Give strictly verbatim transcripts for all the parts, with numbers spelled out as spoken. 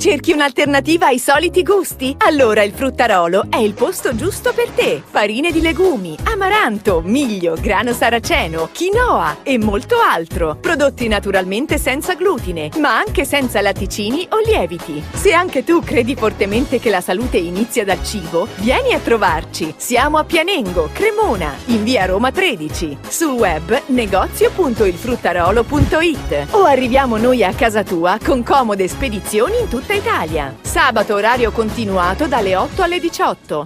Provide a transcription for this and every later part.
Cerchi un'alternativa ai soliti gusti? Allora il Fruttarolo è il posto giusto per te. Farine di legumi, amaranto, miglio, grano saraceno, quinoa e molto altro. Prodotti naturalmente senza glutine, ma anche senza latticini o lieviti. Se anche tu credi fortemente che la salute inizia dal cibo, vieni a trovarci. Siamo a Pianengo, Cremona, in via Roma tredici. Sul web negozio punto il fruttarolo punto it o arriviamo noi a casa tua con comode spedizioni in tutta Italia. Sabato orario continuato dalle otto alle diciotto.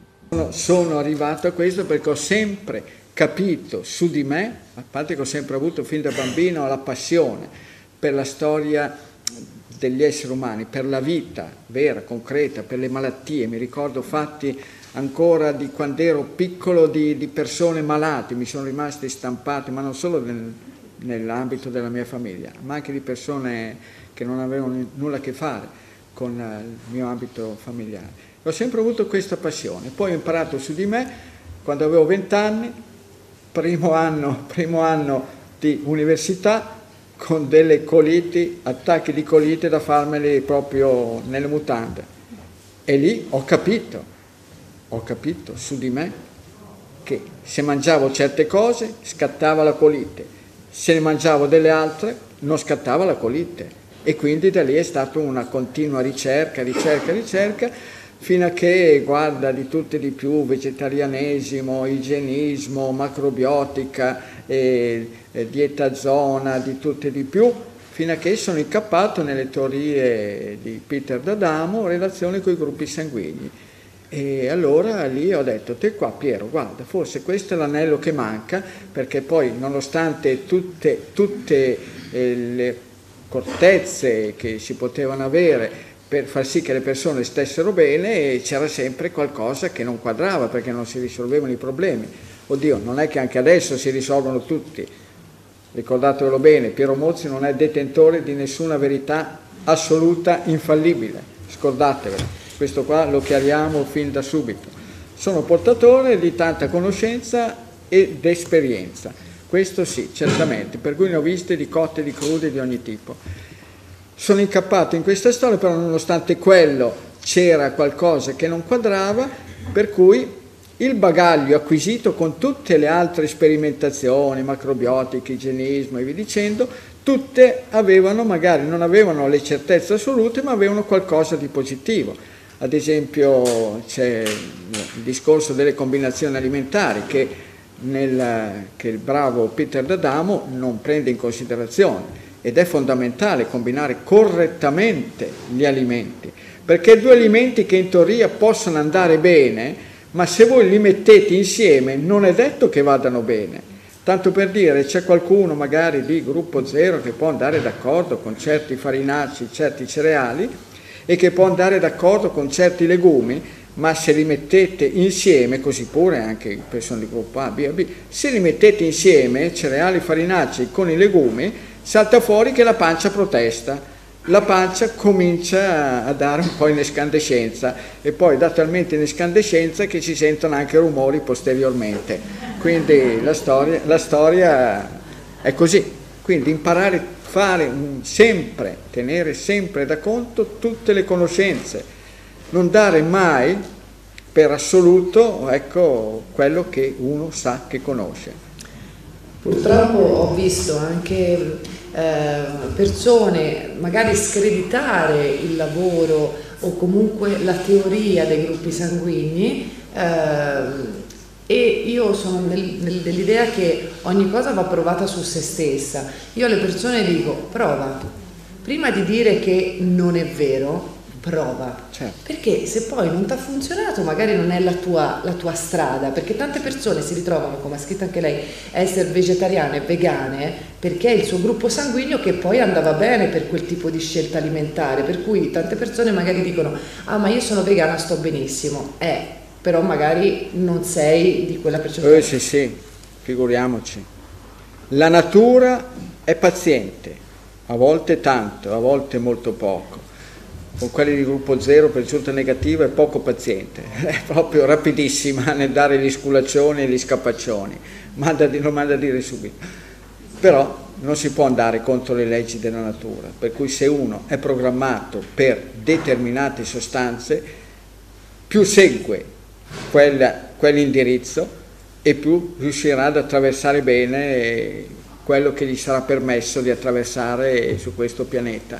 Sono arrivato a questo perché ho sempre capito su di me, a parte che ho sempre avuto fin da bambino la passione per la storia degli esseri umani, per la vita vera, concreta, per le malattie. Mi ricordo fatti ancora di quando ero piccolo di, di persone malate, mi sono rimasti stampati, ma non solo nel, nell'ambito della mia famiglia, ma anche di persone che non avevano nulla a che fare con il mio ambito familiare. Ho sempre avuto questa passione, poi ho imparato su di me quando avevo vent'anni, primo anno, primo anno di università, con delle coliti, attacchi di colite da farmeli proprio nelle mutande. E lì ho capito, ho capito su di me che se mangiavo certe cose scattava la colite, se ne mangiavo delle altre non scattava la colite. E quindi da lì è stata una continua ricerca, ricerca, ricerca, fino a che, guarda, di tutte di più, vegetarianesimo, igienismo, macrobiotica, e, e dieta zona, di tutte di più, fino a che sono incappato nelle teorie di Peter D'Adamo in relazione con i gruppi sanguigni. E allora lì ho detto, te qua Piero, guarda, forse questo è l'anello che manca, perché poi nonostante tutte, tutte eh, le accortezze che si potevano avere per far sì che le persone stessero bene, c'era sempre qualcosa che non quadrava perché non si risolvevano i problemi. Oddio, non è che anche adesso si risolvono tutti, ricordatevelo bene, Piero Mozzi non è detentore di nessuna verità assoluta, infallibile, scordatevelo, questo qua lo chiariamo fin da subito. Sono portatore di tanta conoscenza ed esperienza. Questo sì, certamente, per cui ne ho viste di cotte e di crude di ogni tipo. Sono incappato in questa storia, però nonostante quello c'era qualcosa che non quadrava, per cui il bagaglio acquisito con tutte le altre sperimentazioni, macrobiotiche, igienismo e via dicendo, tutte avevano, magari non avevano le certezze assolute, ma avevano qualcosa di positivo. Ad esempio c'è il discorso delle combinazioni alimentari che Nel, che il bravo Peter D'Adamo non prende in considerazione, ed è fondamentale combinare correttamente gli alimenti, perché due alimenti che in teoria possono andare bene, ma se voi li mettete insieme non è detto che vadano bene. Tanto per dire, c'è qualcuno magari di gruppo zero che può andare d'accordo con certi farinacei, certi cereali, e che può andare d'accordo con certi legumi, ma se li mettete insieme, così pure anche persone di gruppo A, B, A, B, se li mettete insieme, cereali farinacei con i legumi, salta fuori che la pancia protesta, la pancia comincia a dare un po' in escandescenza e poi dà talmente in escandescenza che ci sentono anche rumori posteriormente. Quindi la storia, la storia è così, quindi imparare a fare sempre, tenere sempre da conto tutte le conoscenze, non dare mai per assoluto, ecco, quello che uno sa che conosce. Purtroppo ho visto anche eh, persone magari screditare il lavoro o comunque la teoria dei gruppi sanguigni eh, e io sono nel, nel, dell'idea che ogni cosa va provata su se stessa. Io alle persone dico, prova, prima di dire che non è vero, prova, certo. Perché se poi non ti ha funzionato magari non è la tua, la tua strada, perché tante persone si ritrovano, come ha scritto anche lei, a essere vegetariane e vegane perché è il suo gruppo sanguigno che poi andava bene per quel tipo di scelta alimentare, per cui tante persone magari dicono ah ma io sono vegana, sto benissimo, eh, però magari non sei di quella persona. Eh sì sì, figuriamoci, la natura è paziente, a volte tanto, a volte molto poco. Con quelli di gruppo zero per giunta negativa è poco paziente, è proprio rapidissima nel dare gli sculaccioni e gli scapaccioni, manda, lo manda a dire subito. Però non si può andare contro le leggi della natura, per cui se uno è programmato per determinate sostanze, più segue quella, quell'indirizzo e più riuscirà ad attraversare bene quello che gli sarà permesso di attraversare su questo pianeta.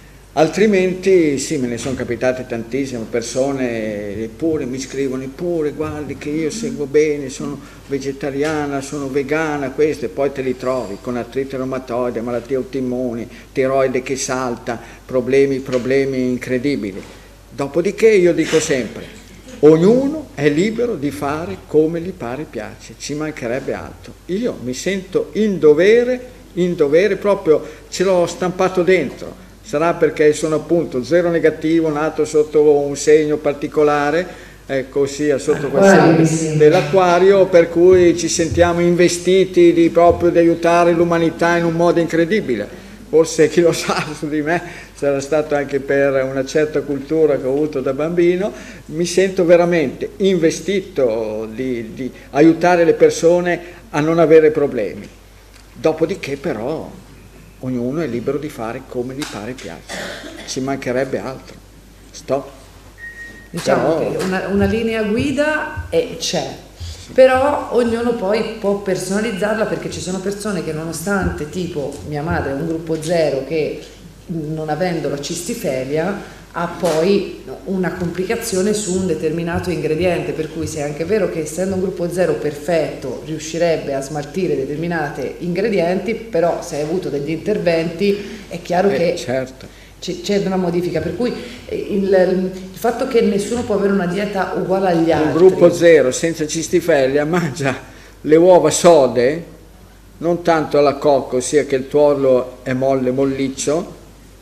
Altrimenti sì, me ne sono capitate tantissime persone, eppure mi scrivono, eppure guardi che io seguo bene, sono vegetariana, sono vegana, questo, e poi te li trovi con artrite reumatoide, malattie autoimmuni, tiroide che salta, problemi, problemi incredibili. Dopodiché io dico sempre, ognuno è libero di fare come gli pare piace, ci mancherebbe altro. Io mi sento in dovere, in dovere proprio, ce l'ho stampato dentro. Sarà perché sono appunto zero negativo, nato sotto un segno particolare, ecco, sia sotto quel segno dell'Acquario, per cui ci sentiamo investiti di proprio di aiutare l'umanità in un modo incredibile. Forse chi lo sa su di me sarà stato anche per una certa cultura che ho avuto da bambino, mi sento veramente investito di, di aiutare le persone a non avere problemi. Dopodiché però ognuno è libero di fare come gli pare piace, ci mancherebbe altro. Stop. Diciamo però... che una, una linea guida è, c'è. Però ognuno poi può personalizzarla, perché ci sono persone che, nonostante, tipo mia madre è un gruppo zero che, non avendo la cistifelia, ha poi una complicazione su un determinato ingrediente, per cui se è anche vero che, essendo un gruppo zero perfetto, riuscirebbe a smaltire determinati ingredienti, però se hai avuto degli interventi è chiaro eh, che certo. c'è una modifica, per cui il, il fatto che nessuno può avere una dieta uguale agli altri. Un gruppo zero senza cistifelia mangia le uova sode, non tanto alla cocco, sia che il tuorlo è molle, molliccio,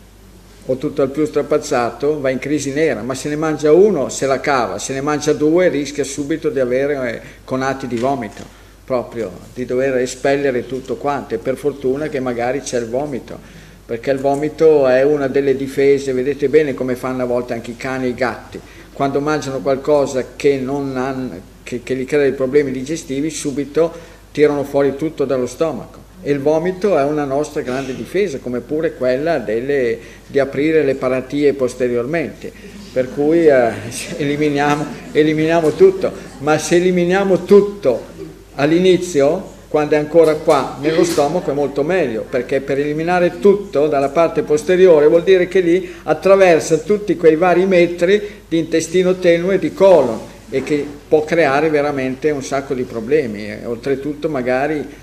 o tutto al più strapazzato, va in crisi nera, ma se ne mangia uno se la cava, se ne mangia due rischia subito di avere eh, conati di vomito, proprio di dover espellere tutto quanto, e per fortuna che magari c'è il vomito, perché il vomito è una delle difese. Vedete bene come fanno a volte anche i cani e i gatti, quando mangiano qualcosa che, non hanno, che, che gli crea dei problemi digestivi, subito tirano fuori tutto dallo stomaco, e il vomito è una nostra grande difesa, come pure quella delle, di aprire le paratie posteriormente, per cui eh, eliminiamo, eliminiamo tutto, ma se eliminiamo tutto all'inizio, quando è ancora qua nello stomaco, è molto meglio, perché per eliminare tutto dalla parte posteriore vuol dire che lì attraversa tutti quei vari metri di intestino tenue e di colon, e che può creare veramente un sacco di problemi, e oltretutto magari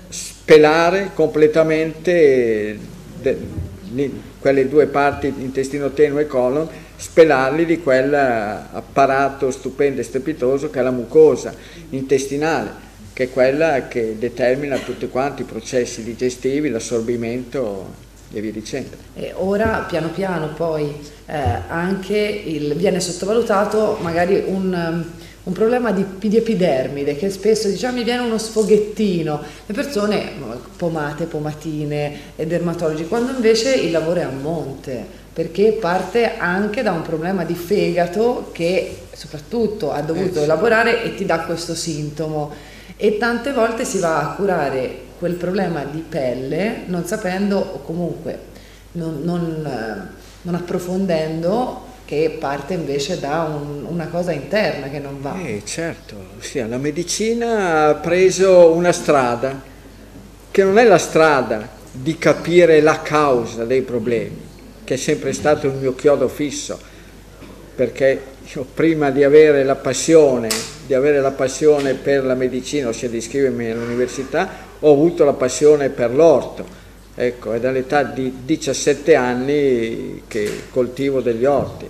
spelare completamente de, de, quelle due parti, intestino tenue e colon, spelarli di quell'apparato stupendo e strepitoso che è la mucosa intestinale, che è quella che determina tutti quanti i processi digestivi, l'assorbimento e via dicendo. E ora piano piano poi eh, anche il, viene sottovalutato magari un, un problema di, di epidermide, che spesso diciamo mi viene uno sfoghettino, le persone pomate, pomatine e dermatologi, quando invece il lavoro è a monte, perché parte anche da un problema di fegato che soprattutto ha dovuto eh, elaborare e ti dà questo sintomo. E tante volte si va a curare quel problema di pelle non sapendo, o comunque non, non, non approfondendo, che parte invece da un, una cosa interna che non va. Eh, certo, sì, la medicina ha preso una strada che non è la strada di capire la causa dei problemi, che è sempre stato il mio chiodo fisso, perché io prima di avere la passione, di avere la passione per la medicina, ossia di iscrivermi all'università, ho avuto la passione per l'orto. Ecco, è dall'età di diciassette anni che coltivo degli orti,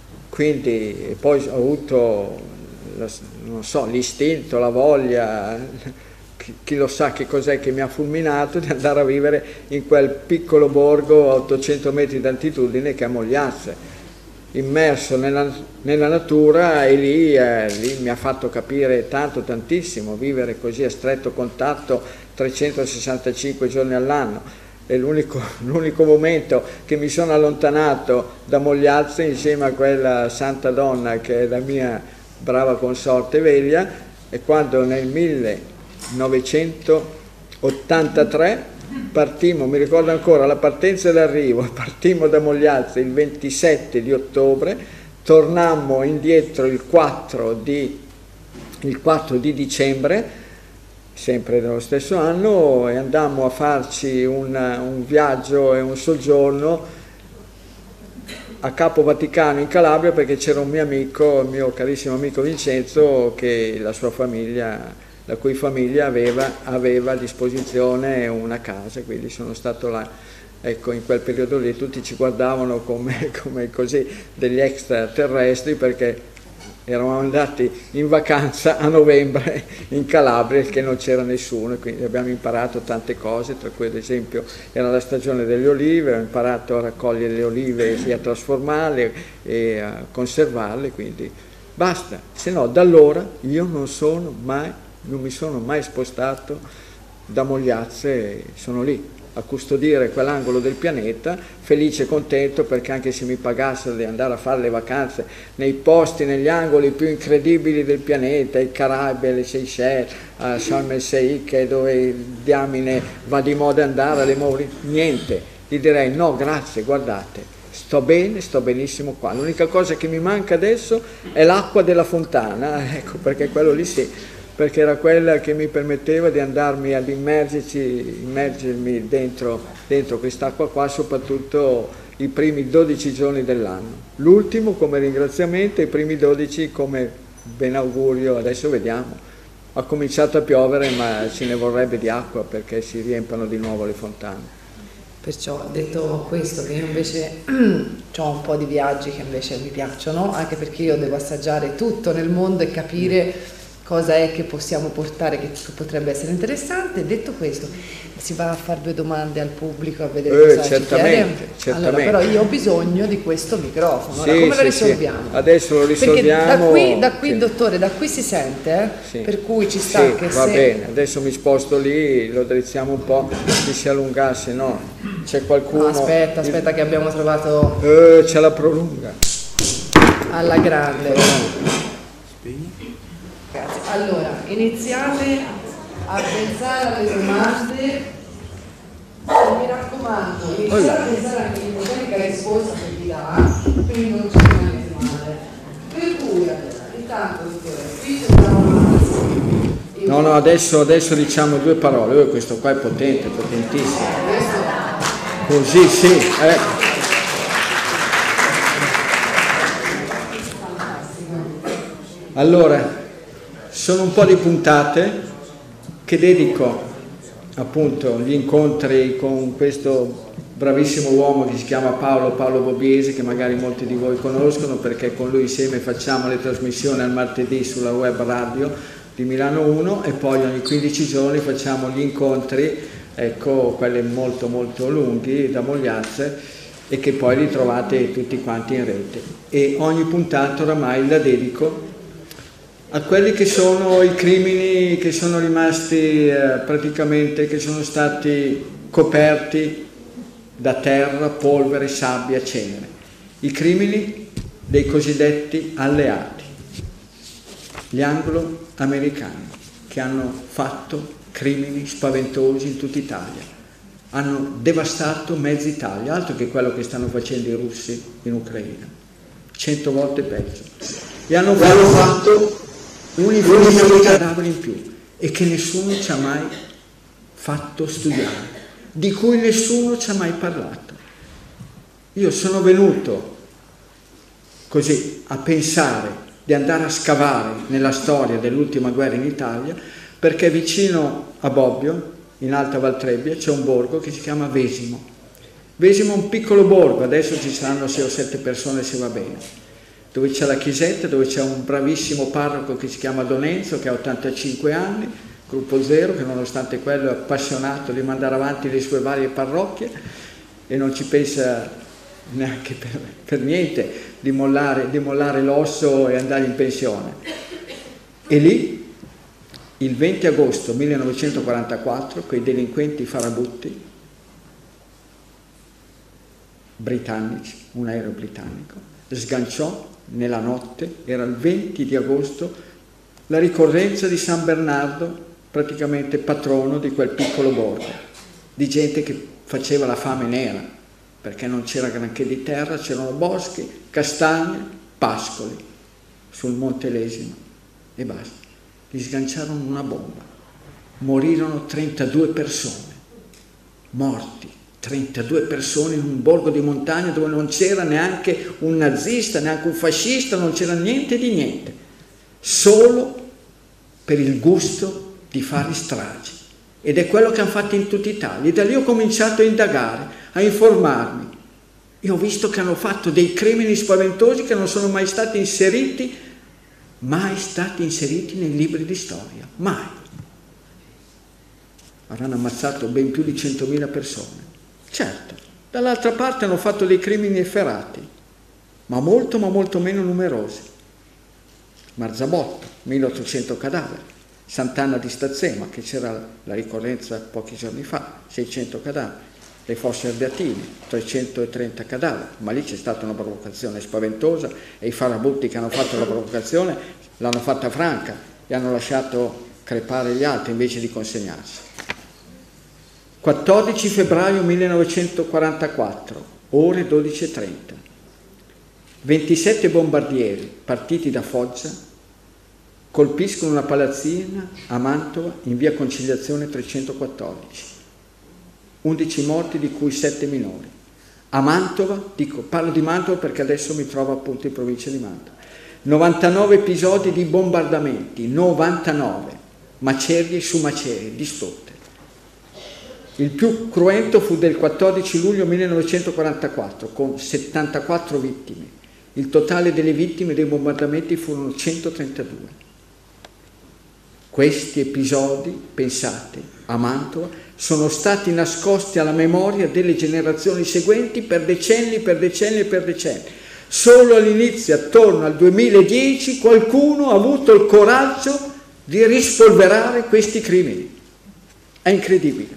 quindi poi ho avuto, non so, l'istinto, la voglia, chi, chi lo sa che cos'è che mi ha fulminato, di andare a vivere in quel piccolo borgo a ottocento metri d'altitudine che è Mogliazze, immerso nella, nella natura, e lì, eh, lì mi ha fatto capire tanto, tantissimo, vivere così a stretto contatto trecentosessantacinque giorni all'anno. È l'unico, l'unico momento che mi sono allontanato da Mogliazze insieme a quella santa donna che è la mia brava consorte Veglia, e quando nel millenovecentottantatré partimmo, mi ricordo ancora, la partenza e l'arrivo, partimmo da Mogliazze il ventisette di ottobre, tornammo indietro il quattro di, il quattro di dicembre, sempre dello stesso anno, e andammo a farci un, un viaggio e un soggiorno a Capo Vaticano in Calabria, perché c'era un mio amico, il mio carissimo amico Vincenzo, che la sua famiglia, la cui famiglia aveva, aveva a disposizione una casa, quindi sono stato là. Ecco, in quel periodo lì tutti ci guardavano come, come così degli extraterrestri, perché eravamo andati in vacanza a novembre in Calabria, che non c'era nessuno, quindi abbiamo imparato tante cose, tra cui ad esempio era la stagione delle olive, ho imparato a raccogliere le olive e a trasformarle e a conservarle, quindi basta, se no da allora io non sono mai, non mi sono mai spostato da Mogliazze, sono lì a custodire quell'angolo del pianeta, felice e contento, perché anche se mi pagassero di andare a fare le vacanze nei posti, negli angoli più incredibili del pianeta, i Caraibi, le Seychelles, a Sharm el Sheikh, dove diamine va di moda andare alle Mauritius, niente, gli direi no grazie, guardate, sto bene, sto benissimo qua, l'unica cosa che mi manca adesso è l'acqua della fontana, ecco, perché quello lì sì, perché era quella che mi permetteva di andarmi ad immergerci, immergermi dentro, dentro quest'acqua qua, soprattutto i primi dodici giorni dell'anno. L'ultimo come ringraziamento, i primi dodici come benaugurio, adesso vediamo. Ha cominciato a piovere, ma ce ne vorrebbe di acqua perché si riempiono di nuovo le fontane. Perciò, detto questo, che io invece ho un po' di viaggi che invece mi piacciono, anche perché io devo assaggiare tutto nel mondo e capire cosa è che possiamo portare che potrebbe essere interessante. Detto questo, si va a fare due domande al pubblico, a vedere eh, cosa certamente, ci chiede. certamente. Allora, però io ho bisogno di questo microfono. Sì, Ora, come sì, lo risolviamo? Sì. Adesso lo risolviamo. Perché da qui, da qui sì. dottore, da qui si sente, eh? Sì. Per cui ci sta sì, che va se... bene, adesso mi sposto lì, lo drizziamo un po', se si allungasse, no? C'è qualcuno... No, aspetta, aspetta che abbiamo trovato... Eh, c'è la prolunga. Alla grande. Grazie. Allora, iniziate a pensare alle domande, mi raccomando, iniziate a pensare anche all'ipotetica risposta che vi dà, quindi non ci rimanete male. Per cui, allora, intanto, qui dobbiamo... No, no, adesso, adesso diciamo due parole, oh, questo qua è potente, potentissimo. Così sì, eh. Allora, sono un po' di puntate che dedico appunto agli incontri con questo bravissimo uomo che si chiama Paolo, Paolo Bobiesi, che magari molti di voi conoscono perché con lui insieme facciamo le trasmissioni al martedì sulla web radio di Milano uno e poi ogni quindici giorni facciamo gli incontri, ecco, quelli molto molto lunghi da Mogliazze e che poi li trovate tutti quanti in rete. E ogni puntata oramai la dedico a quelli che sono i crimini che sono rimasti eh, praticamente, che sono stati coperti da terra, polvere, sabbia, cenere. I crimini dei cosiddetti alleati, gli anglo-americani, che hanno fatto crimini spaventosi in tutta Italia. Hanno devastato mezza Italia, altro che quello che stanno facendo i russi in Ucraina. Cento volte peggio. E hanno fatto un'infinità di cadaveri in più e che nessuno ci ha mai fatto studiare, di cui nessuno ci ha mai parlato. Io sono venuto così a pensare di andare a scavare nella storia dell'ultima guerra in Italia, perché vicino a Bobbio, in Alta Valtrebbia, c'è un borgo che si chiama Vesimo. Vesimo è un piccolo borgo, adesso ci saranno sei o sette persone se va bene, dove c'è la chiesetta, dove c'è un bravissimo parroco che si chiama Don Enzo, che ha ottantacinque anni, gruppo zero, che nonostante quello è appassionato di mandare avanti le sue varie parrocchie e non ci pensa neanche per, per niente di mollare, di mollare l'osso e andare in pensione. E lì, il venti agosto millenovecentoquarantaquattro, quei delinquenti farabutti britannici, un aereo britannico, sganciò nella notte, era il venti di agosto, la ricorrenza di San Bernardo, praticamente patrono di quel piccolo borgo. di gente che faceva la fame nera, perché non c'era granché di terra, c'erano boschi, castagne, pascoli sul Monte Lesino e basta. Gli sganciarono una bomba, morirono trentadue persone, morti, trentadue persone in un borgo di montagna dove non c'era neanche un nazista, neanche un fascista, non c'era niente di niente, solo per il gusto di fare stragi. Ed è quello che hanno fatto in tutta Italia. E da lì ho cominciato a indagare, a informarmi. E ho visto che hanno fatto dei crimini spaventosi che non sono mai stati inseriti, mai stati inseriti nei libri di storia, mai. Avranno ammazzato ben più di centomila persone. Certo, dall'altra parte hanno fatto dei crimini efferati, ma molto, ma molto meno numerosi. Marzabotto, milleottocento cadaveri. Sant'Anna di Stazzema, che c'era la ricorrenza pochi giorni fa, seicento cadaveri. Le Fosse Ardeatine, trecentotrenta cadaveri, ma lì c'è stata una provocazione spaventosa e i farabutti che hanno fatto la provocazione l'hanno fatta franca e hanno lasciato crepare gli altri invece di consegnarsi. quattordici febbraio millenovecentoquarantaquattro, ore dodici e trenta. ventisette bombardieri partiti da Foggia colpiscono una palazzina a Mantova in via Conciliazione trecentoquattordici. undici morti, di cui sette minori. A Mantova, dico, parlo di Mantova perché adesso mi trovo appunto in provincia di Mantova. novantanove episodi di bombardamenti, novantanove, macerie su macerie, distrutte. Il più cruento fu del quattordici luglio millenovecentoquarantaquattro, con settantaquattro vittime. Il totale delle vittime dei bombardamenti furono centotrentadue. Questi episodi, pensate, a Mantova, sono stati nascosti alla memoria delle generazioni seguenti per decenni, per decenni e per decenni. Solo all'inizio, attorno al duemiladieci, qualcuno ha avuto il coraggio di rispolverare questi crimini. È incredibile.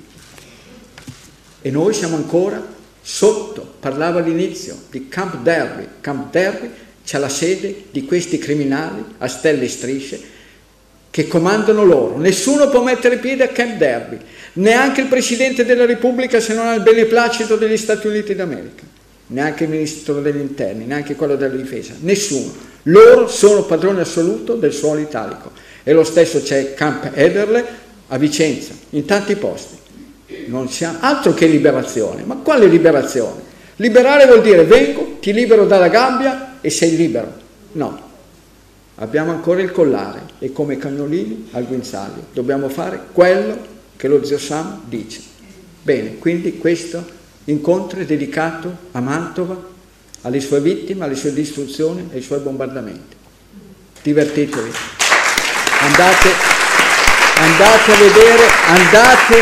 E noi siamo ancora sotto, parlavo all'inizio, di Camp Darby. Camp Darby c'è la sede di questi criminali a stelle e strisce che comandano loro. Nessuno può mettere piede a Camp Darby, neanche il Presidente della Repubblica se non ha il beneplacito degli Stati Uniti d'America, neanche il Ministro degli Interni, neanche quello della Difesa, nessuno. Loro sono padroni assoluto del suolo italico. E lo stesso c'è Camp Ederle a Vicenza, in tanti posti. Non c'è altro che liberazione. Ma quale liberazione? Liberare vuol dire vengo, ti libero dalla gabbia e sei libero. No. Abbiamo ancora il collare e come cagnolini al guinzaglio dobbiamo fare quello che lo zio Sam dice. Bene, quindi questo incontro è dedicato a Mantova, alle sue vittime, alle sue distruzioni, ai suoi bombardamenti. Divertitevi, andate, andate a vedere, andate,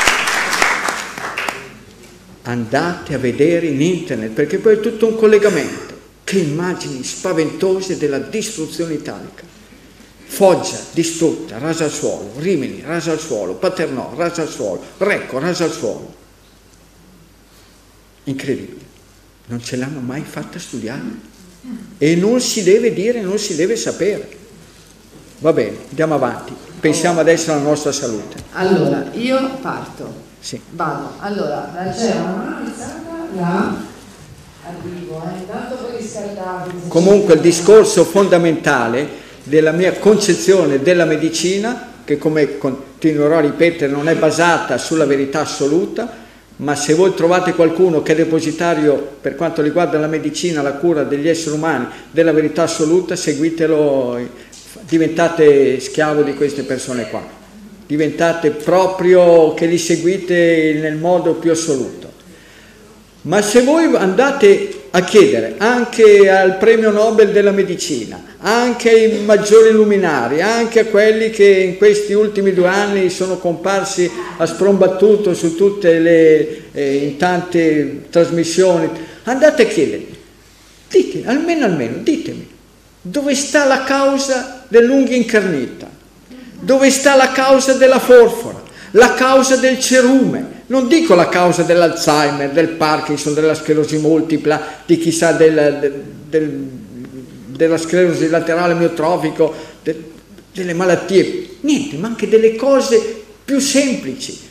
andate a vedere in internet, perché poi è tutto un collegamento. Che immagini spaventose della distruzione italica. Foggia distrutta, rasa al suolo, Rimini rasa al suolo, Paternò rasa al suolo, Recco rasa al suolo. Incredibile. Non ce l'hanno mai fatta studiare. E non si deve dire, non si deve sapere. Va bene, andiamo avanti. Pensiamo adesso alla nostra salute. Allora, io parto. Sì. Vado. Allora, c'è una mano alzata, là. Arrivo, eh. Intanto poi riscaldavi. Comunque il discorso fondamentale della mia concezione della medicina, che come continuerò a ripetere non è basata sulla verità assoluta, ma se voi trovate qualcuno che è depositario per quanto riguarda la medicina, la cura degli esseri umani, della verità assoluta, seguitelo, diventate schiavo di queste persone qua, diventate proprio che li seguite nel modo più assoluto. Ma se voi andate a chiedere anche al premio Nobel della medicina, anche ai maggiori luminari, anche a quelli che in questi ultimi due anni sono comparsi a sprombattuto su tutte le, eh, in tante trasmissioni, andate a chiedere, ditemi, almeno almeno, ditemi, dove sta la causa dell'unghia incarnita? Dove sta la causa della forfora? La causa del cerume? Non dico la causa dell'Alzheimer, del Parkinson, della sclerosi multipla, di chissà del, del, del, della sclerosi laterale amiotrofico, de, delle malattie, niente, ma anche delle cose più semplici.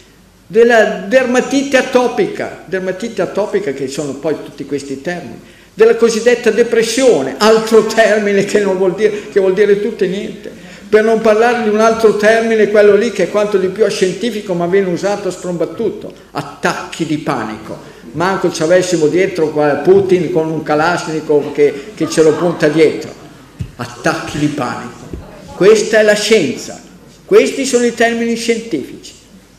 della dermatite atopica, dermatite atopica che sono poi tutti questi termini, della cosiddetta depressione, altro termine che non vuol dire, che vuol dire tutto e niente, per non parlare di un altro termine, quello lì che è quanto di più ascientifico ma viene usato a sprombattuto, attacchi di panico. Manco ci avessimo dietro Putin con un Kalashnikov che, che ce lo punta dietro, attacchi di panico. Questa è la scienza, questi sono i termini scientifici.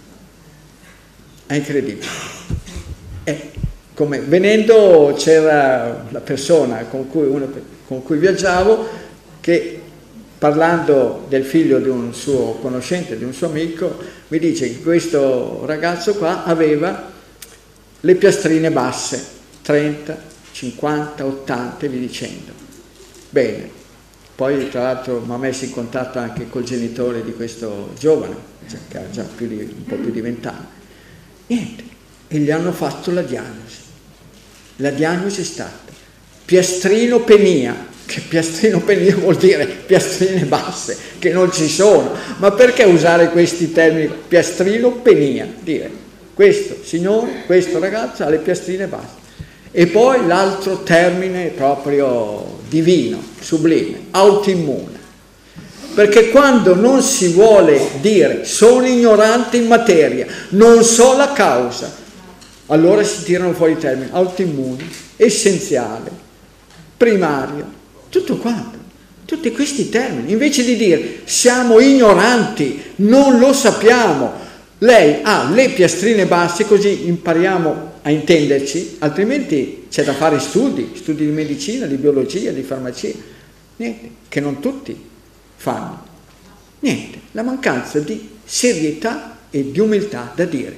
È incredibile. Eh, come, venendo c'era la persona con cui, una, con cui viaggiavo che, parlando del figlio di un suo conoscente, di un suo amico, mi dice che questo ragazzo qua aveva le piastrine basse, trenta, cinquanta, ottanta e via dicendo. Bene, poi tra l'altro mi ha messo in contatto anche col genitore di questo giovane, cioè, che ha già più di, un po' più di vent'anni. Niente, e gli hanno fatto la diagnosi. La diagnosi è stata piastrinopenia, che piastrinopenia vuol dire piastrine basse, che non ci sono. Ma perché usare questi termini? Piastrinopenia, dire questo signore, questo ragazzo ha le piastrine basse. E poi l'altro termine proprio divino, sublime, autoimmune. Perché quando non si vuole dire sono ignorante in materia, non so la causa, allora si tirano fuori i termini autoimmune, essenziale, primario, tutto quanto, tutti questi termini. Invece di dire siamo ignoranti, non lo sappiamo, lei ha le piastrine basse, così impariamo a intenderci, altrimenti c'è da fare studi, studi di medicina, di biologia, di farmacia, niente, che non tutti fanno. Niente, la mancanza di serietà e di umiltà da dire.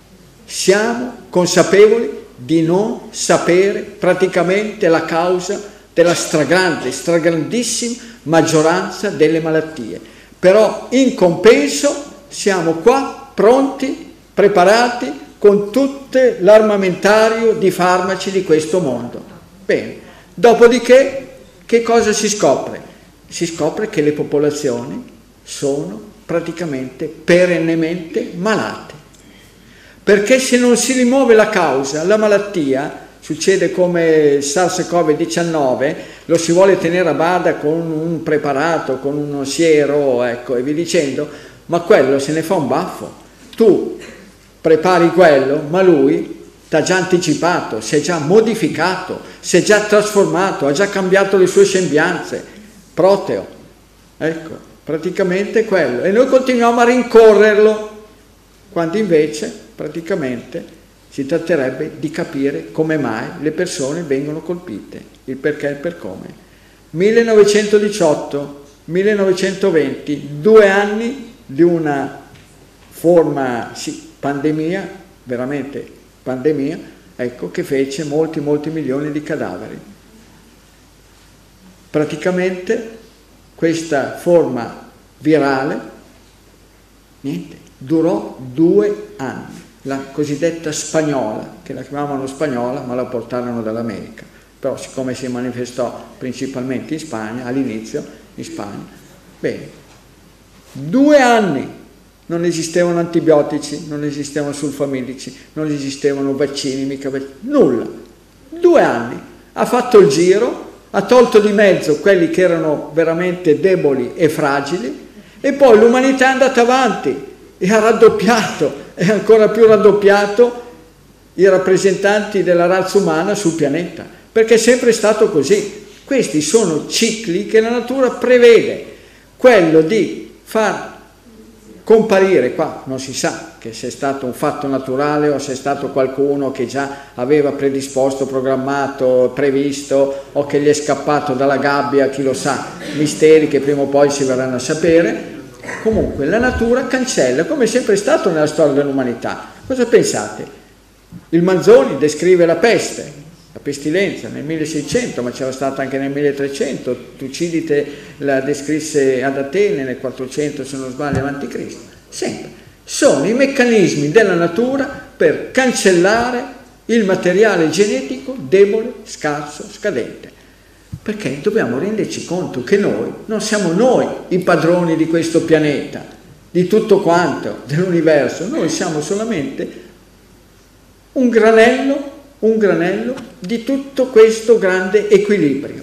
Siamo consapevoli di non sapere praticamente la causa della stragrande, stragrandissima maggioranza delle malattie, però in compenso siamo qua pronti, preparati, con tutto l'armamentario di farmaci di questo mondo. Bene, dopodiché che cosa si scopre? Si scopre che le popolazioni sono praticamente perennemente malate. Perché se non si rimuove la causa, la malattia, succede come il SARS-CoV diciannove, lo si vuole tenere a bada con un preparato, con uno siero, ecco, e via dicendo, ma quello se ne fa un baffo. Tu prepari quello, ma lui ti ha già anticipato, si è già modificato, si è già trasformato, ha già cambiato le sue sembianze, proteo, ecco, praticamente quello. E noi continuiamo a rincorrerlo, quando invece praticamente si tratterebbe di capire come mai le persone vengono colpite, il perché e il per come. millenovecentodiciotto millenovecentoventi, due anni di una forma, sì, pandemia, veramente pandemia, ecco, che fece molti, molti milioni di cadaveri. Praticamente questa forma virale, niente, durò due anni, la cosiddetta spagnola, che la chiamavano spagnola, ma la portarono dall'America, però siccome si manifestò principalmente in Spagna, all'inizio in Spagna, bene, due anni. Non esistevano antibiotici, non esistevano sulfamilici, non esistevano vaccini, mica vaccini, nulla. Due anni. Ha fatto il giro, ha tolto di mezzo quelli che erano veramente deboli e fragili, e poi l'umanità è andata avanti e ha raddoppiato, e ancora più raddoppiato, i rappresentanti della razza umana sul pianeta, perché è sempre stato così. Questi sono cicli che la natura prevede, quello di far comparire, qua non si sa che se è stato un fatto naturale o se è stato qualcuno che già aveva predisposto, programmato, previsto, o che gli è scappato dalla gabbia, chi lo sa, misteri che prima o poi si verranno a sapere. Comunque la natura cancella, come è sempre stato nella storia dell'umanità. Cosa pensate? Il Manzoni descrive la peste, la pestilenza nel milleseicento, ma c'era stata anche nel milletrecento, Tucidide la descrisse ad Atene nel quattrocento, se non sbaglio, avanti Cristo. Sempre. Sono i meccanismi della natura per cancellare il materiale genetico debole, scarso, scadente. Perché dobbiamo renderci conto che noi non siamo noi i padroni di questo pianeta, di tutto quanto, dell'universo. Noi siamo solamente un granello, un granello di tutto questo grande equilibrio.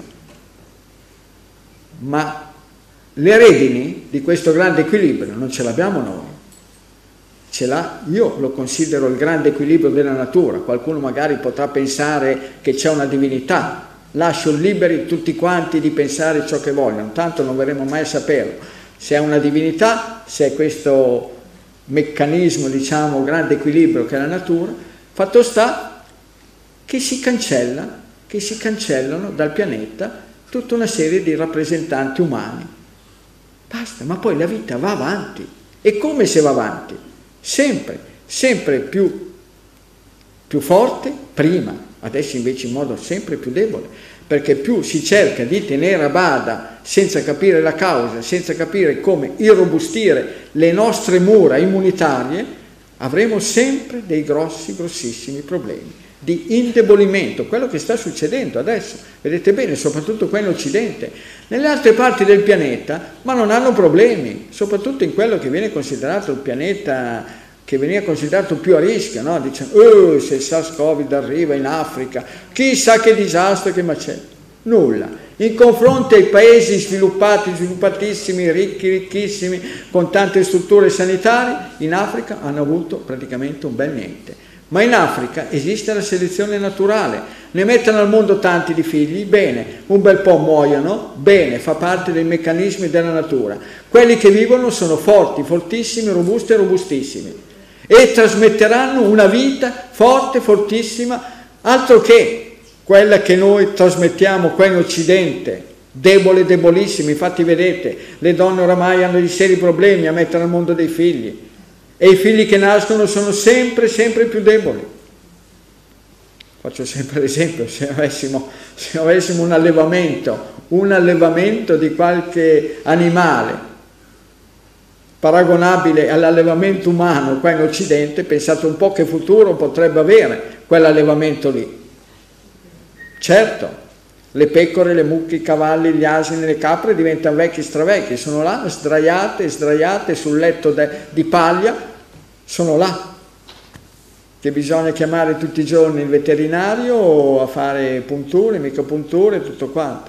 Ma le redini di questo grande equilibrio non ce l'abbiamo noi. Ce l'ha, io lo considero il grande equilibrio della natura. Qualcuno magari potrà pensare che c'è una divinità. Lascio liberi tutti quanti di pensare ciò che vogliono, tanto non verremo mai a saperlo. Se è una divinità, se è questo meccanismo, diciamo, grande equilibrio che è la natura, fatto sta che si cancella, che si cancellano dal pianeta tutta una serie di rappresentanti umani. Basta, ma poi la vita va avanti. E come se va avanti? Sempre, sempre più, più forte prima, adesso invece in modo sempre più debole, perché più si cerca di tenere a bada senza capire la causa, senza capire come irrobustire le nostre mura immunitarie, avremo sempre dei grossi, grossissimi problemi di indebolimento, quello che sta succedendo adesso, vedete bene, soprattutto qua in Occidente. Nelle altre parti del pianeta, ma non hanno problemi, soprattutto in quello che viene considerato il pianeta che veniva considerato più a rischio, no? Dicono, oh, se il SARS-CoV arriva in Africa, chissà che disastro, che macello. Nulla. In confronto ai paesi sviluppati, sviluppatissimi, ricchi, ricchissimi, con tante strutture sanitarie, in Africa hanno avuto praticamente un bel niente. Ma in Africa esiste la selezione naturale, ne mettono al mondo tanti di figli, bene, un bel po' muoiono, bene, fa parte dei meccanismi della natura. Quelli che vivono sono forti, fortissimi, robusti e robustissimi e trasmetteranno una vita forte, fortissima, altro che quella che noi trasmettiamo qua in Occidente, debole, debolissima. Infatti vedete, le donne oramai hanno dei seri problemi a mettere al mondo dei figli. E i figli che nascono sono sempre, sempre più deboli. Faccio sempre l'esempio, se avessimo, se avessimo un allevamento, un allevamento di qualche animale paragonabile all'allevamento umano qua in Occidente, pensate un po' che futuro potrebbe avere quell'allevamento lì. Certo, le pecore, le mucche, i cavalli, gli asini, le capre diventano vecchi stravecchi, sono là sdraiate, sdraiate sul letto de, di paglia, sono là, che bisogna chiamare tutti i giorni il veterinario a fare punture, micropunture, tutto quanto.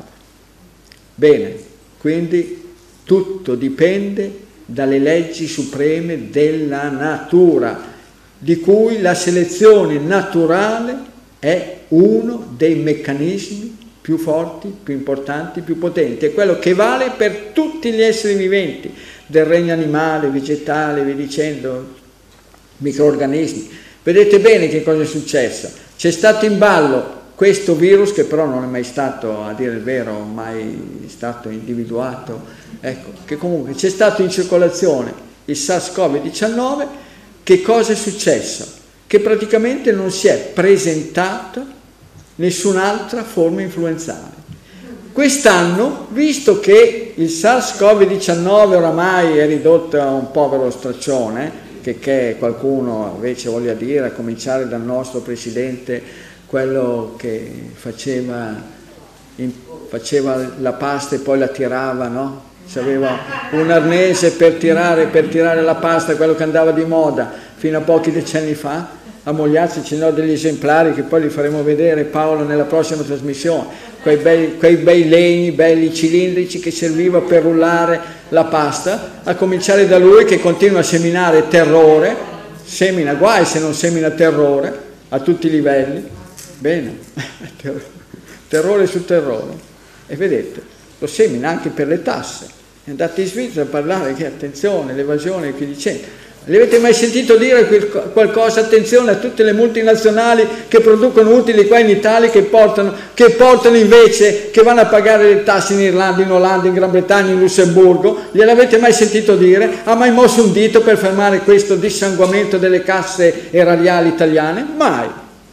Bene, quindi tutto dipende dalle leggi supreme della natura, di cui la selezione naturale è uno dei meccanismi più forti, più importanti, più potenti. È quello che vale per tutti gli esseri viventi, del regno animale, vegetale, vi dicendo, microorganismi. Vedete bene che cosa è successo. C'è stato in ballo questo virus, che però non è mai stato, a dire il vero, mai stato individuato, ecco, che comunque c'è stato in circolazione il SARS-CoV diciannove. Che cosa è successo? Che praticamente non si è presentato nessun'altra forma influenzale. Quest'anno, visto che il SARS-CoV diciannove oramai è ridotto a un povero straccione, che, che qualcuno invece voglia dire, a cominciare dal nostro presidente, quello che faceva, in, faceva la pasta e poi la tirava, no? C'aveva un arnese per tirare, per tirare la pasta, quello che andava di moda fino a pochi decenni fa. A Mogliazzi ce ne ho degli esemplari che poi li faremo vedere, Paolo, nella prossima trasmissione, quei bei, quei bei legni belli cilindrici che serviva per rullare la pasta, a cominciare da lui che continua a seminare terrore, semina guai se non semina terrore a tutti i livelli, bene, terrore su terrore, e vedete, lo semina anche per le tasse. Andate in Svizzera a parlare che attenzione, l'evasione e qui dicendo. Li avete mai sentito dire qualcosa? Attenzione a tutte le multinazionali che producono utili qua in Italia, che portano, che portano invece, che vanno a pagare le tasse in Irlanda, in Olanda, in Gran Bretagna, in Lussemburgo. Gliel'avete mai sentito dire? Ha mai mosso un dito per fermare questo dissanguamento delle casse erariali italiane? Mai.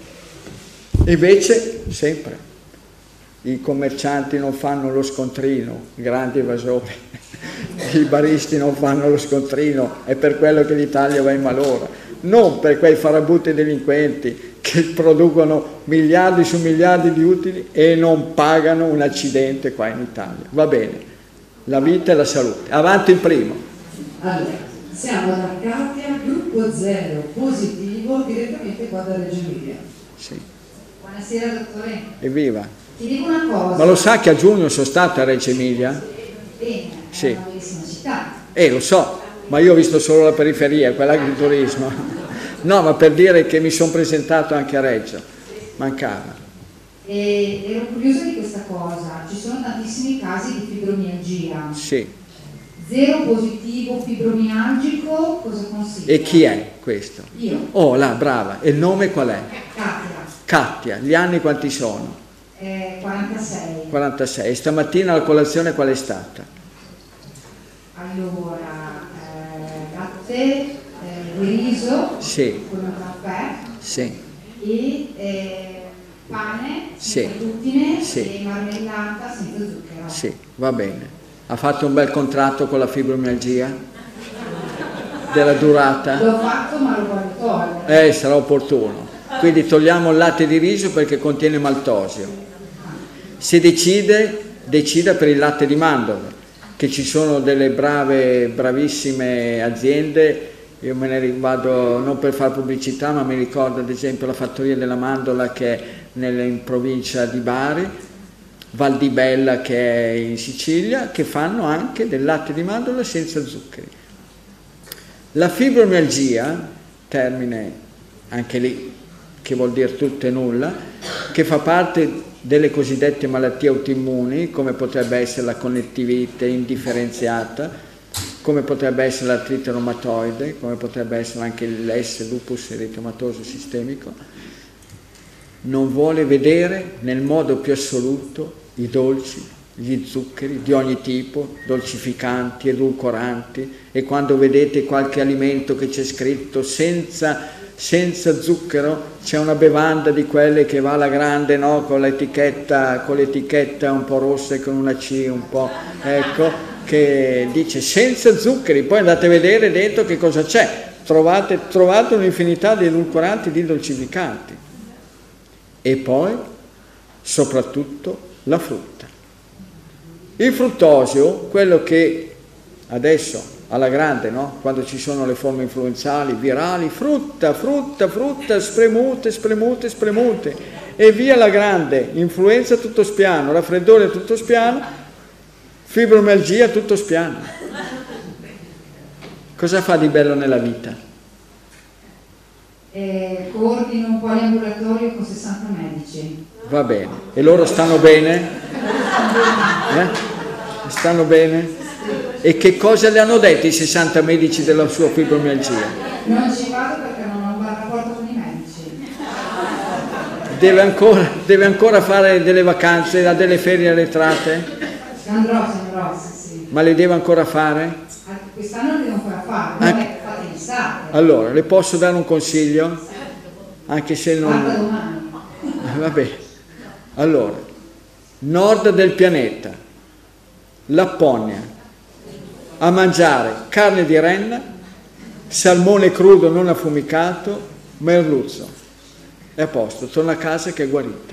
Invece, sempre, i commercianti non fanno lo scontrino, grandi evasori. I baristi non fanno lo scontrino, è per quello che l'Italia va in malora, non per quei farabutti delinquenti che producono miliardi su miliardi di utili e non pagano un accidente qua in Italia. Va bene, la vita e la salute. Avanti il primo. Allora, Siamo da Katia, gruppo zero, positivo, direttamente qua da Reggio Emilia. Sì. Buonasera dottore. Evviva. Ti dico una cosa. Ma lo sa che a giugno sono stata a Reggio Emilia? Bene, sì. È una bellissima città. Eh, lo so, ma io ho visto solo la periferia, quella agriturismo. No, ma per dire che mi sono presentato anche a Reggio, mancava. E ero curiosa di questa cosa, ci sono tantissimi casi di fibromialgia. Sì. Zero positivo fibromialgico, cosa consiglia? E chi è questo? Io. Oh, là, brava. E il nome qual è? Katia. Katia. Gli anni quanti sono? Eh, quarantasei. quarantasei. E stamattina la colazione qual è stata? Allora, eh, latte eh, di riso, sì. con un caffè, sì. e eh, pane, sì. glutine sì. e marmellata senza zucchero. Sì, va bene. Ha fatto un bel contratto con la fibromialgia? Della durata? L'ho fatto ma lo voglio togliere. Eh, sarà opportuno. Quindi togliamo il latte di riso perché contiene maltosio. Se decide, decida per il latte di mandorle, che ci sono delle brave, bravissime aziende. Io me ne vado, non per fare pubblicità, ma mi ricordo ad esempio la fattoria della mandorla che è nel, in provincia di Bari, Val di Bella che è in Sicilia, che fanno anche del latte di mandorla senza zuccheri. La fibromialgia, termine anche lì che vuol dire tutto e nulla, che fa parte delle cosiddette malattie autoimmuni, come potrebbe essere la connettivite indifferenziata, come potrebbe essere l'artrite reumatoide, come potrebbe essere anche l'S, lupus eritematoso sistemico, non vuole vedere nel modo più assoluto i dolci, gli zuccheri di ogni tipo, dolcificanti, edulcoranti, e quando vedete qualche alimento che c'è scritto senza, senza zucchero, c'è una bevanda di quelle che va alla grande, no? Con l'etichetta, con l'etichetta un po' rossa e con una C un po', ecco, che dice senza zuccheri, poi andate a vedere dentro che cosa c'è, trovate, trovate un'infinità di edulcoranti, di dolcificanti. E poi, soprattutto, la frutta. Il fruttosio, quello che adesso alla grande, no? Quando ci sono le forme influenzali, virali, frutta, frutta, frutta, spremute, spremute, spremute, e via la grande, influenza tutto spiano, raffreddore tutto spiano, fibromialgia tutto spiano. Cosa fa di bello nella vita? Eh, coordino un poliambulatorio con sessanta medici. Va bene. E loro stanno bene? Eh? Stanno bene? E che cosa le hanno detto i sessanta medici della sua fibromialgia? Non ci vado perché non ho un bel rapporto con i medici. Deve ancora, deve ancora fare delle vacanze, ha delle ferie arretrate? Andrò, ci andrò, sì, sì. Ma le deve ancora fare? Quest'anno le devo ancora fare, non è che fate l'estate. Allora, le posso dare un consiglio? Anche se non... Guarda domani. Va bene. Allora, nord del pianeta, Lapponia, a mangiare carne di renna, salmone crudo non affumicato, merluzzo. È a posto, torna a casa che è guarita.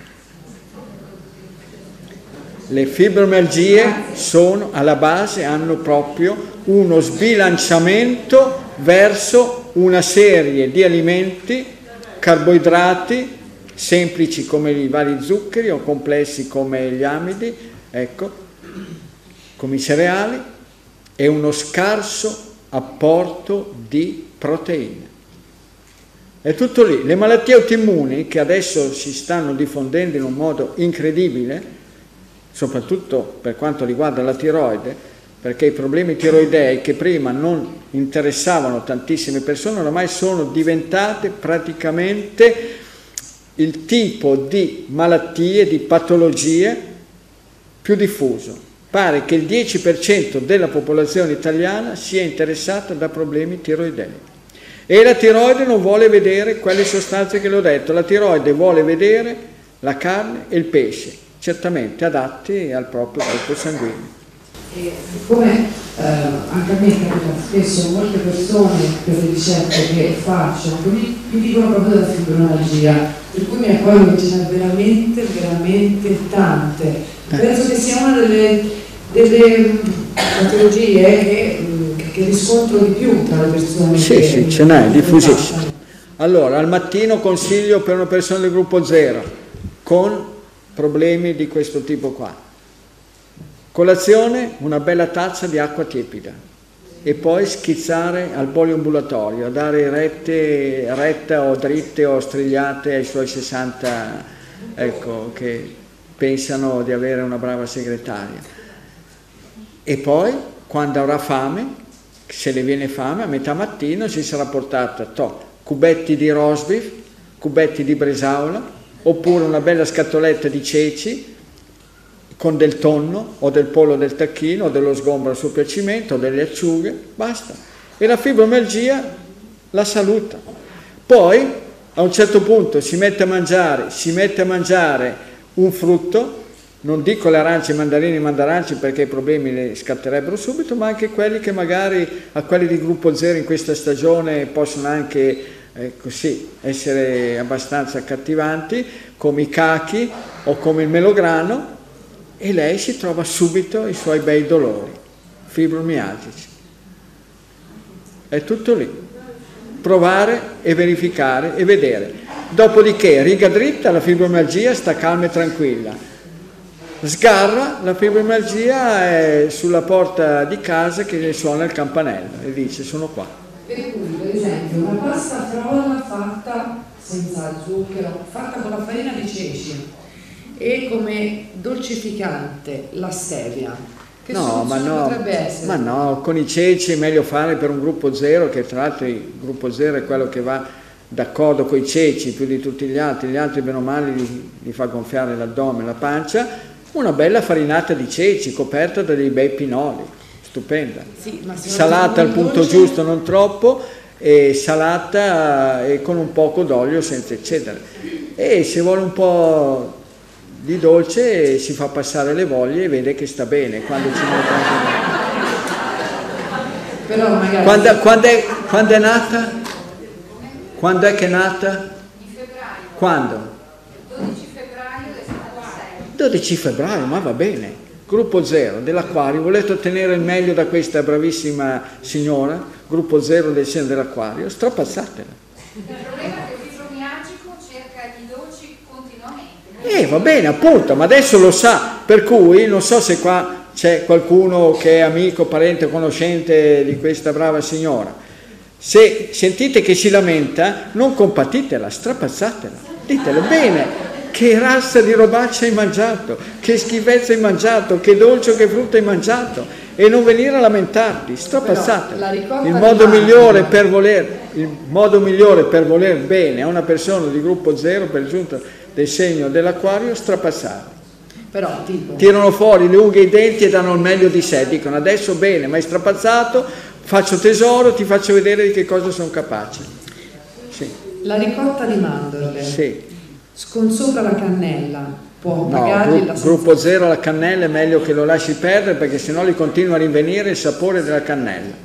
Le fibromialgie sono alla base, hanno proprio uno sbilanciamento verso una serie di alimenti, carboidrati, semplici come i vari zuccheri o complessi come gli amidi, ecco, come i cereali, e uno scarso apporto di proteine. È tutto lì. Le malattie autoimmuni che adesso si stanno diffondendo in un modo incredibile, soprattutto per quanto riguarda la tiroide, perché i problemi tiroidei che prima non interessavano tantissime persone oramai sono diventate praticamente il tipo di malattie, di patologie più diffuso. Pare che il dieci per cento della popolazione italiana sia interessata da problemi tiroidei. E la tiroide non vuole vedere quelle sostanze che le ho detto, la tiroide vuole vedere la carne e il pesce, certamente adatti al proprio gruppo sanguigno. E siccome eh, anche a me capita spesso molte persone per le ricette che faccio mi, mi dicono proprio della fibromialgia, per cui mi accorgo che ce n'è veramente, veramente tante. Penso che sia una delle, delle patologie che, che che riscontro di più tra le persone. Sì, che, sì, ce n'è, diffusissimo. Allora, al mattino consiglio per una persona del gruppo zero con problemi di questo tipo qua. Colazione, una bella tazza di acqua tiepida e poi schizzare al poliambulatorio, dare rette, retta o dritte o strigliate ai suoi sessanta, ecco, che pensano di avere una brava segretaria. E poi, quando avrà fame, se le viene fame, a metà mattino ci sarà portata to, cubetti di roast beef, cubetti di bresaola, oppure una bella scatoletta di ceci con del tonno o del pollo del tacchino o dello sgombro a suo piacimento o delle acciughe, basta. E la fibromialgia la saluta. Poi a un certo punto si mette a mangiare, si mette a mangiare un frutto, non dico le arance, i mandarini, i mandaranci perché i problemi le scatterebbero subito, ma anche quelli che magari a quelli di gruppo zero in questa stagione possono anche eh, così essere abbastanza accattivanti, come i cachi o come il melograno, e lei si trova subito i suoi bei dolori fibromialgici. È tutto lì. Provare e verificare e vedere. Dopodiché, riga dritta, la fibromialgia sta calma e tranquilla. Sgarra, la fibromialgia è sulla porta di casa che le suona il campanello e dice sono qua. Per cui, per esempio, una pasta frolla fatta senza zucchero, fatta con la farina di ceci e come dolcificante la stevia, che no, ma no, potrebbe essere? Ma no, con i ceci è meglio fare per un gruppo zero, che tra l'altro il gruppo zero è quello che va d'accordo con i ceci più di tutti gli altri, gli altri bene o male gli, gli fa gonfiare l'addome, la pancia, una bella farinata di ceci coperta da dei bei pinoli, stupenda, sì, ma salata al punto dolce, giusto, non troppo, e salata e con un poco d'olio senza eccedere, e se vuole un po' di dolce si fa passare le voglie e vede che sta bene quando ci mette anche... Però magari... quando, quando, è, quando è nata? Quando è che è nata? In febbraio. Quando? dodici febbraio del settantasei. dodici febbraio, ma va bene. Gruppo zero dell'Acquario, volete ottenere il meglio da questa bravissima signora, gruppo zero del segno dell'Acquario, strapazzatela. Il problema è che il fibromialgico cerca i dolci continuamente. Eh, va bene, appunto, ma adesso lo sa, per cui non so se qua c'è qualcuno che è amico, parente, conoscente di questa brava signora. Se sentite che si lamenta, non compatitela, strapazzatela, ditele bene. Che razza di robaccia hai mangiato, che schifezza hai mangiato, che dolce o che frutta hai mangiato, e non venire a lamentarti, strapazzatela. Il modo migliore per voler, il modo migliore per voler bene a una persona di gruppo zero, per giunta del segno dell'Acquario, strapazzare. Però, tipo... tirano fuori le unghie e i denti e danno il meglio di sé, dicono adesso bene, ma hai strapazzato, faccio tesoro, ti faccio vedere di che cosa sono capace. Sì. La ricotta di mandorle. Sì. Con sopra la cannella, può No, pagargli gru- la gruppo zero la cannella è meglio che lo lasci perdere, perché sennò gli continua a rinvenire il sapore della cannella.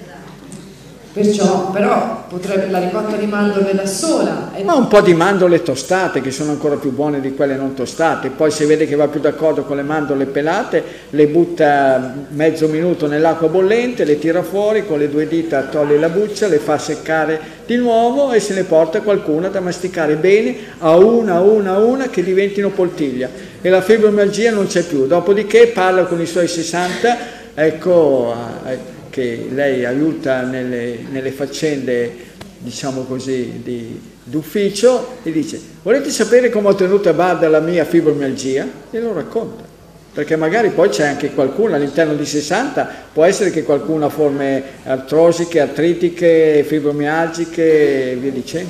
Perciò, però, potrebbe la ricotta di mandorle da sola. È... Ma un po' di mandorle tostate, che sono ancora più buone di quelle non tostate. Poi se vede che va più d'accordo con le mandorle pelate, le butta mezzo minuto nell'acqua bollente, le tira fuori, con le due dita toglie la buccia, le fa seccare di nuovo e se ne porta qualcuna da masticare bene, a una, a una, a una, che diventino poltiglia. E la fibromialgia non c'è più. Dopodiché parla con i suoi sessanta, ecco... Eh, che lei aiuta nelle, nelle faccende, diciamo così, di, d'ufficio, e dice: volete sapere come ho tenuto a bada la mia fibromialgia? E lo racconta, perché magari poi c'è anche qualcuno all'interno di sessanta, può essere che qualcuno ha forme artrosiche, artritiche, fibromialgiche e via dicendo.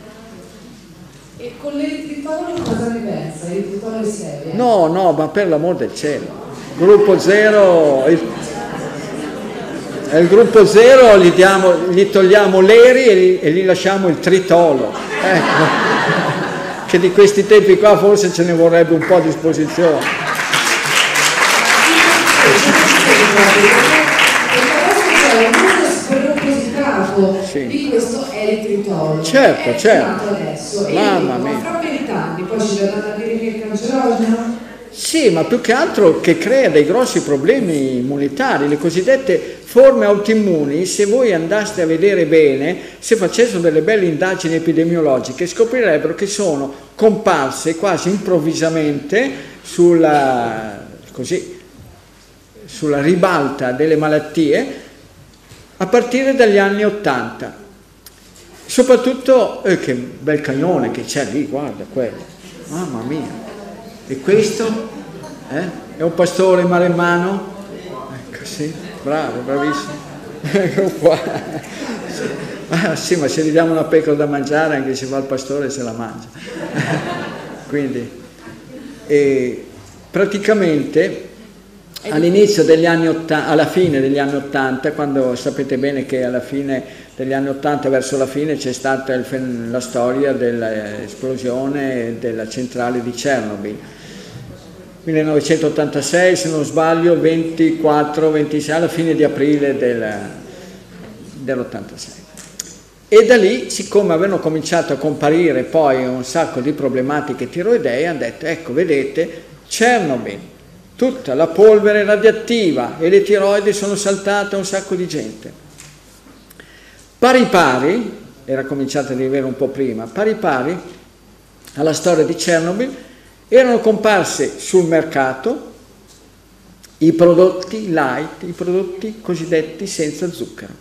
E con l'eritritolo cosa ne pensa? L'eritritolo è serio? No, no, ma per l'amor del cielo, gruppo zero... Il, Nel gruppo zero gli, diamo, gli togliamo l'eri e gli, e gli lasciamo il tritolo, ecco, che di questi tempi qua forse ce ne vorrebbe un po' a disposizione. Sì. Di questo eritritolo. Certo, è certo. Adesso, Mamma e mia. fra vent'anni poi ci verranno a dire che è cancerogeno? Sì, ma più che altro che crea dei grossi problemi immunitari, le cosiddette forme autoimmuni. Se voi andaste a vedere bene, se facessero delle belle indagini epidemiologiche, scoprirebbero che sono comparse quasi improvvisamente sulla, così, sulla ribalta delle malattie a partire dagli anni Ottanta. Soprattutto, eh, che bel cagnone che c'è lì, guarda quello, mamma mia. E questo eh? È un pastore maremmano? Ecco, sì, bravo, bravissimo. Ecco qua. Ah, sì, ma se gli diamo una pecora da mangiare, anche se va al pastore se la mangia. Quindi, e praticamente all'inizio degli anni ottanta, alla fine degli anni ottanta, quando sapete bene che alla fine degli anni ottanta, verso la fine, c'è stata il, la storia dell'esplosione della centrale di Chernobyl. millenovecentottantasei, se non sbaglio, ventiquattro ventisei, alla fine di aprile del, dell'ottantasei. E da lì, siccome avevano cominciato a comparire poi un sacco di problematiche tiroidee, hanno detto, ecco, vedete, Chernobyl, tutta la polvere radioattiva e le tiroidi sono saltate a un sacco di gente. Pari pari, era cominciato a dire un po' prima, pari pari alla storia di Chernobyl, erano comparse sul mercato i prodotti light, i prodotti cosiddetti senza zucchero.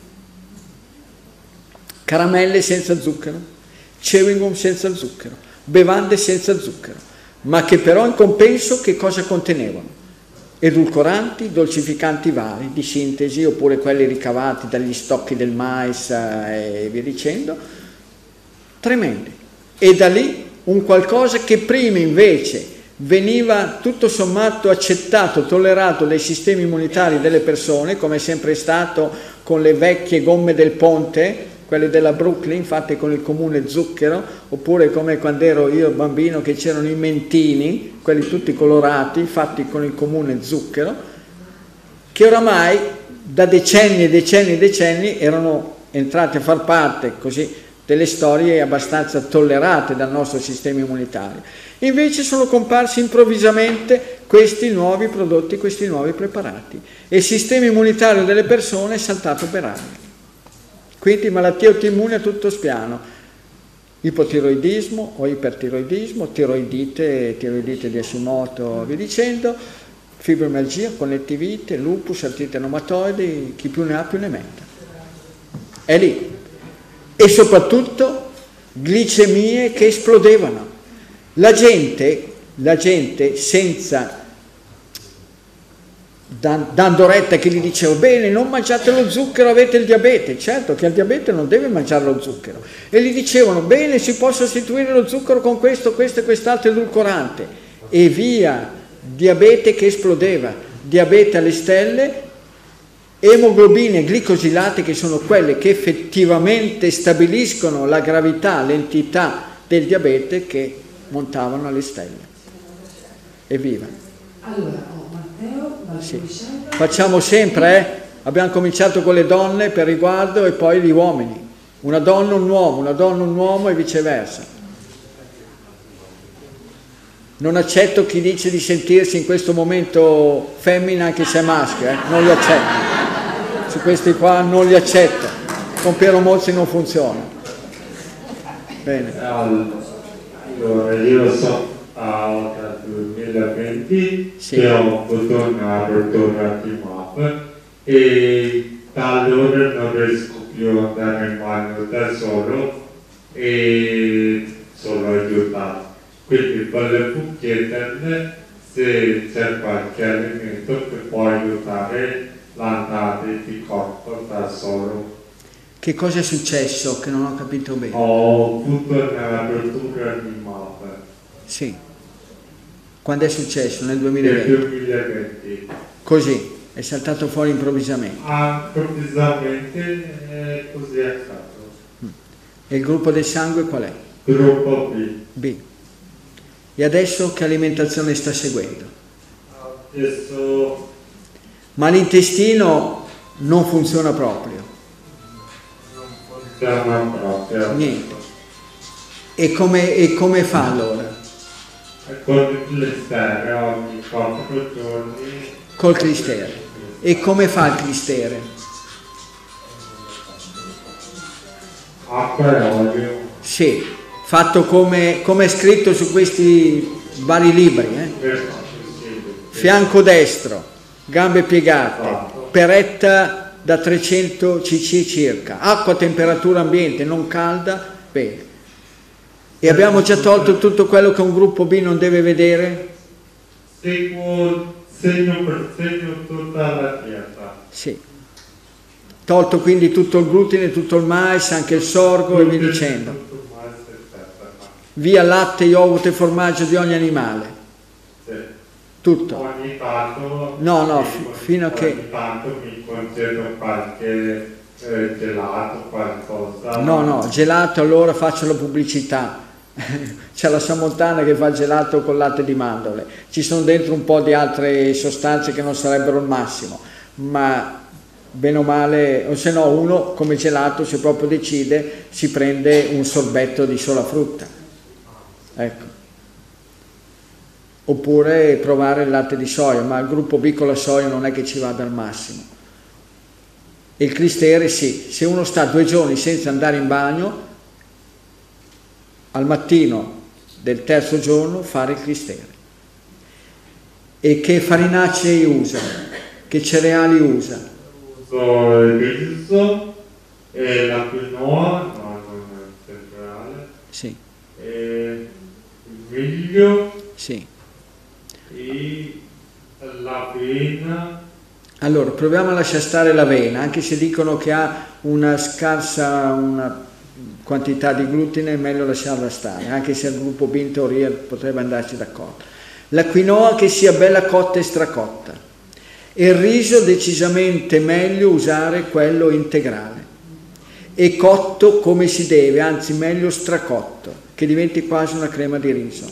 Caramelle senza zucchero, chewing gum senza zucchero, bevande senza zucchero, ma che però in compenso che cosa contenevano? Edulcoranti, dolcificanti vari di sintesi, oppure quelli ricavati dagli stocchi del mais e via dicendo, tremendi. E da lì un qualcosa che prima invece veniva tutto sommato accettato, tollerato dai sistemi immunitari delle persone, come è sempre stato con le vecchie gomme del ponte, quelle della Brooklyn fatte con il comune zucchero, oppure come quando ero io bambino che c'erano i mentini, quelli tutti colorati, fatti con il comune zucchero, che oramai da decenni e decenni e decenni erano entrati a far parte così delle storie abbastanza tollerate dal nostro sistema immunitario. Invece sono comparsi improvvisamente questi nuovi prodotti, questi nuovi preparati, e il sistema immunitario delle persone è saltato per aria. Quindi malattie autoimmuni a tutto spiano, ipotiroidismo o ipertiroidismo, tiroidite, tiroidite di Hashimoto, via dicendo, fibromialgia, connettivite, lupus, artrite reumatoide, chi più ne ha più ne metta. È lì. E soprattutto glicemie che esplodevano. La gente, la gente senza, dando retta che gli dicevo, bene, non mangiate lo zucchero, avete il diabete. Certo che al diabete non deve mangiare lo zucchero. E gli dicevano, bene, si può sostituire lo zucchero con questo, questo e quest'altro edulcorante. E via, diabete che esplodeva, diabete alle stelle, emoglobine glicosilate, che sono quelle che effettivamente stabiliscono la gravità, l'entità del diabete, che montavano alle stelle. Evviva! Allora, oh, Matteo, sì. Facciamo sempre, eh? Abbiamo cominciato con le donne per riguardo e poi gli uomini. Una donna, un uomo, una donna, un uomo e viceversa. Non accetto chi dice di sentirsi in questo momento femmina anche se è maschio, eh? Non li accetto. Su questi qua non li accetto. Con Piero Mozzi non funziona. Bene. Allora, io sono al duemilaventi, sì, che ho avuto una rottura di M A P e da allora non riesco più ad andare in bagno da solo e sono aiutato. Quindi volevo chiederle se c'è qualche alimento che può aiutare l'andare di corpo da solo. Che cosa è successo che non ho capito bene? Ho avuto una rottura di M A P. Sì. Quando è successo? Nel duemilaventi? Nel duemilaventi. Così, è saltato fuori improvvisamente. Ah, improvvisamente eh, così è stato. E il gruppo del sangue qual è? Gruppo B. B. E adesso che alimentazione sta seguendo? Adesso... Ma l'intestino non funziona proprio? Non funziona proprio. Niente. E come, e come fa allora? Con il clistere ogni quattro giorni. Col clistere. E come fa il clistere? Acqua e olio. Sì, fatto come, come è scritto su questi vari libri. Eh? Fianco destro, gambe piegate, peretta da trecento cc circa, acqua a temperatura ambiente, non calda, bene. E abbiamo già tolto tutto quello che un gruppo B non deve vedere? Seguo segno per segno tutta la dieta. Sì. Tolto quindi tutto il glutine, tutto il mais, anche il sorgo e via dicendo. Via latte, yogurt e formaggio di ogni animale. Sì. Tutto. Ogni tanto, no, no, mi, fino a che... Ogni tanto mi concedo qualche eh, gelato, qualcosa. No, no, gelato allora faccio la pubblicità. C'è la Samontana che fa il gelato con latte di mandorle. Ci sono dentro un po' di altre sostanze che non sarebbero il massimo, ma bene o male, o se no uno come gelato, se proprio decide, si prende un sorbetto di sola frutta. Ecco. Oppure provare il latte di soia, ma il gruppo B con la soia non è che ci vada al massimo. E il clistere sì, se uno sta due giorni senza andare in bagno, al mattino del terzo giorno fare il clistere. E che farinacee usa? Che cereali usa? Uso il riso e la quinoa, no, non è cereale. Sì. E il miglio. Sì. E l'avena. Allora, proviamo a lasciare stare l'avena, anche se dicono che ha una scarsa una quantità di glutine, è meglio lasciarla stare, anche se il gruppo B in teoria potrebbe andarci d'accordo. La quinoa che sia bella cotta e stracotta. E il riso decisamente meglio usare quello integrale. E cotto come si deve, anzi meglio stracotto, che diventi quasi una crema di riso.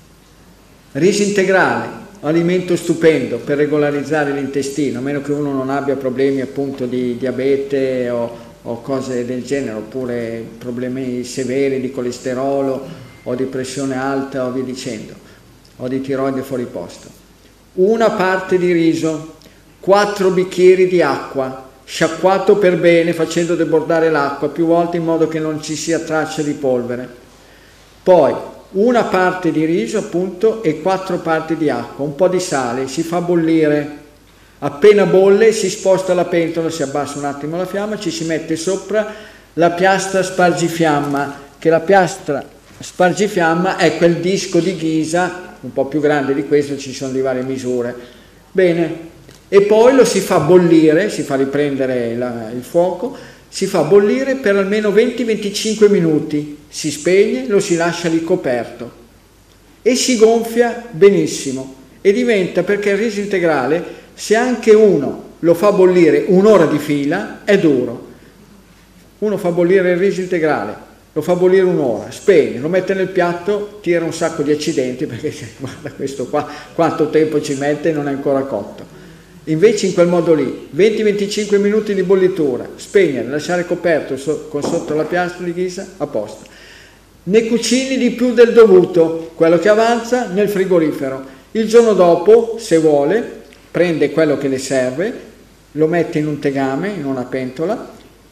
Riso integrale, alimento stupendo per regolarizzare l'intestino, a meno che uno non abbia problemi appunto di diabete o, o cose del genere, oppure problemi severi di colesterolo o di pressione alta o via dicendo, o di tiroide fuori posto. Una parte di riso, quattro bicchieri di acqua, sciacquato per bene facendo debordare l'acqua più volte in modo che non ci sia traccia di polvere. Poi una parte di riso appunto e quattro parti di acqua, un po' di sale, si fa bollire, appena bolle si sposta la pentola, si abbassa un attimo la fiamma, ci si mette sopra la piastra spargifiamma, che la piastra spargifiamma è quel disco di ghisa, un po' più grande di questo, ci sono di varie misure. Bene, e poi lo si fa bollire, si fa riprendere la, il fuoco, si fa bollire per almeno venti venticinque minuti, si spegne, lo si lascia ricoperto e si gonfia benissimo e diventa, perché il riso integrale, se anche uno lo fa bollire un'ora di fila, è duro. Uno fa bollire il riso integrale, lo fa bollire un'ora, spegne, lo mette nel piatto, tira un sacco di accidenti perché guarda questo qua quanto tempo ci mette e non è ancora cotto. Invece in quel modo lì, venti venticinque minuti di bollitura, spegnere, lasciare coperto so, con sotto la piastra di ghisa, a posto. Ne cucini di più del dovuto, quello che avanza nel frigorifero. Il giorno dopo, se vuole, prende quello che le serve, lo mette in un tegame, in una pentola,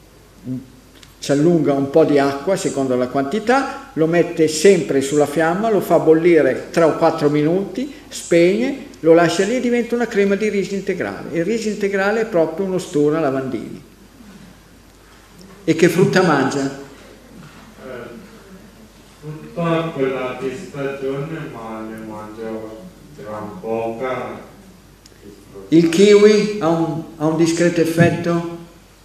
ci allunga un po' di acqua secondo la quantità, lo mette sempre sulla fiamma, lo fa bollire tre o quattro minuti, spegne, lo lascia lì e diventa una crema di riso integrale. Il riso integrale è proprio uno stura lavandini. E che frutta mangia? Eh, frutta quella di stagione, ma ne mangio gran poca. Il kiwi ha un, ha un discreto effetto?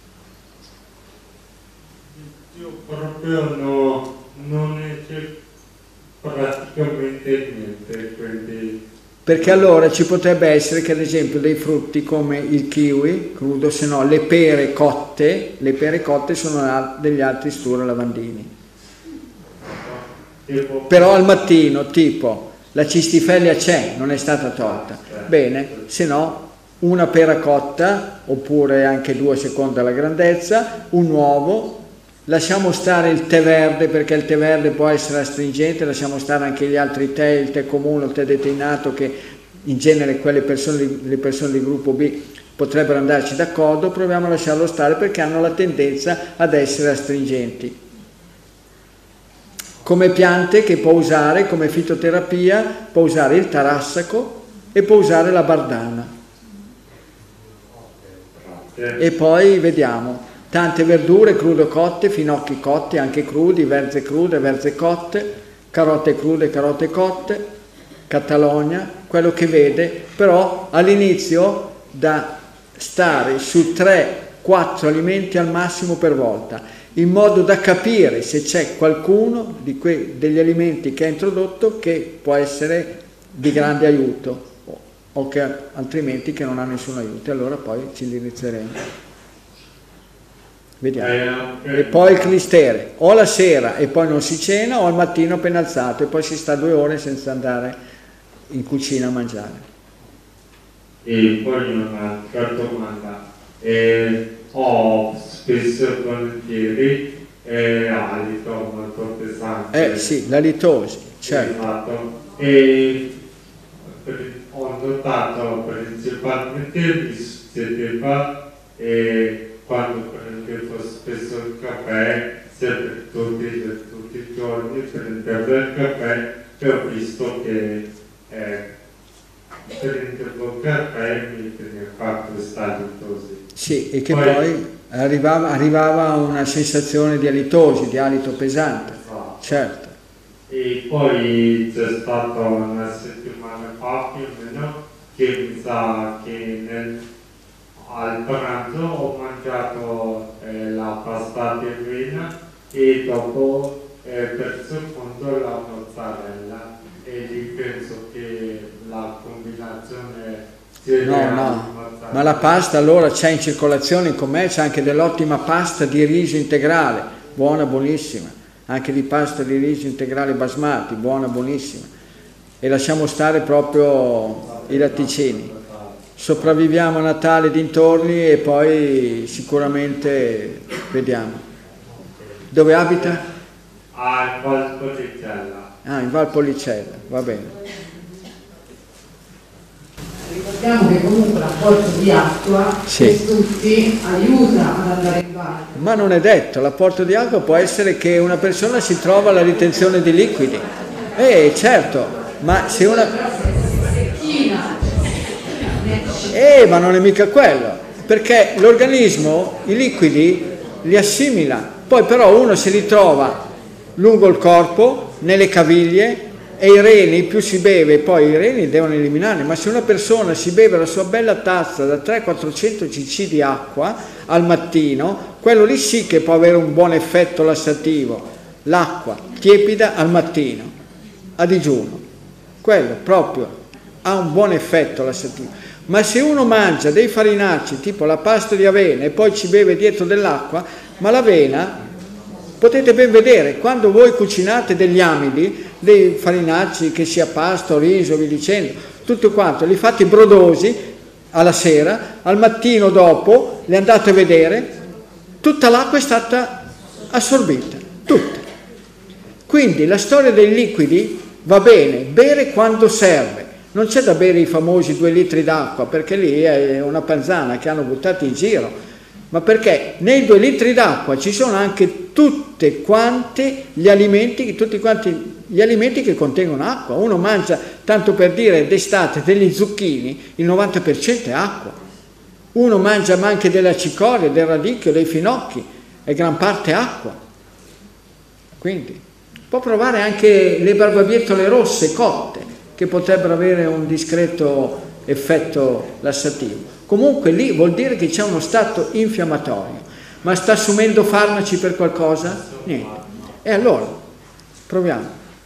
Io proprio no, non c'è praticamente niente, quindi... Perché allora ci potrebbe essere che ad esempio dei frutti come il kiwi crudo, se no le pere cotte, le pere cotte sono degli altri stura lavandini. Però al mattino tipo la cistifellea c'è, non è stata tolta. Bene, se no una pera cotta, oppure anche due a seconda della grandezza, un uovo, lasciamo stare il tè verde perché il tè verde può essere astringente, lasciamo stare anche gli altri tè, il tè comune, il tè deteinato, che in genere quelle persone, le persone del gruppo B potrebbero andarci d'accordo, proviamo a lasciarlo stare perché hanno la tendenza ad essere astringenti. Come piante che può usare, come fitoterapia, può usare il tarassaco e può usare la bardana. E poi vediamo, tante verdure crude o cotte, finocchi cotti, anche crudi, verze crude, verze cotte, carote crude, carote cotte, Catalogna, quello che vede, però all'inizio da stare su tre quattro alimenti al massimo per volta, in modo da capire se c'è qualcuno di quei, degli alimenti che ha introdotto che può essere di grande aiuto o, o che altrimenti che non ha nessun aiuto, e allora poi ci indirizzeremo. Vediamo. E poi il clistere, o la sera e poi non si cena, o al mattino appena alzato e poi si sta due ore senza andare in cucina a mangiare. E poi un'altra domanda, eh, ho spesso e volentieri eh, alito molto pesante. Eh sì, la litosi, certo. Esatto. E per, ho notato principalmente mi succedeva eh, quando prendevo spesso il caffè, sempre tutti, tutti i giorni prendevo il caffè e ho visto che eh, prendevo il caffè e mi fa questa litosi. Sì, e che poi, poi arrivava, arrivava una sensazione di alitosi, di alito pesante, esatto. Certo. E poi c'è stata una settimana fa più o meno che mi sa che nel, al pranzo ho mangiato eh, la pasta di avena e dopo eh, per secondo la mozzarella, e lì penso che la combinazione no no ma la pasta allora c'è in circolazione in commercio anche dell'ottima pasta di riso integrale, buona, buonissima, anche di pasta di riso integrale basmati, buona, buonissima, e lasciamo stare proprio i latticini, sopravviviamo a Natale dintorni e poi sicuramente vediamo. Dove abita? Ah, in Val Policella. Ah, in Val Policella, va bene. Ricordiamo che comunque l'apporto di acqua sì. per tutti aiuta ad andare in bagno. Ma non è detto, l'apporto di acqua può essere che una persona si trova alla ritenzione di liquidi. Eh, certo, ma se una... Eh, ma non è mica quello, perché l'organismo i liquidi li assimila, poi però uno si ritrova lungo il corpo, nelle caviglie, e i reni, più si beve, poi i reni devono eliminarli, ma se una persona si beve la sua bella tazza da trecento quattrocento cc di acqua al mattino, quello lì sì che può avere un buon effetto lassativo, l'acqua tiepida al mattino, a digiuno, quello proprio ha un buon effetto lassativo. Ma se uno mangia dei farinacei tipo la pasta di avena e poi ci beve dietro dell'acqua, ma l'avena, potete ben vedere, quando voi cucinate degli amidi, dei farinacei, che sia pasta o riso, vi dicendo, tutto quanto, li fate brodosi alla sera, al mattino dopo, li andate a vedere, tutta l'acqua è stata assorbita, tutta. Quindi la storia dei liquidi va bene, bere quando serve, non c'è da bere i famosi due litri d'acqua, perché lì è una panzana che hanno buttato in giro, ma perché nei due litri d'acqua ci sono anche tutte quanti gli alimenti, tutti quanti gli alimenti che contengono acqua. Uno mangia, tanto per dire, d'estate degli zucchini, il novanta per cento è acqua. Uno mangia anche della cicoria, del radicchio, dei finocchi, è gran parte acqua. Quindi può provare anche le barbabietole rosse cotte, che potrebbero avere un discreto effetto lassativo. Comunque lì vuol dire che c'è uno stato infiammatorio. Ma sta assumendo farmaci per qualcosa? Niente. E allora, proviamo.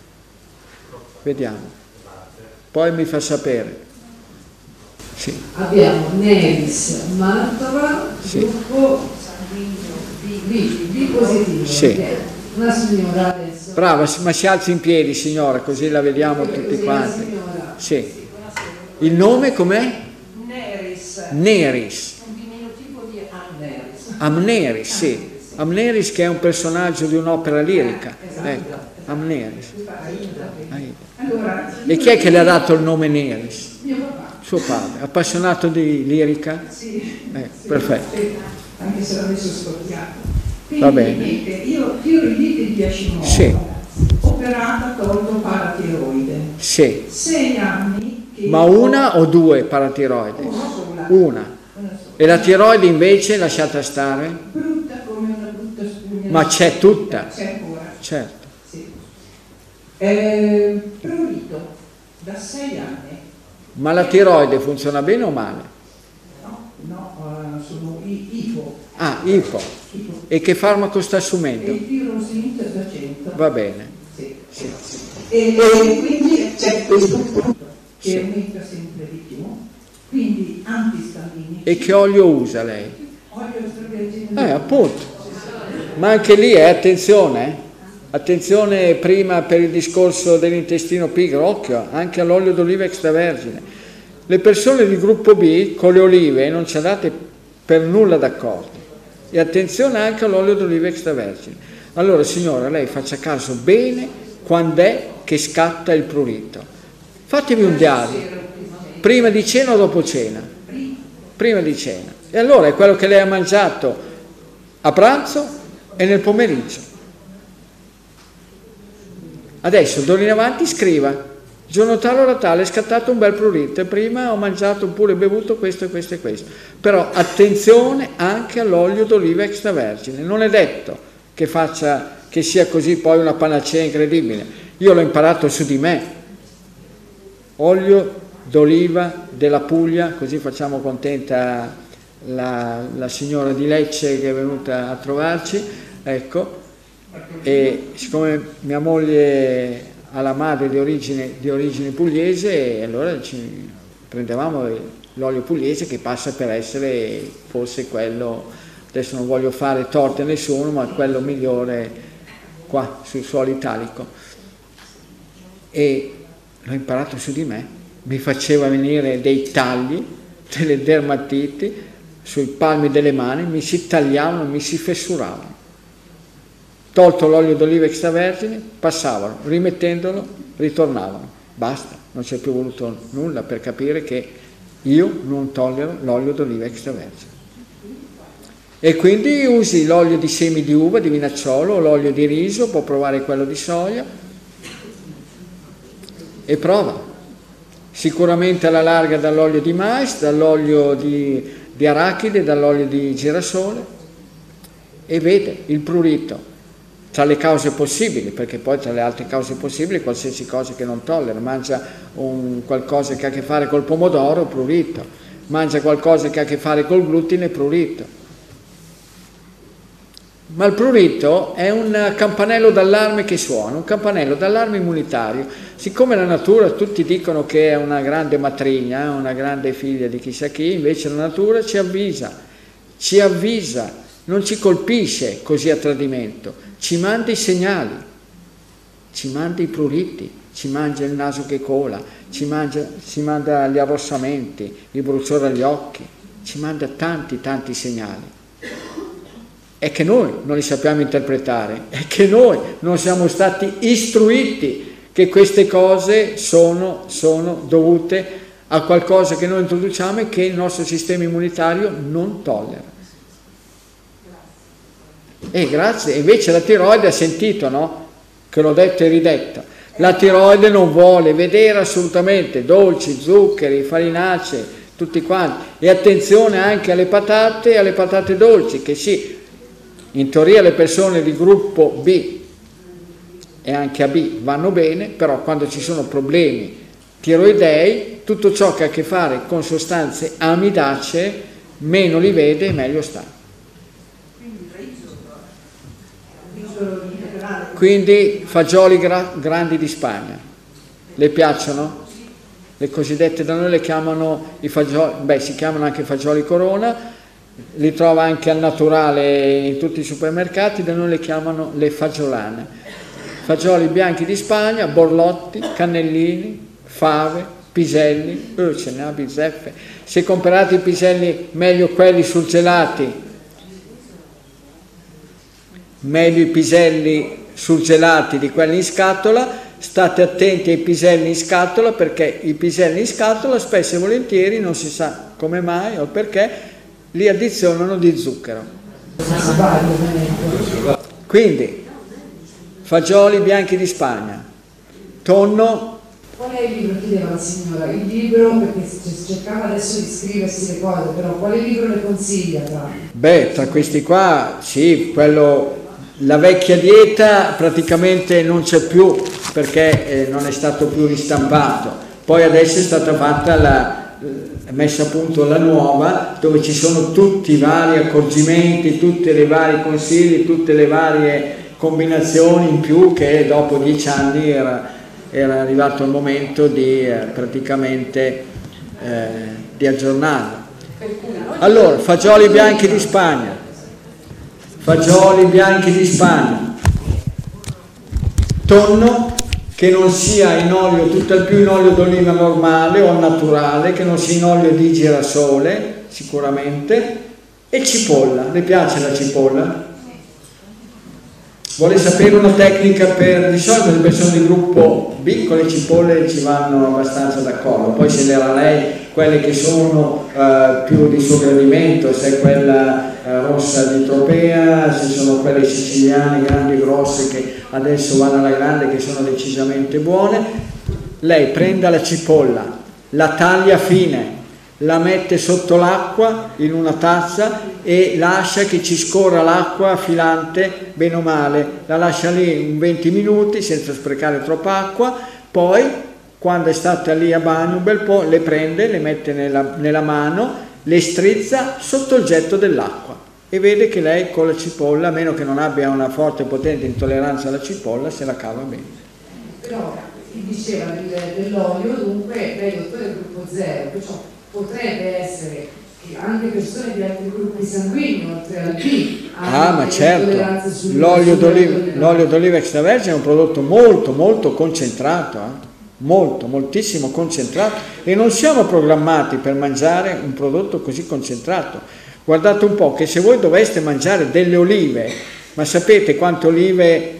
Vediamo. Poi mi fa sapere. Sì. Abbiamo Neris Mantova, sì. gruppo B, B positivo. Sì. Una signora adesso. Brava, ma si alzi in piedi, signora, così la vediamo perché tutti quanti. Sì. Il nome com'è? Neris. Neris. Un diminutivo di Amneris. Amneris, sì. Amneris, che è un personaggio di un'opera lirica. Esatto. Ecco, Amneris. Aida. Aida. Allora, E chi è che le ha dato il nome Neris? mio papà. Suo padre, appassionato di lirica? Sì. Eh, Sì, perfetto. sì, anche se l'ho messo storpiato. Quindi, Va bene. niente, io tiroidite di Hashimoto, Sì. operata, tolto paratiroide. Sì. Sei anni che... Ma una o due paratiroidi? Una sola. Una. Una sola. E la tiroide invece lasciata stare? Brutta come una brutta spugna. Ma c'è tutta? C'è ancora. Certo. Sì. Eh, prurito, da sei anni. Ma la tiroide funziona bene o male? No, no, eh, sono i- ipo. Ah, ipo. ipo. E che farmaco sta E assumendo? il tirosinite da cento. Va bene. Sì. Sì. E quindi c'è questo punto che Sì. aumenta sempre di più. Quindi antistaminici. E che olio usa lei? Olio extravergine. Eh, appunto. Ma anche lì, eh, attenzione, eh. Attenzione prima per il discorso dell'intestino pigro, occhio, anche all'olio d'oliva extravergine. Le persone di gruppo B con le olive non ci andate per nulla d'accordo. E attenzione anche all'olio d'oliva extravergine. Allora, signora, lei faccia caso bene quando è che scatta il prurito. Fatevi un diario, prima di cena o dopo cena? Prima di cena. E allora è quello che lei ha mangiato a pranzo e nel pomeriggio. Adesso, d'ora in avanti, scriva. Giorno tale, ora tale, è scattato un bel prurito. Prima ho mangiato oppure bevuto questo e questo e questo. Però attenzione anche all'olio d'oliva extravergine. Non è detto che faccia, che sia così poi una panacea incredibile. Io l'ho imparato su di me. Olio d'oliva della Puglia, così facciamo contenta la, la signora di Lecce che è venuta a trovarci. Ecco. E siccome mia moglie ha la madre di origine, di origine pugliese, allora ci prendevamo l'olio pugliese, che passa per essere forse quello, adesso non voglio fare torte a nessuno, ma quello migliore qua sul suolo italico. E l'ho imparato su di me, mi faceva venire dei tagli, delle dermatiti sui palmi delle mani, mi si tagliavano, mi si fessuravano. Tolto l'olio d'oliva extravergine, passavano, rimettendolo, ritornavano. Basta, non c'è più voluto nulla per capire che io non tollero l'olio d'oliva extravergine. E quindi usi l'olio di semi di uva, di vinacciolo, l'olio di riso, può provare quello di soia e prova. Sicuramente alla larga dall'olio di mais, dall'olio di, di arachide, dall'olio di girasole, e vede il prurito. Tra le cause possibili, perché poi tra le altre cause possibili qualsiasi cosa che non tollera, mangia un qualcosa che ha a che fare col pomodoro, prurito, mangia qualcosa che ha a che fare col glutine, prurito. Ma il prurito è un campanello d'allarme che suona, un campanello d'allarme immunitario. Siccome la natura, tutti dicono che è una grande matrigna, una grande figlia di chissà chi, invece la natura ci avvisa, ci avvisa, non ci colpisce così a tradimento. Ci manda i segnali, ci manda i pruriti, ci mangia il naso che cola, ci, mangia, ci manda gli arrossamenti, il bruciore agli occhi, ci manda tanti tanti segnali. È che noi non li sappiamo interpretare, è che noi non siamo stati istruiti che queste cose sono, sono dovute a qualcosa che noi introduciamo e che il nostro sistema immunitario non tollera. E grazie, invece la tiroide ha sentito, no? Che l'ho detto e ridetto. La tiroide non vuole vedere assolutamente dolci, zuccheri, farinacee, tutti quanti. E attenzione anche alle patate e alle patate dolci, che sì, in teoria le persone di gruppo B e anche A B vanno bene, però quando ci sono problemi tiroidei, tutto ciò che ha a che fare con sostanze amidacee, meno li vede e meglio sta. Quindi fagioli gra- grandi di Spagna, le piacciono? Le cosiddette, da noi le chiamano i fagioli, beh si chiamano anche fagioli Corona, li trova anche al naturale in tutti i supermercati, da noi le chiamano le fagiolane. Fagioli bianchi di Spagna, borlotti, cannellini, fave, piselli, eh, ce ne ha bizzeffe. Se comprate i piselli, meglio quelli surgelati, meglio i piselli surgelati di quelli in scatola. State attenti ai piselli in scatola, perché i piselli in scatola spesso e volentieri, non si sa come mai o perché, li addizionano di zucchero. Quindi fagioli bianchi di Spagna, tonno. Qual è il libro, chiedeva la signora, il libro, perché cercava adesso di scriversi le cose, però quale libro le consiglia? Tra? Beh, tra questi qua, sì, quello, la vecchia dieta praticamente non c'è più, perché eh, non è stato più ristampato. Poi adesso è stata fatta la, messa a punto la nuova, dove ci sono tutti i vari accorgimenti, tutti i vari consigli, tutte le varie combinazioni in più, che dopo dieci anni era, era arrivato il momento di eh, praticamente eh, di aggiornarla. Allora, fagioli bianchi di Spagna, fagioli bianchi di Spagna, tonno che non sia in olio, tutt'al più in olio d'oliva normale o naturale, che non sia in olio di girasole sicuramente, e cipolla. Le piace la cipolla? Vuole sapere una tecnica per, di solito le persone di gruppo B con le cipolle ci vanno abbastanza d'accordo, poi se era lei quelle che sono uh, più di suo gradimento, se è quella uh, rossa di Tropea, se sono quelle siciliane grandi grosse che adesso vanno alla grande, che sono decisamente buone. Lei prenda la cipolla, la taglia fine, la mette sotto l'acqua in una tazza e lascia che ci scorra l'acqua filante bene o male, la lascia lì un venti minuti senza sprecare troppa acqua, poi quando è stata lì a bagno un bel po' le prende, le mette nella, nella mano, le strizza sotto il getto dell'acqua e vede che lei con la cipolla, a meno che non abbia una forte e potente intolleranza alla cipolla, se la cava bene. Però diceva dell'olio, dunque lei è dottore del gruppo zero, perciò potrebbe essere che anche persone di altri gruppi sanguigni, oltre al B, ah, ma certo, l'olio d'oliva, l'olio d'oliva extravergine è un prodotto molto molto concentrato, eh? molto, moltissimo concentrato, e non siamo programmati per mangiare un prodotto così concentrato. Guardate un po' che se voi doveste mangiare delle olive, ma sapete quante olive,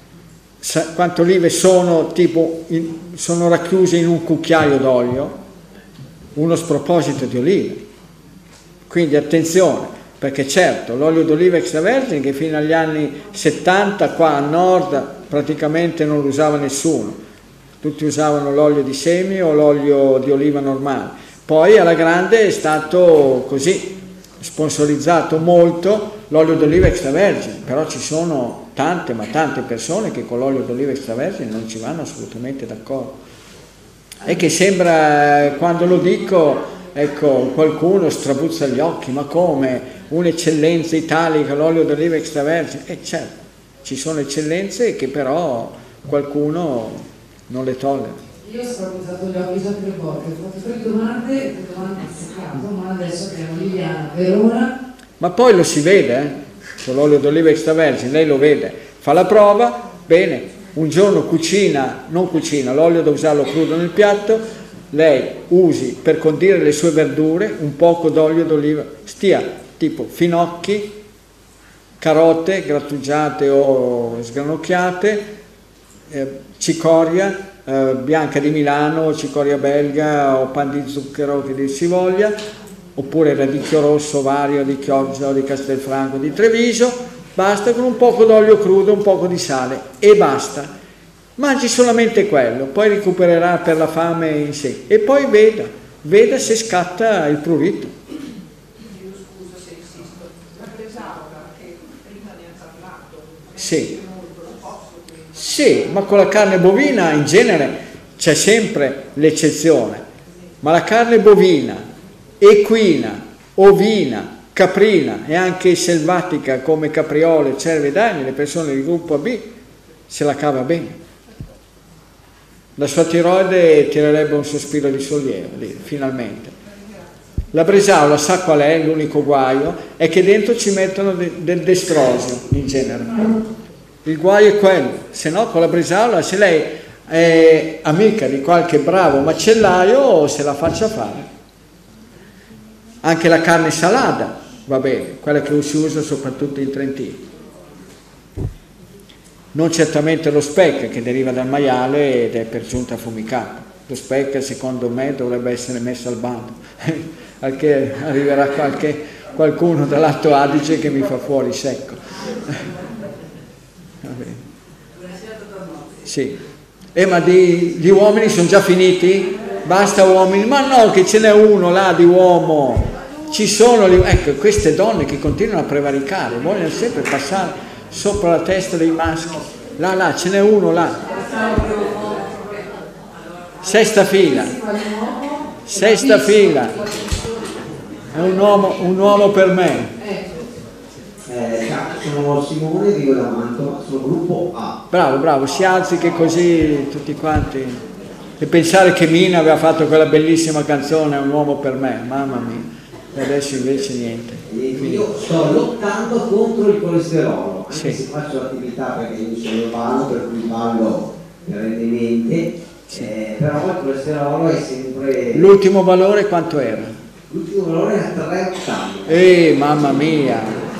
quante olive sono, tipo, in, sono racchiuse in un cucchiaio d'olio? Uno sproposito di olive. Quindi attenzione, perché certo l'olio d'oliva extravergine, che fino agli anni settanta qua a nord praticamente non lo usava nessuno, tutti usavano l'olio di semi o l'olio di oliva normale, poi alla grande è stato così sponsorizzato molto l'olio d'oliva extravergine, però ci sono tante ma tante persone che con l'olio d'oliva extravergine non ci vanno assolutamente d'accordo. E che sembra, quando lo dico, ecco, qualcuno strabuzza gli occhi, ma come? Un'eccellenza italica, l'olio d'oliva extravergine? E eh, certo, ci sono eccellenze che però qualcuno non le tollera. Io ho strabuzzato gli occhi già tre volte, ho fatto tre domande, tre domande seccato, ma adesso abbiamo Liliana Verona. Ma poi lo si vede, eh? Con l'olio d'oliva extravergine, lei lo vede, fa la prova, bene. Un giorno cucina, non cucina, l'olio da usarlo crudo nel piatto, lei usi per condire le sue verdure un poco d'olio d'oliva, stia tipo finocchi, carote grattugiate o sgranocchiate, eh, cicoria, eh, bianca di Milano, cicoria belga o pan di zucchero che dir si voglia, oppure radicchio rosso vario di Chioggia o di Castelfranco, di Treviso. Basta, con un poco d'olio crudo, un poco di sale e basta. Mangi solamente quello, poi recupererà per la fame in sé e poi veda, veda se scatta il prurito. Io scuso se insisto, la bresaola che prima ne ha parlato, sì. Sì, ma con la carne bovina in genere c'è sempre l'eccezione, ma la carne bovina, equina, ovina, caprina e anche selvatica come capriole, cervi e daini, le persone di gruppo A B se la cava bene. La sua tiroide tirerebbe un sospiro di sollievo lì, finalmente. La bresaola sa qual è l'unico guaio? È che dentro ci mettono de- del destrosio in genere. Il guaio è quello, se no con la bresaola, se lei è amica di qualche bravo macellaio, se la faccia fare. Anche la carne salata va bene, quella che si usa soprattutto in Trentino. non certamente lo speck che deriva dal maiale ed è per giunta affumicato. Lo speck secondo me dovrebbe essere messo al bando, perché arriverà qualche, qualcuno dall'Alto Adige che mi fa fuori secco. Va bene. Sì. Eh, ma di, gli uomini sono già finiti? Basta uomini? Ma no, che ce n'è uno là di uomo. Ci sono, gli, ecco, queste donne che continuano a prevaricare, vogliono sempre passare sopra la testa dei maschi. Là, là, ce n'è uno là. Sesta fila. Sesta fila. È un uomo, un uomo per me. Eh, sono Simone, vivo da Mantova, sono gruppo A. Bravo, bravo, si alzi che così tutti quanti. E pensare che Mina aveva fatto quella bellissima canzone, È un uomo per me, mamma mia. E adesso invece niente. Io sto lottando contro il colesterolo, anche sì. se faccio l'attività perché io sono ballo, per cui ballo perennemente, sì. eh, però il colesterolo è sempre... L'ultimo valore quanto era? L'ultimo valore era tre ottanta. Eh, mamma mia!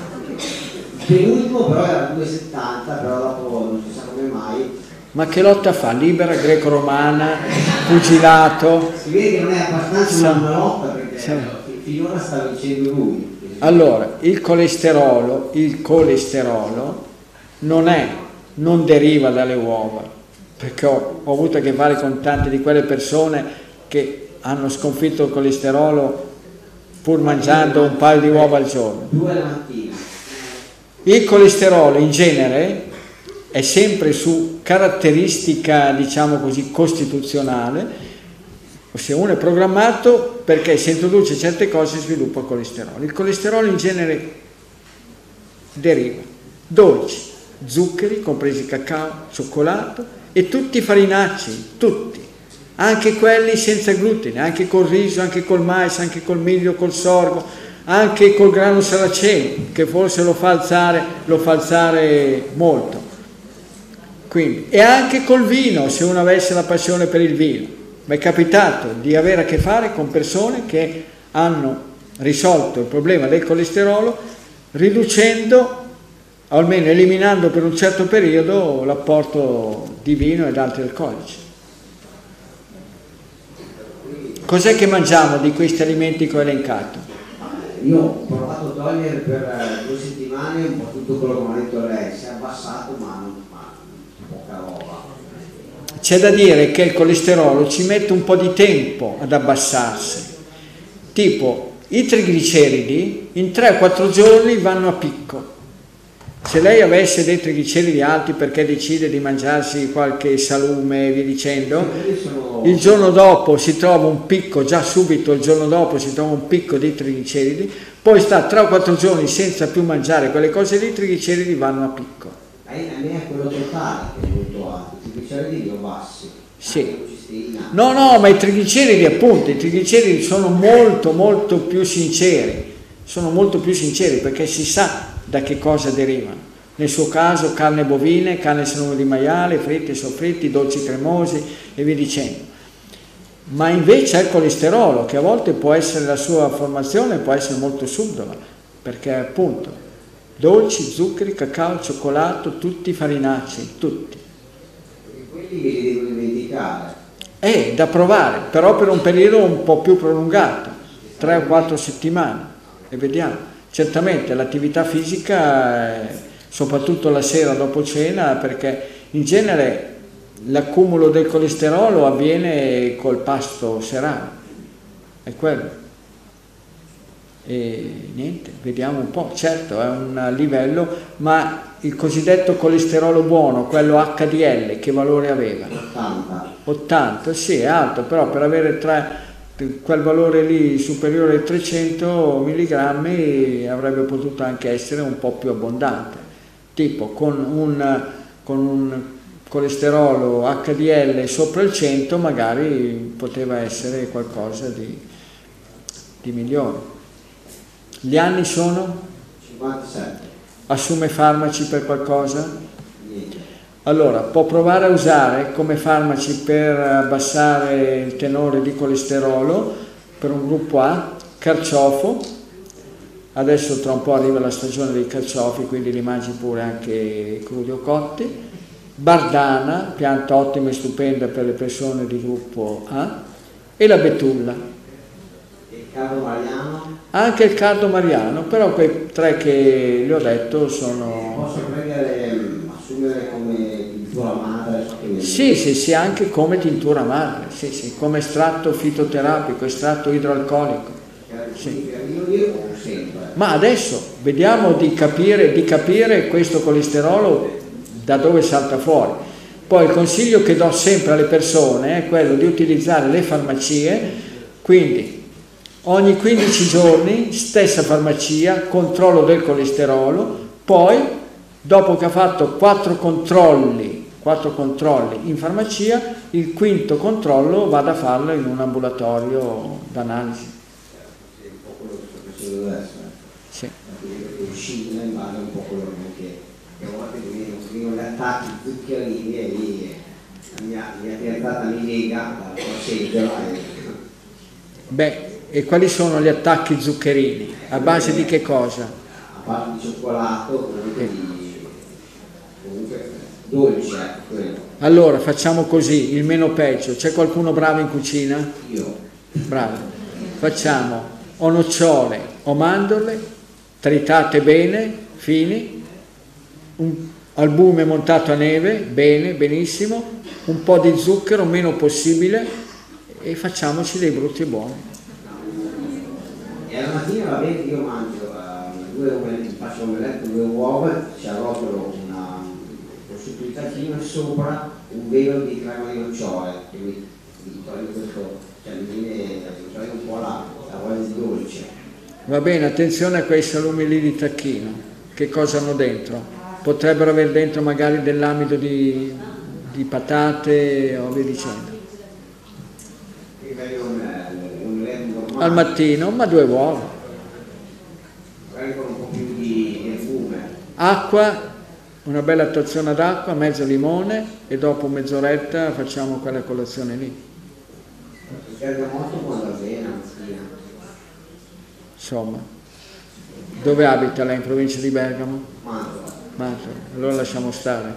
L'ultimo però era due settanta, però dopo non si sa come mai. Ma che lotta fa? Libera, greco-romana, pugilato? Si vede che non è abbastanza Sa una lotta perché Sa finora sta vincendo lui. Allora, il colesterolo, il colesterolo non è, non deriva dalle uova, perché ho, ho avuto a che fare con tante di quelle persone che hanno sconfitto il colesterolo pur mangiando un paio di uova al giorno. Due alla mattina. Il colesterolo in genere è sempre su caratteristica, diciamo così, costituzionale. Se uno è programmato, perché se introduce certe cose sviluppa il colesterolo. Il colesterolo in genere deriva dolci, zuccheri, compresi cacao, cioccolato e tutti i farinacei, tutti, anche quelli senza glutine, anche col riso, anche col mais, anche col miglio, col sorgo, anche col grano saraceno, che forse lo fa alzare, lo fa alzare molto. Quindi, e anche col vino, se uno avesse la passione per il vino. Mi è capitato di avere a che fare con persone che hanno risolto il problema del colesterolo riducendo, o almeno eliminando per un certo periodo, l'apporto di vino ed altri alcolici. Cos'è che mangiamo di questi alimenti che ho elencato? Io ho provato a togliere per due settimane un po' tutto quello che mi ha detto lei, si è abbassato ma non ma poca roba. C'è da dire che il colesterolo ci mette un po' di tempo ad abbassarsi, tipo i trigliceridi in tre quattro giorni vanno a picco. Se lei avesse dei trigliceridi alti perché decide di mangiarsi qualche salume e via dicendo, il giorno dopo si trova un picco, già subito il giorno dopo si trova un picco di trigliceridi, poi sta tre o quattro giorni senza più mangiare quelle cose lì, i trigliceridi vanno a picco. A me è quello totale che è molto alto, i trigliceridi li ho bassi. Sì. No, no, ma i trigliceridi appunto, i trigliceridi sono molto molto più sinceri, sono molto più sinceri perché si sa da che cosa derivano. Nel suo caso carne bovine, carne salume di maiale, fritti, soffritti, dolci cremosi e via dicendo. Ma invece è il colesterolo che a volte può essere, la sua formazione può essere molto subdola, perché appunto dolci, zuccheri, cacao, cioccolato, tutti farinacei, tutti. E quelli li devo dimenticare. È da provare, però per un periodo un po' più prolungato, tre o quattro settimane, e vediamo. Certamente l'attività fisica, eh, soprattutto la sera dopo cena, perché in genere l'accumulo del colesterolo avviene col pasto serale, è quello. E niente, vediamo un po', certo è un livello, ma il cosiddetto colesterolo buono, quello acca di elle, che valore aveva? ottanta. ottanta, sì, è alto, però per avere tre, quel valore lì superiore ai trecento milligrammi avrebbe potuto anche essere un po' più abbondante, tipo con un, con un colesterolo acca di elle sopra il cento magari poteva essere qualcosa di, di migliore. Gli anni sono? cinquantasette. Assume farmaci per qualcosa? Niente. Allora, può provare a usare come farmaci per abbassare il tenore di colesterolo per un gruppo A, carciofo. Adesso tra un po' arriva la stagione dei carciofi, quindi li mangi pure anche crudi o cotti. Bardana, pianta ottima e stupenda per le persone di gruppo A, e la betulla. E il cardo mariano? Anche il cardo mariano, però quei tre che le ho detto sono... Posso prendere, assumere come tintura madre? Sì, sì, sì, anche come tintura madre, sì, sì, come estratto fitoterapico, estratto idroalcolico. Sì. Ma adesso vediamo di capire, di capire questo colesterolo da dove salta fuori. Poi il consiglio che do sempre alle persone è quello di utilizzare le farmacie, quindi ogni quindici giorni stessa farmacia, controllo del colesterolo, poi dopo che ha fatto quattro controlli, quattro controlli in farmacia, il quinto controllo vada a farlo in un ambulatorio d'analisi. Sì. Uscire in base un po' quello che a volte vengono gli attacchi zuccherini e lì la mia, mia fidanzata mi nega la seggiola. Beh, e quali sono gli attacchi zuccherini? A base di che cosa? A base di cioccolato, comunque, di, comunque dolce. Quello. Allora facciamo così, il meno peggio. C'è qualcuno bravo in cucina? Io. Bravo. Facciamo o nocciole o mandorle, tritate bene, fini, un albume montato a neve, bene, benissimo, un po' di zucchero, meno possibile, e facciamoci dei brutti e buoni. E alla mattina va bene che io mangio uh, due omelette, faccio omelette, due uova, ci arrotolo una prosciutto di tacchino e sopra un velo di crema di nocciole, che mi, mi toglie questo, cioè mi viene, mi toglie un po' la, la voglia di dolce. Va bene, attenzione a quei salumi lì di tacchino, che cosa hanno dentro? Potrebbero avere dentro magari dell'amido di, di patate o via dicendo. Al mattino, ma due uova. Magari con un po' più di fume. Acqua, una bella tazzona d'acqua, mezzo limone, e dopo mezz'oretta facciamo quella colazione lì. Il bergamotto può andare bene la mattina. Insomma, dove abita lei, in provincia di Bergamo? Mantova. Mantova, allora lasciamo stare.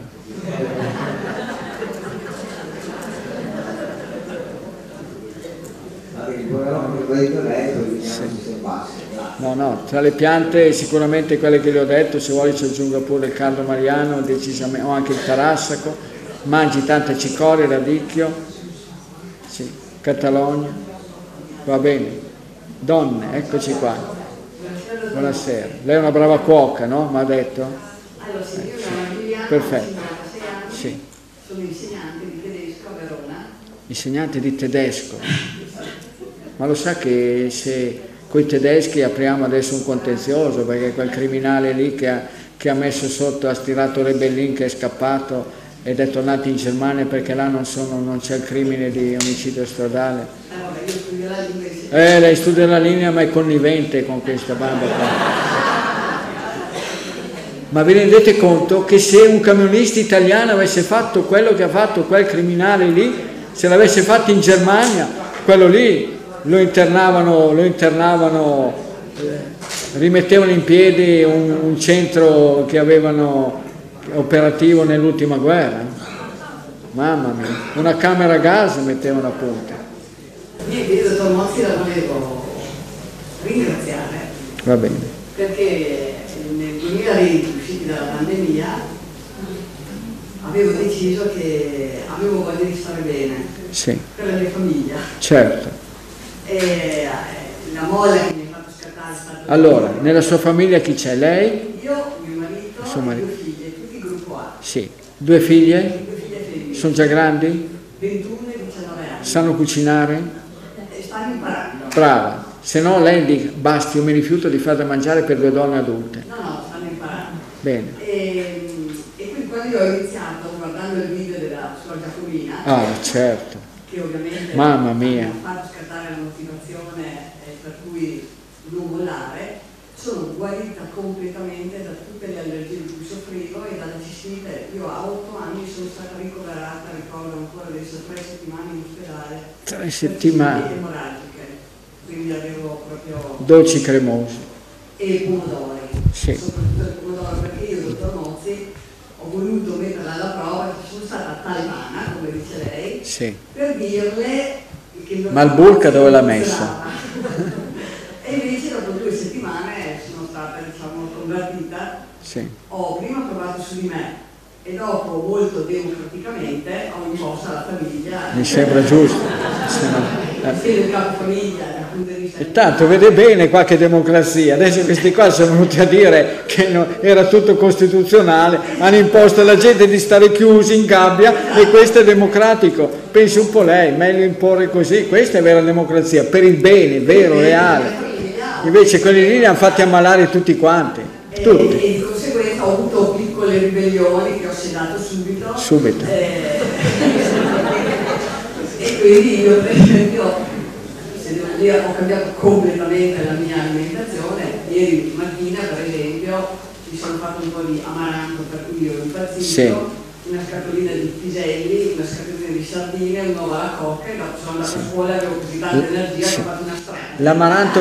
No, no, tra le piante sicuramente quelle che le ho detto, se vuoi ci aggiungo pure il cardo mariano, decisamente, o anche il tarassaco, mangi tanta cicoria, radicchio, sì, catalogna, va bene. Donne, eccoci qua. Buonasera. Lei è una brava cuoca, no? Mi ha detto? Allora, sì, io sono Giuliana, perfetto. anni, sì. Sono insegnante di tedesco a Verona. Insegnante di tedesco. Ma lo sa che se coi tedeschi apriamo adesso un contenzioso, perché quel criminale lì che ha, che ha messo sotto, ha stirato Rebellin, che è scappato ed è tornato in Germania perché là non, sono, non c'è il crimine di omicidio stradale. Allora, io studio la lingua insieme. Eh, lei studia la linea ma è connivente con questa banda qua. Ma vi rendete conto che se un camionista italiano avesse fatto quello che ha fatto quel criminale lì, se l'avesse fatto in Germania, quello lì lo internavano, lo internavano eh, rimettevano in piedi un, un centro che avevano operativo nell'ultima guerra. Mamma mia, una camera a gas mettevano a punto. Niente, io dottor Mozzi la volevo ringraziare. Va bene. Perché nel duemilaventi, usciti dalla pandemia, avevo deciso che avevo voglia di stare bene, sì, per la mia famiglia. Certo. E la molla che mi ha fatto scattare è stata... Allora, nella sua famiglia chi c'è? Lei? Io, mio marito, suo marito. Due figlie, tutti gruppo A. Sì. Due figlie? Due figlie femmine. Sono già grandi? ventuno e diciannove anni. Sanno cucinare? E stanno imparando. Brava. Se no lei dice, basti, io mi rifiuto di far da mangiare per due donne adulte. No, no, stanno imparando. Bene. E, e quindi quando io ho iniziato guardando il video della sua Giacomina, Ah, certo. che ovviamente Mamma mia. mi ha fatto scattare la motivazione eh, per cui non mollare, sono guarita completamente da tutte le allergie di cui soffrivo e dalla cistite. Io a otto anni sono stata ricoverata, ricordo ancora, di essere tre settimane in ospedale. Tre settimane. Per emorragiche, quindi avevo proprio... Dolci cremosi. E pomodori, sì, soprattutto il pomodoro, perché io, dottor Mozzi, ho voluto metterla alla prova, ci stata talebana, come dice lei, sì. per dirle che non ma il burka dove l'ha messo? E invece dopo due settimane sono stata, diciamo, convertita. Sì. Ho prima provato su di me e dopo, molto democraticamente, ho imposto alla famiglia. Mi sembra giusto. Sì, il capo famiglia, dal punto di vista. E tanto vede bene qualche democrazia. Adesso questi qua sono venuti a dire che no, era tutto costituzionale, hanno imposto alla gente di stare chiusi in gabbia e questo è democratico. Pensi un po' lei, meglio imporre così. Questa è vera democrazia, per il bene, vero, reale. Invece quelli lì li hanno fatti ammalare tutti quanti. Tutti. E, e di conseguenza ho avuto piccole ribellioni che ho sedato subito. Subito. Eh, e quindi io per esempio, se devo dire, ho cambiato completamente la mia alimentazione. Ieri mattina per esempio mi sono fatto un po' di amaranto, per cui io ho impazzito, sì. Una scatolina di piselli, una scatolina di sardine, un uovo alla cocca e dopo sono andata sì. a scuola e avevo così tanta energia sì. che ho fatto una strada. L'amaranto...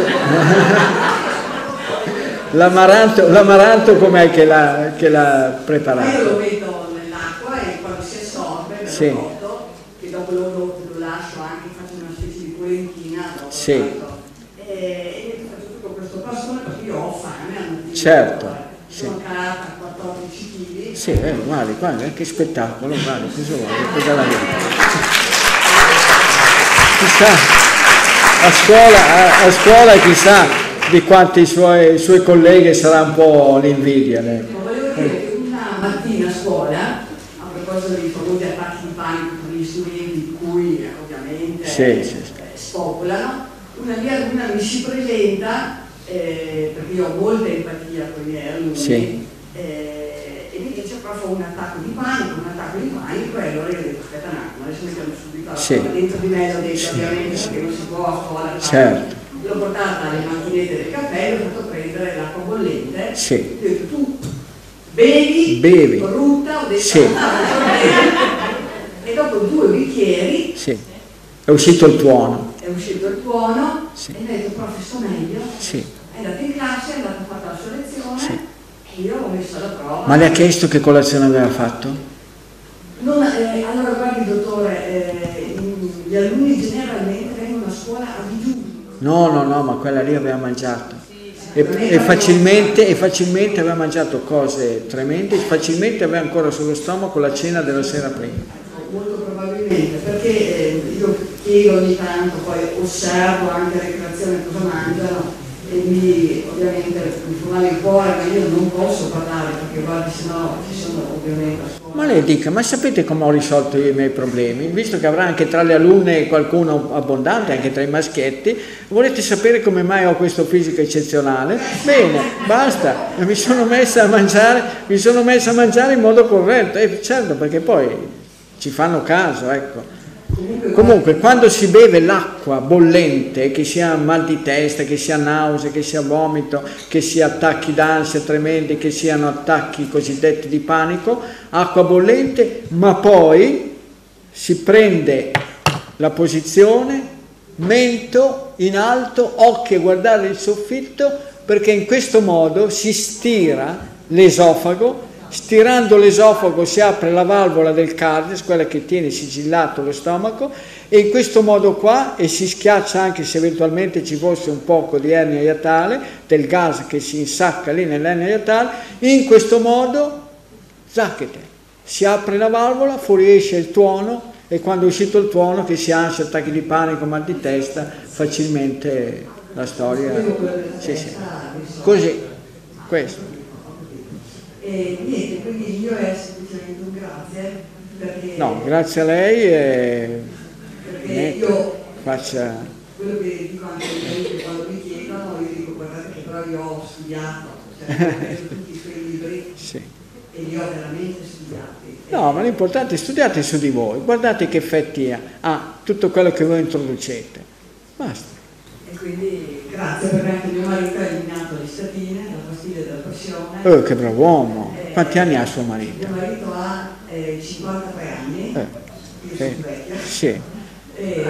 L'amaranto, l'amaranto com'è che l'ha, che l'ha preparato? Io lo metto nell'acqua e quando si assorbe, me sì. lo cotto, che dopo lo, lo, lo lascio anche, faccio una specie di polentina, dopo sì. e, e faccio tutto questo passione perché io ho fame al mattino. Certo. Sono sì. calata a quattordici chili. Sì, eh, guardi, guarda, che spettacolo, guarda, cosa vuole, cosa la vede. Chissà, a scuola, a, a scuola chissà di quanti i suoi, suoi colleghi sarà un po' l'invidia. Ma volevo dire che una mattina a scuola, a proposito dei famosi attacchi di panico per gli studenti di cui ovviamente sì, sì, sì. spopolano, una mia alunna mi si presenta, eh, perché io ho molta empatia con i miei alunni, sì. eh, e mi dice prof ho un attacco di panico, un attacco di panico, e allora io ho detto aspetta un attimo, adesso mettiamo subito la sì. dentro di me, l'ho detto sì, ovviamente sì. perché non si può a scuola. Certo. L'ho portata alle macchinette del caffè, l'ho fatto prendere l'acqua bollente, sì. ho detto tu bevi, bevi. brutta, ho detto sì. e dopo due bicchieri sì. è uscito il tuono. È uscito il tuono sì. e mi ha detto prof sto meglio, sì. è andata in classe, è andata a fare la sua lezione sì. e io ho messo alla prova. Ma le ha chiesto che colazione aveva fatto? Non, eh, allora guardi dottore, eh, gli alunni generalmente vengono a scuola a digiuno. No, no, no, ma quella lì aveva mangiato e, e, facilmente, e facilmente aveva mangiato cose tremende, facilmente aveva ancora sullo stomaco la cena della sera prima. Molto probabilmente, perché eh, io chiedo ogni tanto, poi osservo anche le creazioni cosa mangiano e mi ovviamente mi fa male il cuore, ma io non posso parlare perché guardi sennò ci sono ovviamente a scuola. Ma lei dica, ma sapete come ho risolto io i miei problemi? Visto che avrà anche tra le alunne qualcuno abbondante, anche tra i maschietti, volete sapere come mai ho questo fisico eccezionale? Bene, basta, mi sono messa a mangiare, mi sono messa a mangiare in modo corretto, e certo perché poi ci fanno caso, ecco. Comunque quando si beve l'acqua bollente, che sia mal di testa, che sia nausea, che sia vomito, che sia attacchi d'ansia tremendi, che siano attacchi cosiddetti di panico, acqua bollente, ma poi si prende la posizione, mento in alto, occhi a guardare il soffitto, perché in questo modo si stira l'esofago. Stirando l'esofago si apre la valvola del cardiac, quella che tiene sigillato lo stomaco, e in questo modo qua, e si schiaccia anche se eventualmente ci fosse un poco di ernia iatale, del gas che si insacca lì nell'ernia iatale, in questo modo, zacchete, si apre la valvola, fuoriesce il tuono, e quando è uscito il tuono, che si ansia, attacchi di panico, mal di testa, facilmente la storia, sì, sì. Così, questo. E niente, quindi io è semplicemente un grazie. Perché, no, grazie a lei e perché niente, io faccia... quello che dico anche ai miei che quando mi chiedono, io dico guardate che però io ho studiato, cioè ho preso tutti i suoi libri sì. e li ho veramente studiati. No, ma l'importante è studiate su di voi, guardate che effetti ha ah, tutto quello che voi introducete, basta. E quindi grazie, perché anche mio marito ha eliminato le statine, la pastiglia della passione. Oh, che bravo uomo! Eh, Quanti anni ha suo marito? Mio marito ha eh, cinquantatré anni, eh, io eh, sono vecchia, sì. eh,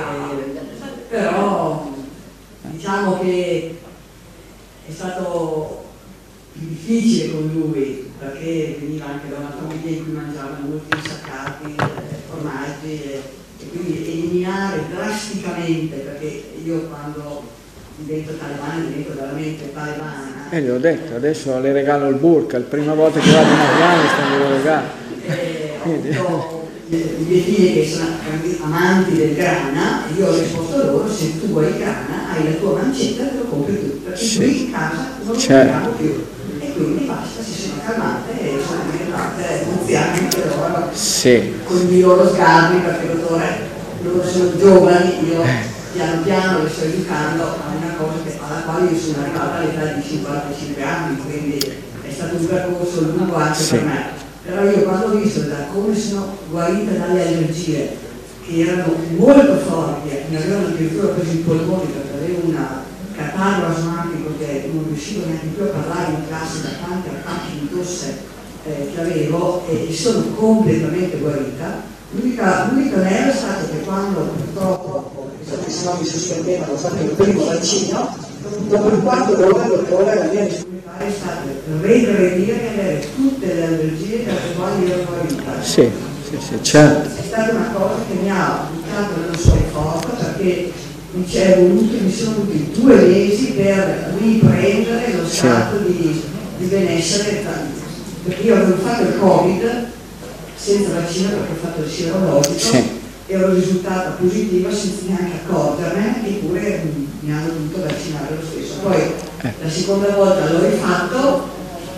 però diciamo che è stato più difficile con lui, perché veniva anche da una famiglia in cui mangiavano molti insaccati, eh, formaggi, e, e quindi eliminare drasticamente, perché io quando divento talebana divento veramente talebana. E eh, gli ho detto, adesso le regalo il burka, la prima volta che vado in Afghanistan glielo regalo. Eh, ho i miei figli che sono amanti del grana, e io ho risposto loro: se tu vuoi grana hai la tua mancetta, te lo compri tu, perché sì. Qui in casa non lo compriamo più. E quindi basta, si sono calmate e sono diventate anziane anche loro, sì. Con i loro sgarbi, perché dottore, loro sono giovani, io piano piano li sto educando a una cosa che, alla quale io sono arrivata all'età di cinquantacinque anni, quindi è stato un percorso lungo anche sì. Per me. Però io quando ho visto da come sono guarita dalle allergie, che erano molto forti, mi avevano addirittura preso i polmoni perché avevo una catarro asmatico che non riuscivo neanche più a parlare in classe da tanti attacchi di tosse eh, che avevo, e sono completamente guarita. L'unica, l'unica nera è stata che quando purtroppo, perché se no mi sospendevano, ho fatto il primo vaccino, dopo il quarto d'ora il dottore la mia risposta è stata regredire e avere tutte le allergie dalle quali ero guarita. Sì, sì, sì, certo. È stata una cosa che mi ha buttato nello sconforto, perché mi ci è voluto, mi sono voluti due mesi per riprendere lo stato sì. di, di benessere, perché io avevo fatto il Covid senza vaccino perché ho fatto il sierologico sì. E ero risultata positiva senza neanche accorgermene, eppure mi hanno dovuto vaccinare lo stesso. Poi eh. la seconda volta l'ho rifatto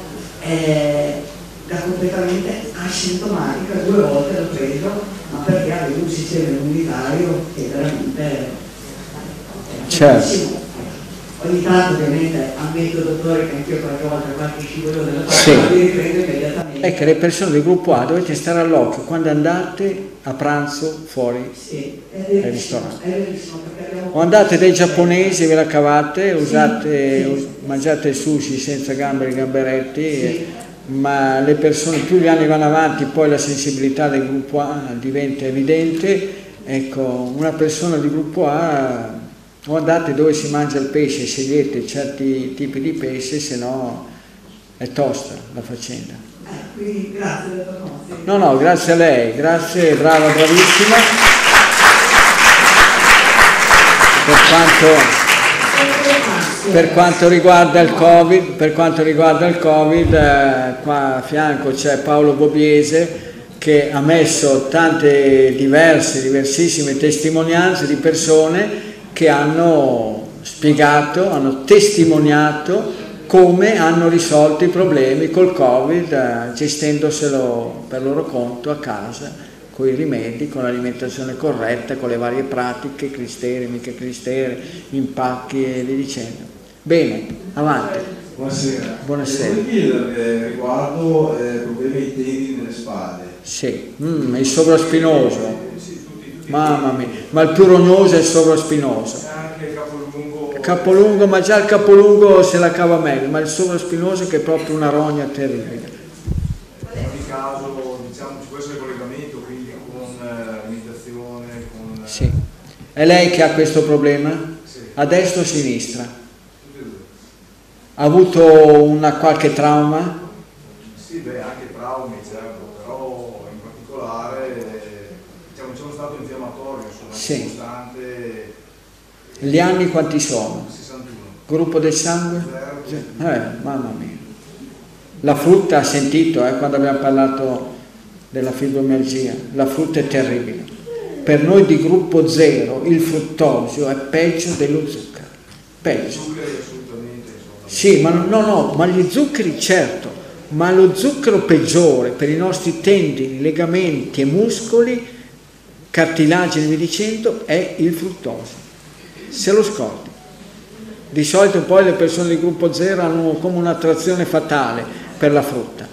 eh, da completamente asintomatica, due volte l'ho preso, ma perché avevo un sistema immunitario che veramente era certo. Ogni tanto ovviamente ammetto, dottore, che anch'io qualche volta qualche scivolo della faccia sì. Mi riprendo immediatamente. È che le persone del gruppo A dovete stare all'occhio quando andate a pranzo fuori sì, al ristorante. O andate dai giapponesi, ve la cavate, usate, sì, sì. mangiate il sushi senza gamberi e gamberetti, sì. Ma le persone, più gli anni vanno avanti, poi la sensibilità del gruppo A diventa evidente. Ecco, una persona di gruppo A, o andate dove si mangia il pesce, scegliete certi tipi di pesce, se no è tosta la faccenda. Eh, quindi grazie dottor Mossi. No, no, grazie a lei, grazie, brava, bravissima. Per quanto, per quanto riguarda il Covid, per quanto riguarda il Covid, eh, qua a fianco c'è Paolo Bobiese che ha messo tante diverse, diversissime testimonianze di persone che hanno spiegato, hanno testimoniato come hanno risolto i problemi col Covid, eh, gestendoselo per loro conto a casa, con i rimedi, con l'alimentazione corretta, con le varie pratiche, cristere, mica cristere, impacchi e via dicendo. Bene, avanti. Buonasera. Buonasera. Volevo chiederle riguardo eh, problemi ai tendini nelle spalle. Sì, mm, il sovraspinoso. Mamma mia, ma il più rognoso è il sovraspinoso. Anche il capolungo. Capolungo, ma già il capolungo se la cava meglio, ma il sovraspinoso che è proprio una rogna terribile. In ogni caso, diciamo, ci può essere collegamento quindi con l'alimentazione, con... Sì. È lei che ha questo problema? Sì. A destra o a sinistra? Tutte e due. Ha avuto una qualche trauma? Sì, beh, anche traumi, certo, però in particolare... C'è uno stato infiammatorio, insomma, sì. Costante. Gli anni quanti sono? sessantuno. Gruppo del sangue? Zero. Eh, mamma mia. La frutta ha sentito, eh, quando abbiamo parlato della fibromialgia, la frutta è terribile. Per noi di gruppo zero il fruttosio è peggio dello zucchero. Peggio. Zuccheri assolutamente, insomma. Sì, ma no, no, ma gli zuccheri certo, ma lo zucchero peggiore per i nostri tendini, legamenti e muscoli, cartilagine e via dicendo, è il fruttosio. Se lo scordi. Di solito poi le persone di gruppo zero hanno come un'attrazione fatale per la frutta.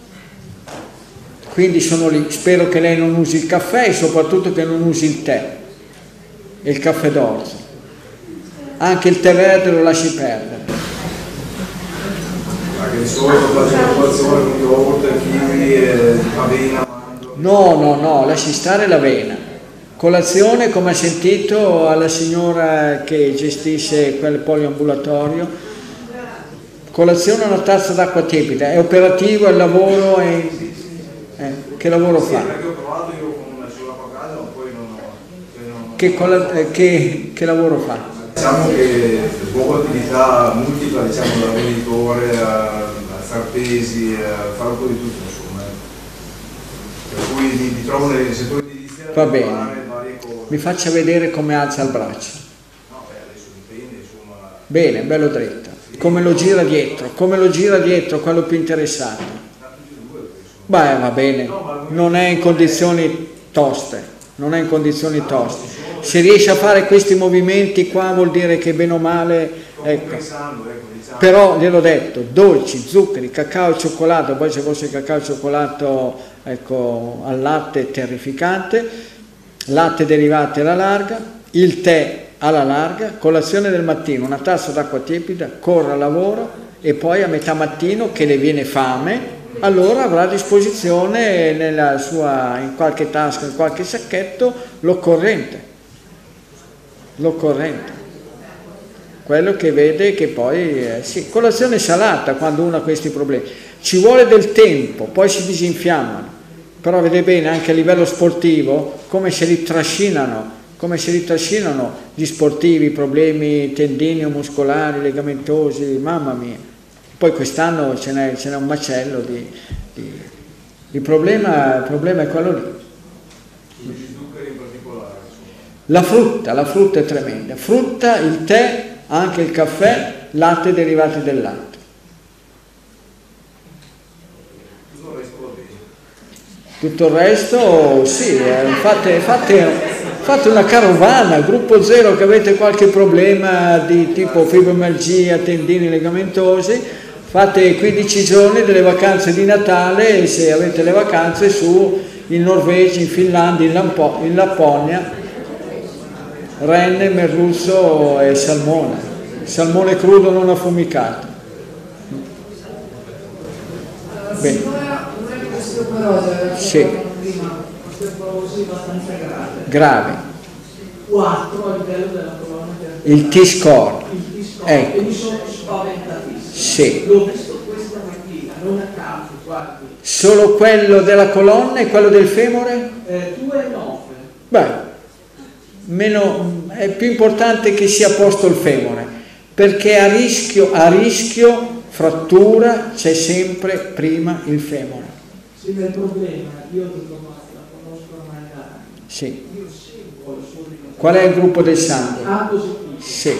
Quindi sono lì. Spero che lei non usi il caffè e soprattutto che non usi il tè e il caffè d'orzo. Anche il tè verde lo lasci perdere. Anche di solito faccio una colazione con yogurt, kiwi, e avena, mandorle. No, no, no, lasci stare l'avena. Colazione, come ha sentito alla signora che gestisce quel poliambulatorio, Colazione una tazza d'acqua tiepida, è operativo, è il lavoro, è, eh, che lavoro Sì, fa? perché ho provato io con una sola casa, ma poi non ho... Non... Che, cola, eh, che, che lavoro fa? Diciamo che svolgo attività multipla, diciamo da venditore a, a far pesi, a fare un po' di tutto, insomma. Per cui mi, mi trovo nei settori di edilizia. Va bene, mi faccia vedere come alza il braccio. No, beh, adesso dipende, insomma. Bene, bello dritto. Come lo gira dietro, come lo gira dietro, quello più interessato. Beh, va bene, non è in condizioni toste, non è in condizioni toste. Se riesce a fare questi movimenti qua vuol dire che bene o male, ecco. Però gliel'ho detto, dolci, zuccheri, cacao e cioccolato, poi se fosse cacao e cioccolato, ecco, al latte terrificante, latte derivati alla larga, il tè alla larga, colazione del mattino, una tazza d'acqua tiepida, corre al lavoro e poi a metà mattino che le viene fame, allora avrà a disposizione nella sua, in qualche tasca, in qualche sacchetto, l'occorrente, l'occorrente, quello che vede che poi, eh, sì, colazione salata quando uno ha questi problemi, ci vuole del tempo, poi si disinfiammano, però vede bene anche a livello sportivo come se li trascinano, come se li trascinano gli sportivi, problemi tendinei, muscolari, legamentosi, mamma mia. Poi quest'anno ce n'è, ce n'è un macello di, di... Il, problema, il problema è quello lì. Sugli zuccheri in particolare. La frutta, la frutta è tremenda. Frutta, il tè, anche il caffè, latte derivati del latte. Tutto il resto va bene. Tutto il resto, sì, eh, fate... fate Fate una carovana, gruppo zero che avete qualche problema di tipo fibromialgia, tendini legamentosi, fate quindici giorni delle vacanze di Natale e se avete le vacanze su in Norvegia, in Finlandia, in, Lampo, in Lapponia, renne, merluzzo e salmone, salmone crudo non affumicato. Bene. Sì. abbastanza grave. Grave. quattro a livello della colonna vertebrale. Il T-score. Il T-score. Ecco. E mi sono spaventatissimo. Sì. L'ho visto questa mattina, non a caso, guardi. Solo quello della colonna e quello del femore? Eh, due e nove. Beh, meno, è più importante che sia a posto il femore, perché a rischio, a rischio frattura c'è sempre prima il femore. Sì, ma il problema, io dico, ma la conosco ormai da anni. Sì. Io seguo il suo ricordo. Qual è il gruppo del sangue? A positivo. Sì.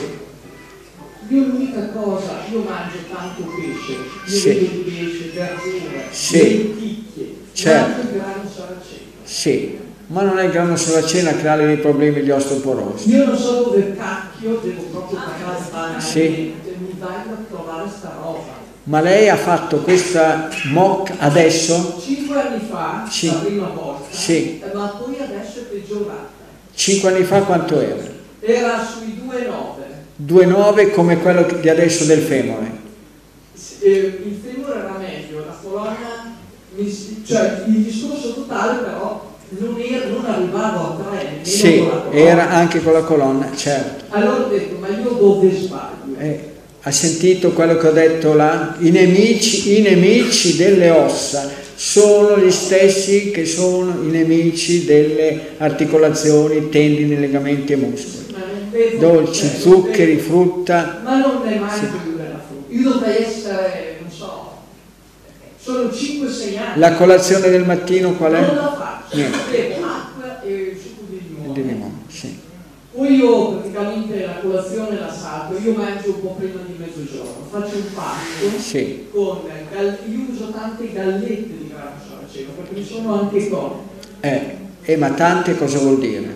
Io l'unica cosa, io mangio tanto pesce, io Sì. vedo di pesce, verdura, Sì. lenticchie, Certo. ma anche grano saraceno. Sì, ma non è il grano saraceno a creare dei problemi gli osteoporosi. Io non so dove cacchio devo proprio pagare banalmente, Sì. mi vai a trovare sta roba. Ma lei ha fatto questa M O C adesso? Cinque anni fa, Sì. la prima volta, Sì. eh, ma poi adesso è peggiorata. Cinque anni fa quanto era? Era sui due virgola nove. due virgola nove come quello di adesso del femore. Eh, il femore era meglio, la colonna, mi si- cioè il discorso totale però non, era, non arrivavo a tre, nemmeno Sì, con la colonna. era anche con la colonna, certo. Allora ho detto, ma io dove sbaglio? Eh, ha sentito quello che ho detto là? I nemici, i nemici delle ossa sono gli stessi che sono i nemici delle articolazioni, tendini, legamenti e muscoli. Ma non devo- Dolci, cioè, zuccheri, non frutta. Ma non è mai Sì. più della frutta. Io dovrei essere, non so, sono cinque sei anni. La colazione del mattino qual è? Non la faccio, Niente. bevo acqua e succo di limone. Di limone, sì. Poi io praticamente la colazione la salto, io mangio un po' prima di mezzogiorno, faccio un pasto Sì. con, gall- io uso tante gallette di grano saraceno perché mi sono anche con. Eh, eh, ma tante cosa vuol dire?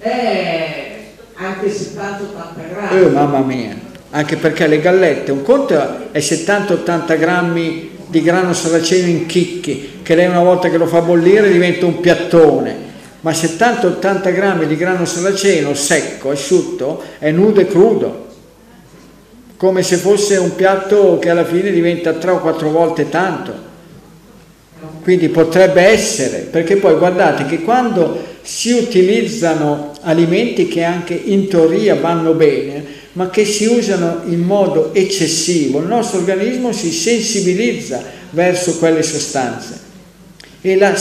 Eh, anche settanta ottanta grammi. Eh, mamma mia, anche perché le gallette, un conto è settanta ottanta grammi di grano saraceno in chicchi, che lei una volta che lo fa bollire diventa un piattone, ma settanta ottanta grammi di grano saraceno secco, asciutto, è nudo e crudo, come se fosse un piatto che alla fine diventa tre o quattro volte tanto. Quindi potrebbe essere, perché poi guardate che quando si utilizzano alimenti che anche in teoria vanno bene, ma che si usano in modo eccessivo. Il nostro organismo si sensibilizza verso quelle sostanze e la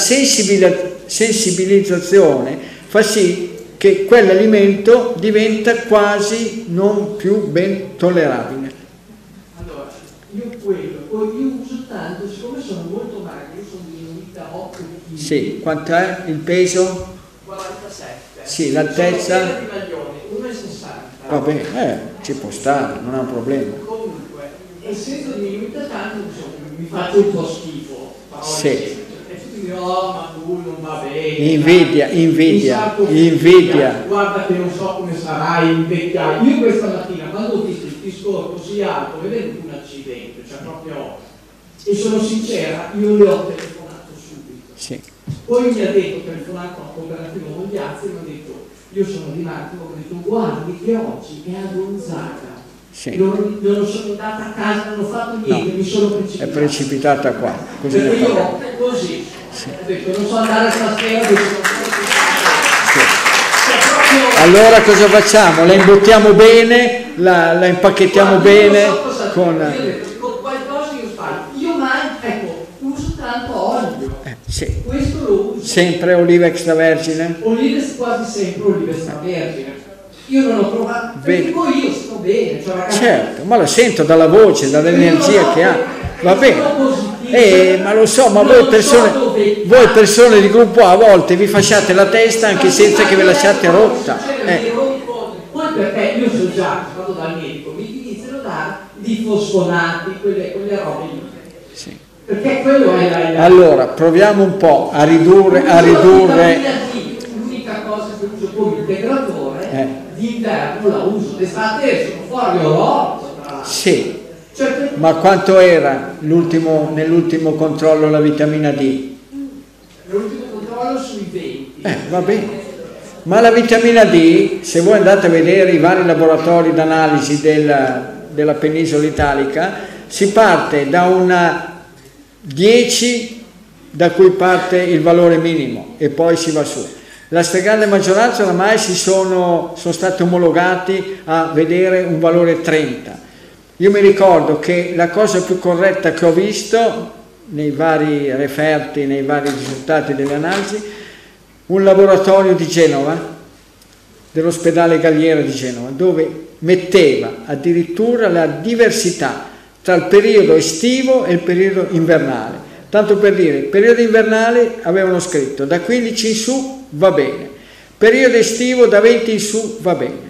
sensibilizzazione fa sì che quell'alimento diventa quasi non più ben tollerabile. Allora, io quello, poi io uso tanto, siccome sono molto magro, io sono diminuita otto chili. Sì, quanto è il peso? quarantasette. Sì, l'altezza? Sono piena di maglioni, uno e sessanta. Va bene, eh, ci può stare, non è un problema. Comunque, essendo diminuita tanto, insomma, mi faccio un po' schifo. Sì. E tutti dicono, oh, ma tu non va bene. Invidia, invidia, invidia. Guarda che non so come sarai invecchiato. Io questa mattina, quando ho visto il discorso così alto, mi è venuto un accidente, cioè proprio... E sono sincera, io le ho telefonato subito. Sì. Poi mi ha detto, telefonato a Cooperativo Mogliazzi, mi ha detto, io sono di Marco, ho detto, guardi che oggi è a Gonzaga. Sì. Non, non sono andata a casa, non ho fatto niente, no, mi sono precipitata. È precipitata qua. Così perché ne io così, sì. Ho detto, non so andare stasera, ho detto, sì. Cioè, allora cosa facciamo? La imbottiamo bene, la, la impacchettiamo guarda, bene. Non so cosa con... Io ho detto, con qualcosa io sbaglio. Io mangio, ecco, uso tanto olio. Eh, sì. Questo lo uso. Sempre oliva extravergine? Olive, quasi sempre olive extravergine. Io non ho provato, perché dico io sto bene. Cioè ragazzi, certo, ma lo sento dalla voce, dall'energia che ha. Va bene. Eh, ma lo so, ma voi persone, voi persone di gruppo A a volte vi fasciate la testa anche senza che ve lasciate rotta. Eh. Poi perché io so già, vado dal medico, mi iniziano a dare di fosfonati, quelle, quelle robe lì. Sì. Perché quello è la, la... Allora, proviamo un po' a ridurre, a ridurre. L'unica cosa che uso come integratore, eh. d'inverno la uso, d'estate sono fuori orologio. Sì. Cioè, ma quanto era l'ultimo, nell'ultimo controllo la vitamina D? L'ultimo controllo sui venti. Eh, va bene. Ma la vitamina D, se voi andate a vedere i vari laboratori d'analisi della, della penisola italica, si parte da una dieci da cui parte il valore minimo e poi si va su. La stragrande maggioranza oramai si sono, sono stati omologati a vedere un valore trenta. Io mi ricordo che la cosa più corretta che ho visto nei vari referti, nei vari risultati delle analisi, un laboratorio di Genova, dell'ospedale Galliera di Genova, dove metteva addirittura la diversità tra il periodo estivo e il periodo invernale. Tanto per dire, il periodo invernale avevano scritto da quindici in su va bene, periodo estivo da venti in su va bene.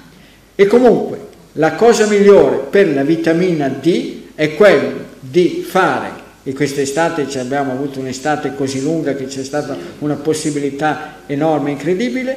E comunque la cosa migliore per la vitamina D è quello di fare, e quest'estate abbiamo avuto un'estate così lunga che c'è stata una possibilità enorme, incredibile,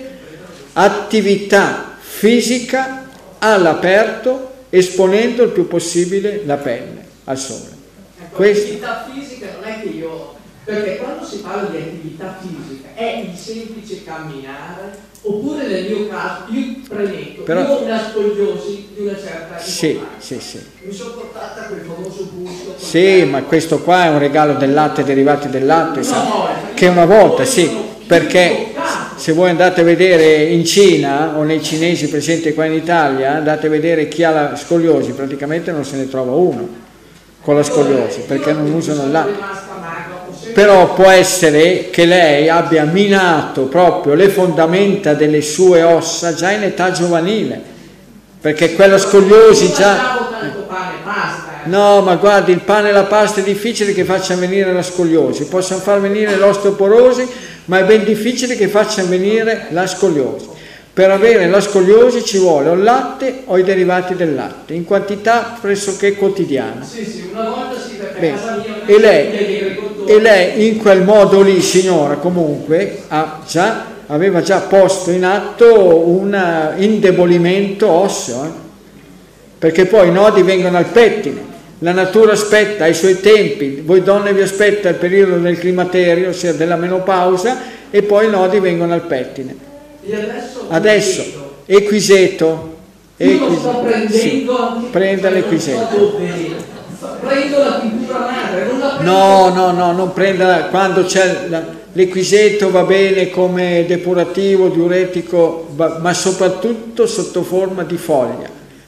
attività fisica all'aperto, esponendo il più possibile la pelle al sole. Ecco, l'attività fisica non è che io, perché quando si parla di attività fisica è il semplice camminare, oppure nel mio caso, io premetto, però, io ho una scoliosi di una certa sì, sì, sì. mi sono portata quel famoso busto. Sì, ma questo qua è un regalo del latte, derivati del latte, no, sa? No, che una volta, sì, perché se voi andate a vedere in Cina o nei cinesi presenti qua in Italia, andate a vedere chi ha la scoliosi, praticamente non se ne trova uno con la scoliosi, perché non usano il latte. Però può essere che lei abbia minato proprio le fondamenta delle sue ossa già in età giovanile, perché quella scoliosi già... No, ma guardi, il pane e la pasta è difficile che facciano venire la scoliosi, possono far venire l'osteoporosi, ma è ben difficile che facciano venire la scoliosi. Per avere la scoliosi ci vuole o il latte o i derivati del latte, in quantità pressoché quotidiana. Sì, sì, una volta sì, perché bene. A casa mia e lei, e lei in quel modo lì, signora, comunque ha già, aveva già posto in atto un indebolimento osseo, eh? Perché poi i nodi vengono al pettine, la natura aspetta ai suoi tempi, voi donne vi aspetta il periodo del climaterio, ossia della menopausa, e poi i nodi vengono al pettine. E adesso, adesso equiseto, io lo sto prendendo, sì, anche prenda l'equiseto. Prendo la tintura madre, non la prendo. No, no, no, non prenda, quando c'è l'equiseto va bene come depurativo, diuretico, ma soprattutto sotto forma di foglia.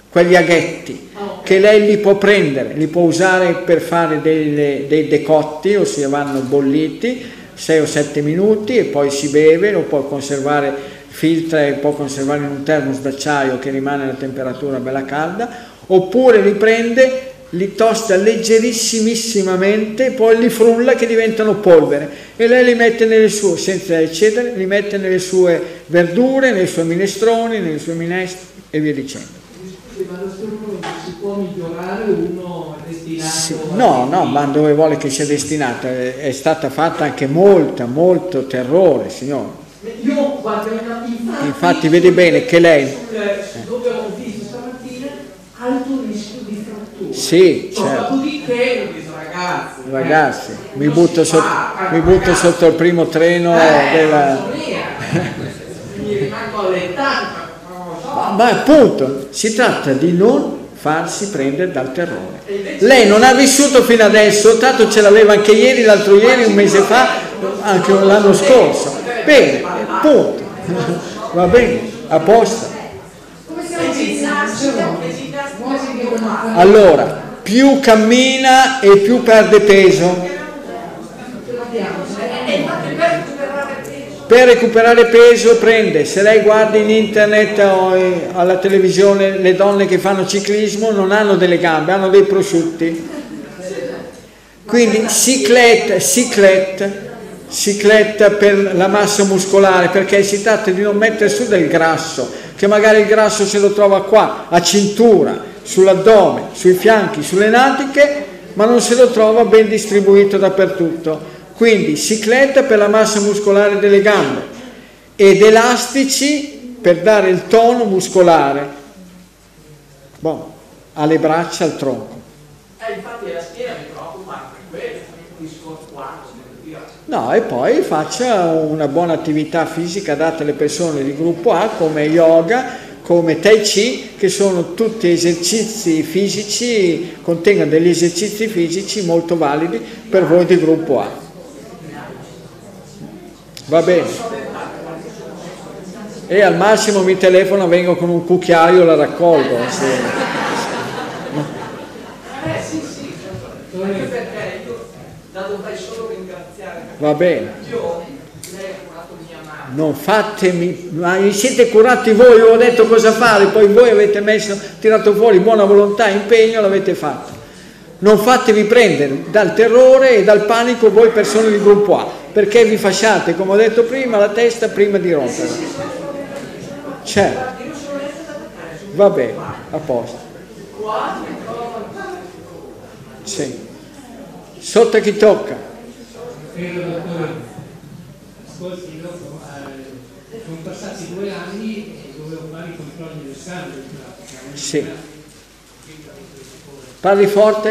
quegli aghetti, che lei li può prendere, li può usare per fare delle, dei decotti, ossia vanno bolliti sei o sette minuti e poi si beve, lo può conservare, filtra e può conservare in un termos d'acciaio che rimane alla temperatura bella calda, oppure li prende, li tosta leggerissimissimamente, poi li frulla che diventano polvere e lei li mette nelle sue, senza eccedere, li mette nelle sue verdure, nei suoi minestroni, nelle sue minestre e via dicendo. Ma lo strumento si può migliorare, uno è destinato sì, no, no, ma dove vuole che sia destinata? È, è stata fatta anche molta, molto terrore, signore. Io, guarda, infatti, infatti vedi bene che lei... Sul, eh. dove ho visto stamattina, alto rischio di frattura. Sì, certo. Dopodiché, ragazzi, ragazzi, eh, mi, butto sotto, fa, mi butto sotto il primo treno eh, della... mi rimango all'età. Ma, ma appunto, si tratta di non farsi prendere dal terrore. Lei non ha vissuto fino adesso, tanto ce l'aveva anche ieri, l'altro ieri, un mese fa, anche l'anno scorso. Bene, punto. Va bene, a posto. Allora, più cammina e più perde peso. Per recuperare peso prende, se lei guarda in internet o alla televisione le donne che fanno ciclismo non hanno delle gambe, hanno dei prosciutti. Quindi ciclette, ciclette, ciclette per la massa muscolare, perché si tratta di non mettere su del grasso, che magari il grasso se lo trova qua, a cintura, sull'addome, sui fianchi, sulle natiche, ma non se lo trova ben distribuito dappertutto. Quindi cicletta per la massa muscolare delle gambe ed elastici per dare il tono muscolare bon, alle braccia, al tronco. Eh, infatti la schiena mi preoccupa anche quello, un discorso qua. No, e poi faccia una buona attività fisica data alle persone di gruppo A come yoga, come Tai Chi, che sono tutti esercizi fisici, contengono degli esercizi fisici molto validi per voi di gruppo A. Va bene. E al massimo mi telefono, vengo con un cucchiaio, la raccolgo. Se... Eh sì, sì, anche perché io da dovrei solo ringraziare. Va bene. Io lei ha curato mia madre. Non fatemi, ma vi siete curati voi, io ho detto cosa fare, poi voi avete messo, tirato fuori buona volontà, impegno, l'avete fatto. Non fatevi prendere dal terrore e dal panico voi persone di gruppo A, perché vi fasciate, come ho detto prima, la testa prima di rompere. Certo. Va bene, a posto. Sì. Sotto a chi tocca. Ascolti, dopo, eh, sono passati due anni e dovevo fare i controlli del sangue. Sì. Parli forte?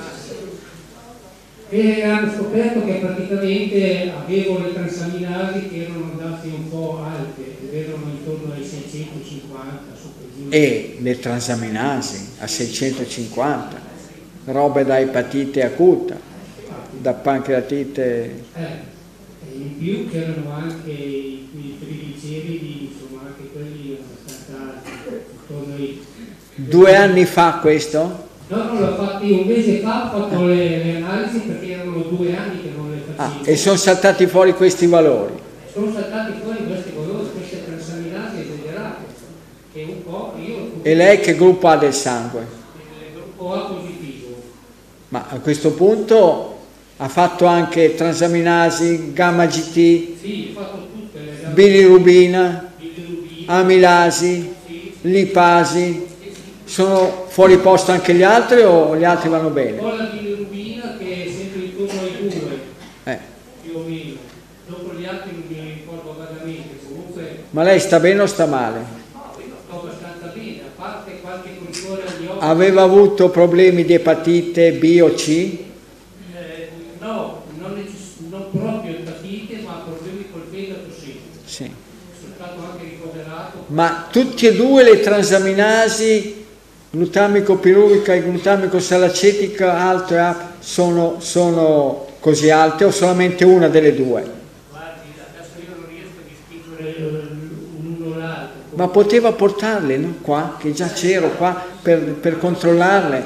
E hanno scoperto che praticamente avevo le transaminasi che erano andate un po' alte, ed erano intorno ai seicentocinquanta. E le transaminasi a seicentocinquanta, robe da epatite acuta, da pancreatite. Eh, e in più c'erano anche i, i trigliceridi, insomma anche quelli abbastanza alti, intorno ai... Due anni fa questo? No, no, l'ho fatto un mese fa, ho fatto le, le analisi perché erano due anni che non le facevo. Ah, e sono saltati fuori questi valori? Sono saltati fuori questi valori, queste transaminasi esagerate, che un po' io... E lei che gruppo ha del sangue? Il gruppo A positivo. Ma a questo punto ha fatto anche transaminasi, gamma G T, sì, ho fatto tutte le gamma bilirubina, bilirubina, amilasi, sì, lipasi. Sono fuori posto anche gli altri o gli altri vanno bene? ho la bilirubina che è sempre intorno ai due, Eh. più o meno. Dopo gli altri non mi ricordo vagamente, comunque... Ma lei sta bene o sta male? No, io sto abbastanza bene, a parte qualche controllo agli occhi. Aveva avuto problemi di epatite B o C? Eh, no, non, necess- non proprio epatite, ma problemi col fegato sì. Sì. Sono stato anche ricoverato. Ma tutti e due le transaminasi, glutamico pirurica e glutamico salacetica alto e up, sono, sono così alte o solamente una delle due? Guardi, adesso io non riesco a distinguere l'uno o l'altro. Ma poteva portarle, no? Qua, che già c'ero qua, per, per controllarle.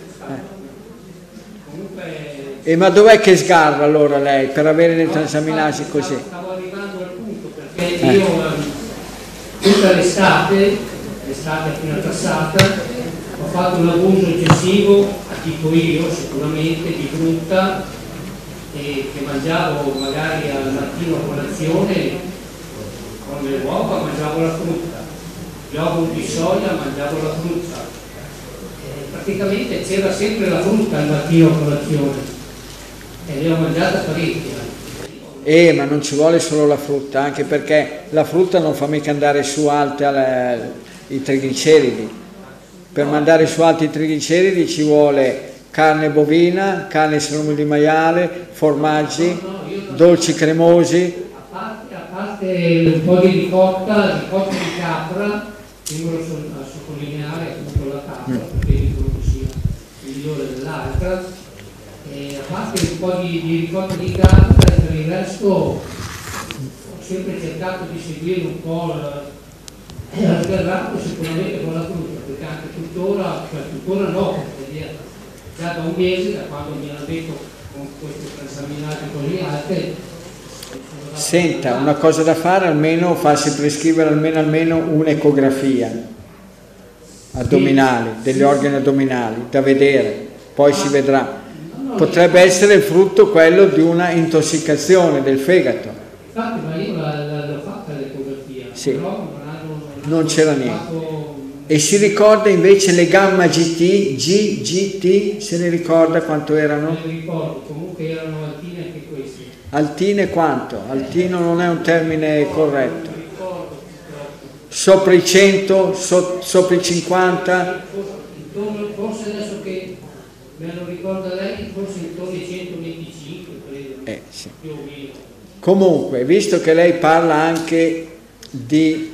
Eh. E ma dov'è che sgarra allora lei per avere le transaminasi così? Stavo arrivando al punto perché io tutta l'estate, l'estate appena passata, ho fatto un abuso eccessivo, tipo io sicuramente, di frutta, e che mangiavo magari al mattino a colazione con le uova, mangiavo la frutta, yogurt di soia, mangiavo la frutta, e praticamente c'era sempre la frutta al mattino a colazione e ne ho mangiata parecchia. Eh, ma non ci vuole solo la frutta, anche perché la frutta non fa mica andare su alte alle, i trigliceridi. Per mandare su alti i trigliceridi ci vuole carne bovina, carne salumi di maiale, formaggi, dolci cremosi. A parte, a parte un po' di ricotta, ricotta di capra, tengo a sottolineare appunto la capra, mm. perché dicono che sia migliore dell'altra. E a parte un po' di, di ricotta di capra, e per il resto ho sempre cercato di seguire un po' l'alternato sicuramente con la frutta, perché anche tuttora, cioè tuttora no, perché già da un mese, da quando mi hanno detto con questi transaminati così alti. Senta, una cosa da fare, almeno farsi prescrivere almeno, almeno un'ecografia addominali, degli organi addominali, da vedere, poi si vedrà. Potrebbe essere il frutto quello di una intossicazione del fegato. Infatti, ma io l'ho fatta l'ecografia, sì. Però non, hanno, non c'era niente. E si ricorda invece le gamma G T, G, G T, se ne ricorda quanto erano? Non mi ricordo, comunque erano altine anche questi. Altine quanto? Altino non è un termine corretto. Sopra i cento, so, sopra i cinquanta? Forse adesso che me lo ricorda lei, forse intorno ai centoventicinque, credo. Eh, sì. Comunque, visto che lei parla anche di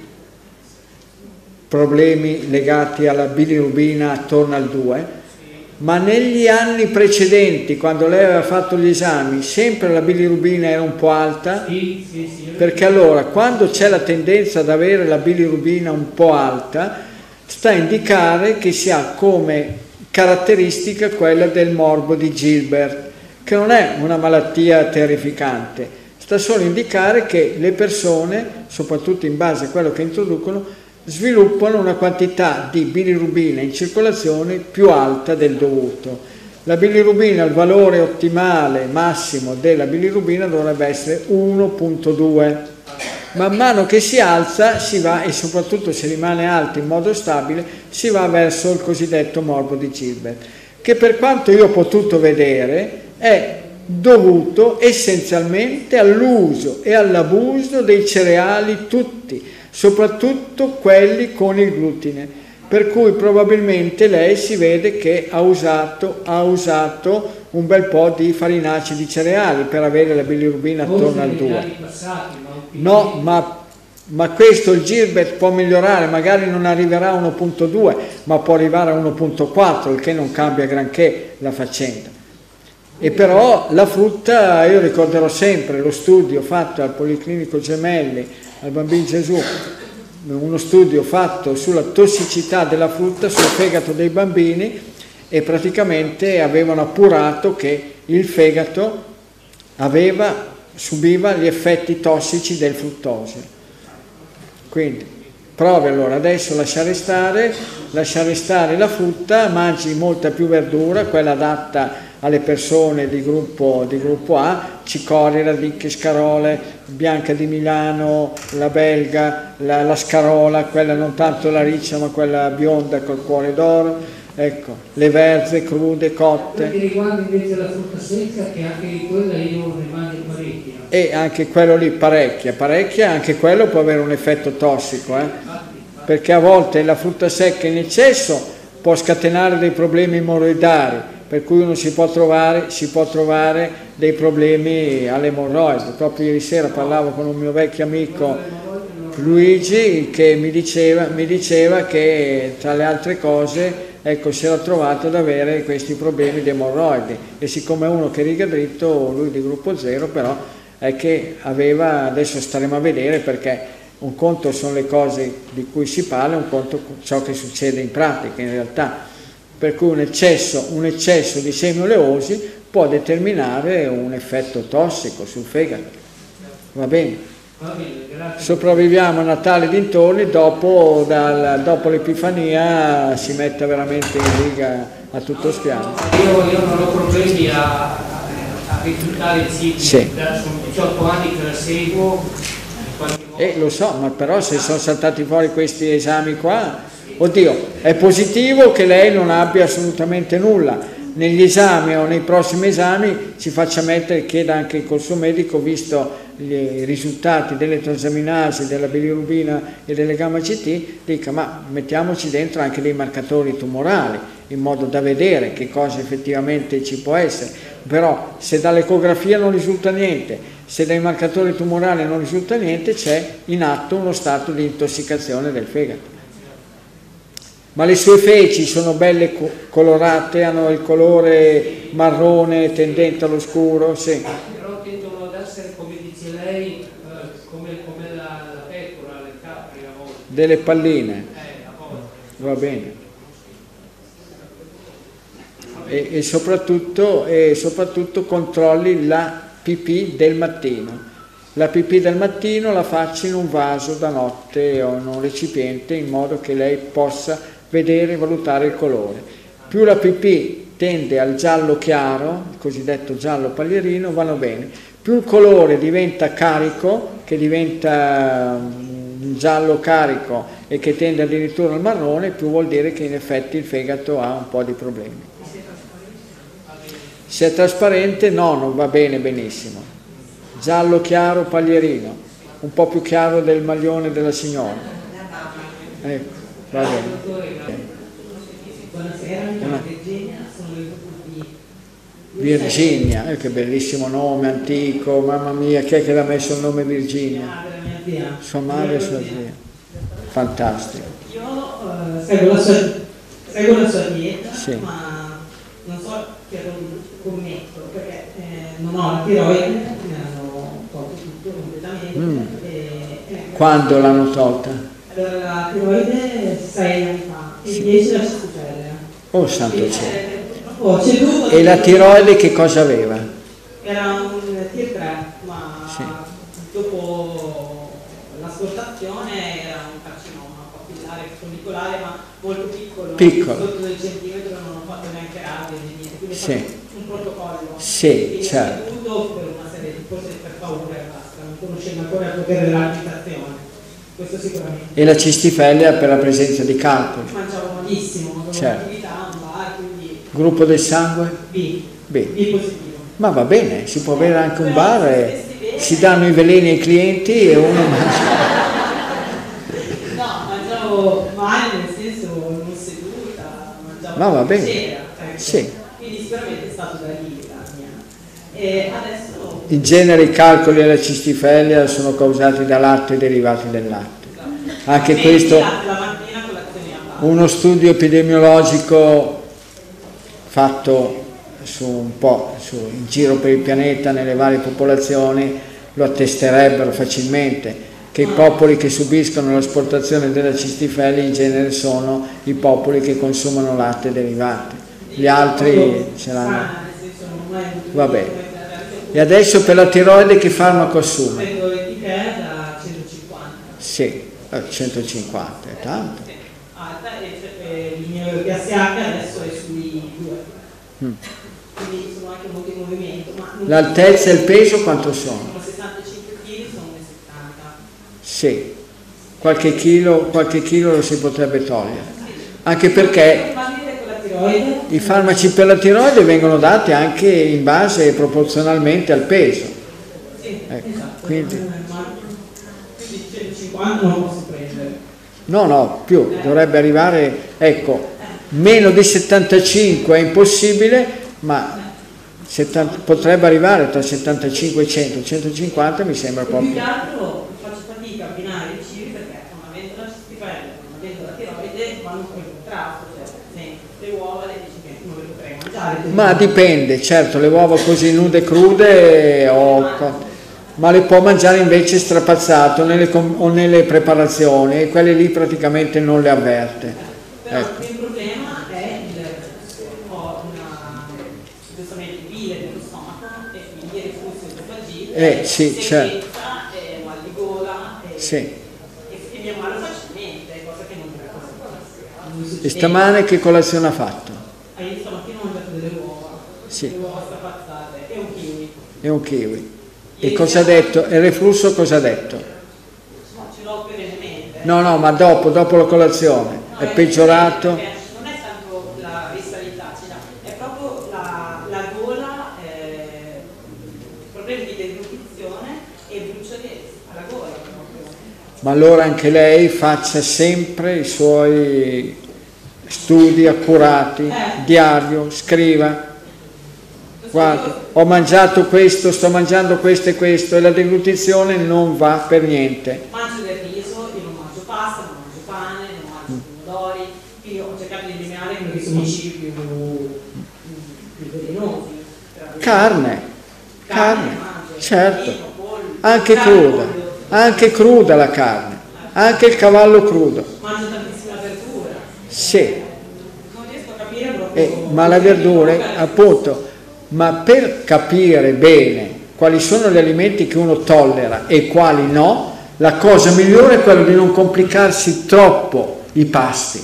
problemi legati alla bilirubina attorno al due, ma negli anni precedenti, quando lei aveva fatto gli esami, sempre la bilirubina era un po' alta, sì, sì, sì, perché allora quando c'è la tendenza ad avere la bilirubina un po' alta, sta a indicare che si ha come caratteristica quella del morbo di Gilbert, che non è una malattia terrificante, sta solo a indicare che le persone, soprattutto in base a quello che introducono, sviluppano una quantità di bilirubina in circolazione più alta del dovuto. La bilirubina, il valore ottimale massimo della bilirubina dovrebbe essere uno virgola due. Man mano che si alza si va, e soprattutto se rimane alta in modo stabile, si va verso il cosiddetto morbo di Gilbert, che per quanto io ho potuto vedere è dovuto essenzialmente all'uso e all'abuso dei cereali tutti, soprattutto quelli con il glutine, per cui probabilmente lei si vede che ha usato, ha usato un bel po' di farinacei di cereali per avere la bilirubina attorno al due. No, ma, ma questo il Gilbert può migliorare, magari non arriverà a uno virgola due, ma può arrivare a uno virgola quattro, il che non cambia granché la faccenda. E però la frutta, io ricorderò sempre lo studio fatto al Policlinico Gemelli, al Bambino Gesù, uno studio fatto sulla tossicità della frutta sul fegato dei bambini, e praticamente avevano appurato che il fegato aveva, subiva gli effetti tossici del fruttosio. Quindi provi allora adesso a lasciare stare, lasciare stare la frutta, mangi molta più verdura, quella adatta alle persone di gruppo, di gruppo A, cicorie, radicchie, scarole, bianca di Milano, la belga, la, la scarola, quella non tanto la riccia ma quella bionda col cuore d'oro, ecco, le verze crude, cotte. Per che riguarda invece la frutta secca, che anche di quella io ne mangio parecchia. E anche quello lì parecchia, parecchia, anche quello può avere un effetto tossico, eh? Perché a volte la frutta secca in eccesso può scatenare dei problemi emorroidari, per cui uno si può trovare, si può trovare dei problemi alle emorroidi. Proprio ieri sera parlavo con un mio vecchio amico Luigi, che mi diceva, mi diceva che tra le altre cose, ecco, si era trovato ad avere questi problemi di emorroidi, e siccome è uno che riga dritto, lui di gruppo zero, però è che aveva, adesso staremo a vedere, perché un conto sono le cose di cui si parla, un conto ciò che succede in pratica in realtà, per cui un eccesso, un eccesso di semi oleosi può determinare un effetto tossico sul fegato. Va bene? Sopravviviamo a Natale dintorni, dopo, dal, dopo l'Epifania si mette veramente in riga a tutto spiano. Io, io non ho problemi a, a rifiutare il cibo, sì. Sono diciotto anni che la seguo. Eh, lo so, ma però se sono saltati fuori questi esami qua, oddio, è positivo che lei non abbia assolutamente nulla. Negli esami o nei prossimi esami si faccia mettere, chieda anche col suo medico, visto i risultati delle transaminasi, della bilirubina e delle gamma C T, dica ma mettiamoci dentro anche dei marcatori tumorali in modo da vedere che cosa effettivamente ci può essere. Però se dall'ecografia non risulta niente, se dai marcatori tumorali non risulta niente, c'è in atto uno stato di intossicazione del fegato. Ma le sue feci sono belle colorate, hanno il colore marrone tendente all'oscuro? Sì. Però tendono ad essere, come dice lei, eh, come, come la, la pecora, le capre a volte. Delle palline? Eh, a volte. Va bene. E, e, soprattutto, e soprattutto controlli la pipì del mattino. La pipì del mattino la faccia in un vaso da notte o in un recipiente in modo che lei possa vedere e valutare il colore. Più la pipì tende al giallo chiaro, il cosiddetto giallo paglierino, vanno bene. Più il colore diventa carico, che diventa un giallo carico e che tende addirittura al marrone, più vuol dire che in effetti il fegato ha un po' di problemi. Se è trasparente, no, non va bene benissimo. Giallo chiaro paglierino, un po' più chiaro del maglione della signora. Ecco, va bene. Buonasera, mi chiamo Virginia, sono venuta qui. Virginia, eh, che bellissimo nome antico, mamma mia, chi è che l'ha messo il nome Virginia? Mia zia. Sua madre e sua zia. Fantastico. Io uh, seguo, la sua, seguo la sua dieta, sì. Ma non so che commetto, perché eh, non ho la tiroide, mi hanno tolto tutto completamente. Mm. E, e, Quando l'hanno tolta? Allora, la tiroide sei anni fa e sì. dieci la cistifellea. Oh santo cielo. Oh, e la tiroide che cosa aveva? Era un tier tre, ma sì. dopo l'asportazione era un carcinoma papillare follicolare, ma molto piccolo, piccolo. Sotto del centimetro, non ho fatto neanche radio, niente, quindi sì. ho fatto un protocollo. Sì, quindi certo. tutto per una serie di forse per paura e basta, non conoscevo ancora il potere dell'alimentazione. Questo sicuramente. E la cistifellea per la presenza di calcoli? Mangiavo malissimo, avevo certo. un'attività, un bar, quindi... Gruppo del sangue? B. B. B positivo. Ma va bene, si può avere anche un bar e si danno i veleni ai clienti e uno mangia. No, mangiavo male, nel senso non seduta, mangiavo no, va bene. C'era, ecco. Sì. Quindi sicuramente è stato da lì la mia. E adesso... In genere i calcoli alla cistifellea sono causati da latte e derivati del latte. Anche questo, uno studio epidemiologico fatto su un po' su, in giro per il pianeta nelle varie popolazioni lo attesterebbero facilmente, che i popoli che subiscono l'asportazione della cistifellea in genere sono i popoli che consumano latte e derivati. Gli altri ce l'hanno. Va bene. E adesso per la tiroide che farmaco assume? Prendo l'Epicare da centocinquanta. Sì, centocinquanta, è tanto. Alta e il mio P S H adesso è sui due. Mm. Quindi sono anche molto in movimento. L'altezza e il peso quanto sono? Sono sessantacinque chili, sono uno e settanta. Sì, qualche chilo, qualche chilo lo si potrebbe togliere. Anche perché i farmaci per la tiroide vengono dati anche in base proporzionalmente al peso. Sì, ecco, esatto. Quindi centocinquanta non lo posso prendere. No, no, più, dovrebbe arrivare, ecco, meno di settantacinque è impossibile, ma settanta, potrebbe arrivare tra settantacinque e cento, centocinquanta mi sembra proprio. Più che altro faccio fatica a abbinare i cibi perché non avendo la cistifellea, non avendo la tiroide, vanno poi in contrasto, cioè le uova le dici che non le potrei mangiare. Ma dipende, certo, le uova così nude e crude o... ma le può mangiare invece strapazzato nelle, o nelle preparazioni, e quelle lì praticamente non le avverte. Però Ecco. il problema è il, ho una giustamente bile dello stomaco e quindi reflusso esofagite, Eh, sì, certo. e mal di gola e, Sì. e, e mi ammalo facilmente, cosa che non mi succede. E stamane che colazione ha fatto? Ah, io stamattina ho mangiato delle uova, Sì. delle uova strapazzate e un kiwi. E un kiwi. E cosa ha detto? E il reflusso cosa ha detto? No, ce l'ho perennemente. No, no, ma dopo, dopo la colazione, No, è peggiorato? Non è tanto la visceralità, è proprio la, la gola, eh, problemi di deglutizione e bruciore alla gola. Proprio. Ma allora anche lei faccia sempre i suoi studi accurati, diario, scriva. Guarda, ho mangiato questo, sto mangiando questo e questo, e la deglutizione non va per niente. Mangio del riso, io non mangio pasta, non mangio pane, non mangio pomodori, quindi ho cercato di eliminare quelli che sono i cibi più, più velenosi. Carne, carne, mangio, certo, vino, pollo, anche carne, cruda, pollo. anche cruda la carne, anche il cavallo crudo. Mangio tantissima verdura. Sì, Non riesco a capire proprio. eh, ma la verdura, appunto, ma per capire bene quali sono gli alimenti che uno tollera e quali no, la cosa migliore è quella di non complicarsi troppo i pasti.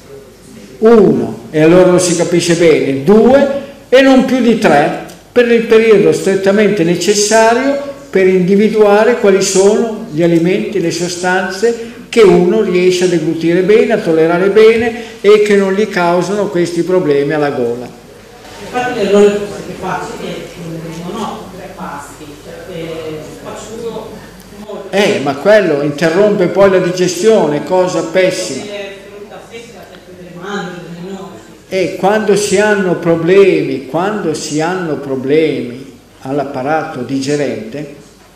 Uno, e allora lo si capisce bene, due e non più di tre, per il periodo strettamente necessario per individuare quali sono gli alimenti, le sostanze che uno riesce a deglutire bene, a tollerare bene e che non gli causano questi problemi alla gola. Infatti l'errore che faccio è che non ho tre pasti, cioè, faccio uso molto. Eh, ma quello interrompe poi la digestione, cosa pessima. E quando si hanno problemi, quando si hanno problemi all'apparato digerente,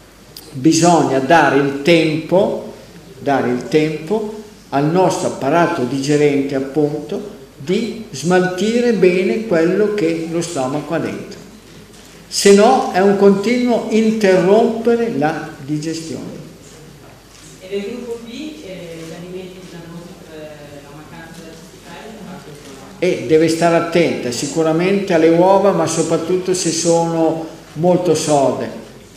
bisogna dare il tempo, dare il tempo al nostro apparato digerente, appunto, di smaltire bene quello che lo stomaco ha dentro. Se no è un continuo interrompere la digestione. E del gruppo B, eh, gli alimenti dannosi per la mancanza della cisticaria? E deve stare attenta sicuramente alle uova, ma soprattutto se sono molto sode.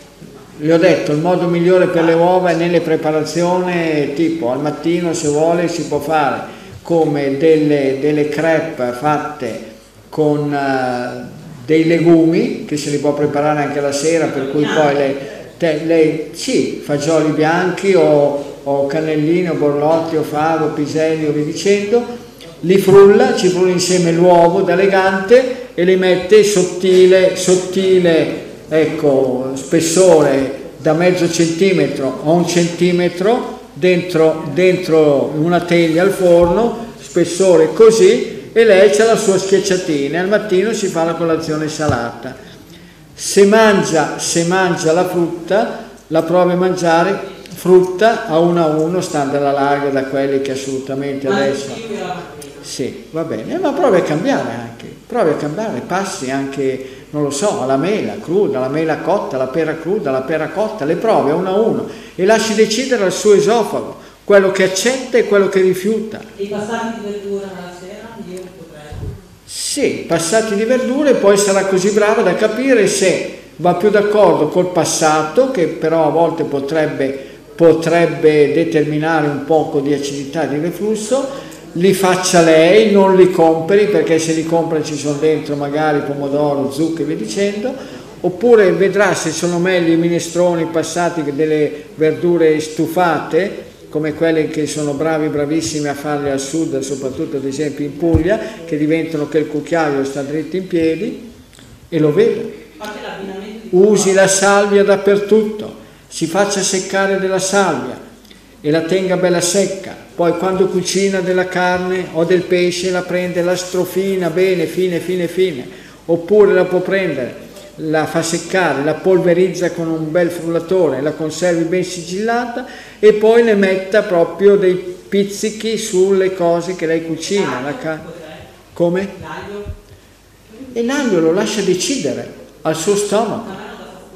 Le ho detto, il modo migliore per le uova è nelle preparazioni, tipo al mattino se vuole si può fare come delle, delle crepe fatte con uh, dei legumi, che se li può preparare anche la sera, per cui poi lei, te, lei sì, fagioli bianchi o, o cannellini o borlotti o favo, piselli o via dicendo, li frulla, ci frulla insieme l'uovo da legante e li mette sottile, sottile, ecco, spessore da mezzo centimetro a un centimetro, Dentro, dentro una teglia al forno, spessore così, e lei c'ha la sua schiacciatina, al mattino si fa la colazione salata. Se mangia, se mangia la frutta, la provi a mangiare frutta a uno a uno, stando alla larga da quelli che assolutamente adesso... Sì, va bene, ma provi a cambiare anche, provi a cambiare, passi anche, non lo so, alla mela cruda, alla mela cotta, la pera cruda, la pera cotta, le provi a uno a uno e lasci decidere al suo esofago quello che accetta e quello che rifiuta. I passati di verdura alla sera, io potrei. Sì, passati di verdura, e poi sarà così brava da capire se va più d'accordo col passato, che però a volte potrebbe, potrebbe determinare un poco di acidità e di reflusso. Li faccia lei, non li compri, perché se li compra ci sono dentro magari pomodoro, zucche e via dicendo, oppure vedrà se sono meglio i minestroni passati che delle verdure stufate, come quelle che sono bravi, bravissimi a farle al sud, soprattutto ad esempio in Puglia, che diventano che il cucchiaio sta dritto in piedi, e lo vede. Usi la salvia dappertutto, si faccia seccare della salvia e la tenga bella secca, poi quando cucina della carne o del pesce la prende, la strofina bene, fine, fine, fine, oppure la può prendere, la fa seccare, la polverizza con un bel frullatore, la conservi ben sigillata e poi ne metta proprio dei pizzichi sulle cose che lei cucina. La ca- Come? E l'aglio lo lascia decidere al suo stomaco.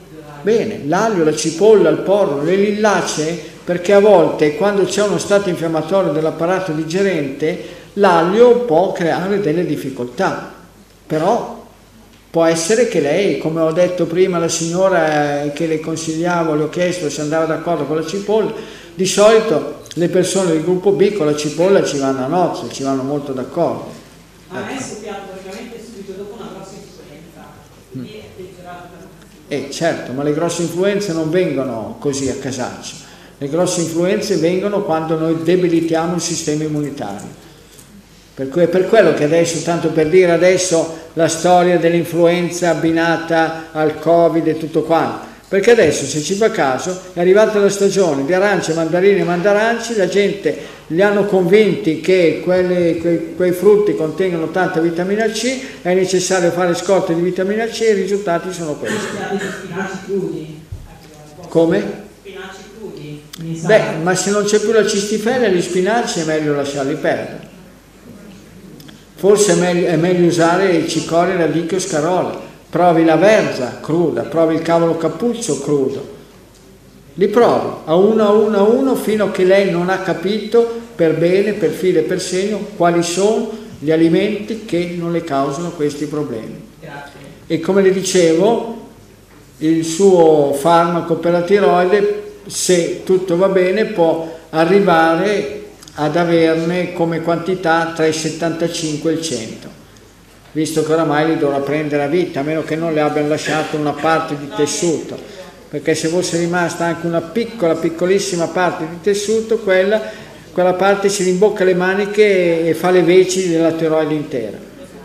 Bene, l'aglio, la cipolla, il porro, le lillacee, perché a volte quando c'è uno stato infiammatorio dell'apparato digerente, l'aglio può creare delle difficoltà, però può essere che lei, come ho detto prima alla signora che le consigliavo, le ho chiesto se andava d'accordo con la cipolla, di solito le persone del gruppo B con la cipolla ci vanno a nozze, ci vanno molto d'accordo. A me è scoppiato praticamente subito dopo una grossa influenza, quindi è peggiorato per Eh certo, ma le grosse influenze non vengono così a casaccio, le grosse influenze vengono quando noi debilitiamo il sistema immunitario. Per cui è per quello che adesso, tanto per dire adesso, la storia dell'influenza abbinata al Covid e tutto quanto, perché adesso, se ci fa caso, è arrivata la stagione di arance, mandarine e mandaranci, la gente li hanno convinti che quelli, quei, quei frutti contengono tanta vitamina C, è necessario fare scorte di vitamina C e i risultati sono questi. spinaci crudi. Come? Spinaci crudi. Beh, ma se non c'è più la cistifellea, gli spinaci è meglio lasciarli perdere. Forse è meglio, è meglio usare cicoria, radicchio, scarola. Provi la verza cruda, provi il cavolo cappuccio crudo. Li provi a uno, a uno, a uno, fino a che lei non ha capito per bene, per filo e per segno, quali sono gli alimenti che non le causano questi problemi. Grazie. E come le dicevo, il suo farmaco per la tiroide, se tutto va bene, può arrivare ad averne come quantità tra i settantacinque e il cento, visto che oramai li dovrà prendere a vita, a meno che non le abbiano lasciato una parte di tessuto, perché se fosse rimasta anche una piccola, piccolissima parte di tessuto, quella, quella parte si rimbocca le maniche e fa le veci della tiroide intera.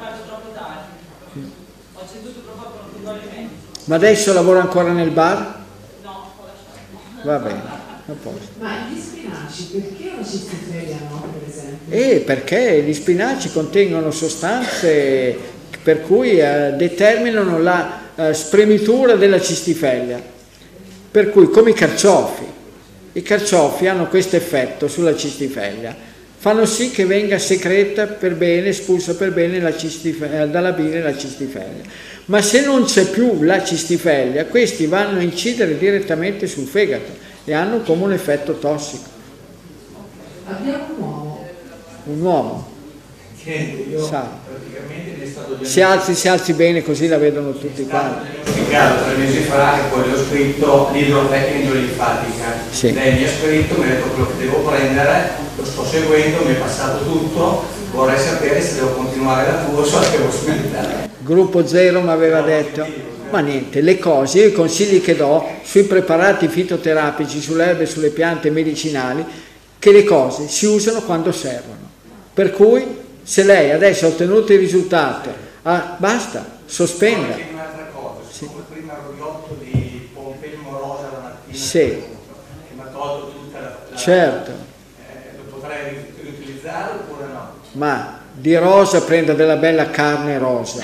Ma adesso lavora ancora nel bar? No, ho lasciato. Va bene, a posto. Ma gli spinaci, perché la cistifellea no, per esempio? Eh, perché gli spinaci contengono sostanze per cui eh, determinano la eh, spremitura della cistifellea, per cui come i carciofi, i carciofi hanno questo effetto sulla cistifellea, fanno sì che venga secreta per bene, espulsa per bene la cistifellea, dalla bile la cistifellea. Ma se non c'è più la cistifellea, questi vanno a incidere direttamente sul fegato e hanno come un effetto tossico. Abbiamo un uomo. Un uomo. Niente, io Sa. praticamente mi è stato Si alzi, si alzi bene così la vedono tutti quanti. diagnosticato tre mesi fa che poi le ho scritto l'idrofecchia endrolinfatica. Sì. Lei mi ha scritto, mi ha detto quello che devo prendere, lo sto seguendo, mi è passato tutto, vorrei sapere se devo continuare la corsa o se devo smettere. Gruppo Zero mi aveva detto, ma niente, le cose, io i consigli che do sui preparati fitoterapici, sulle erbe e sulle piante medicinali, che le cose si usano quando servono. Per cui se lei adesso ha ottenuto il risultato, ah, basta, sospenda. Poi un'altra cosa, siccome sì. Prima ero riotto di pompelmo rosa la mattina, sì. Che mi ha tolto tutta la... la certo. Eh, lo potrei riutilizzare oppure no? Ma di rosa prenda della bella carne rosa,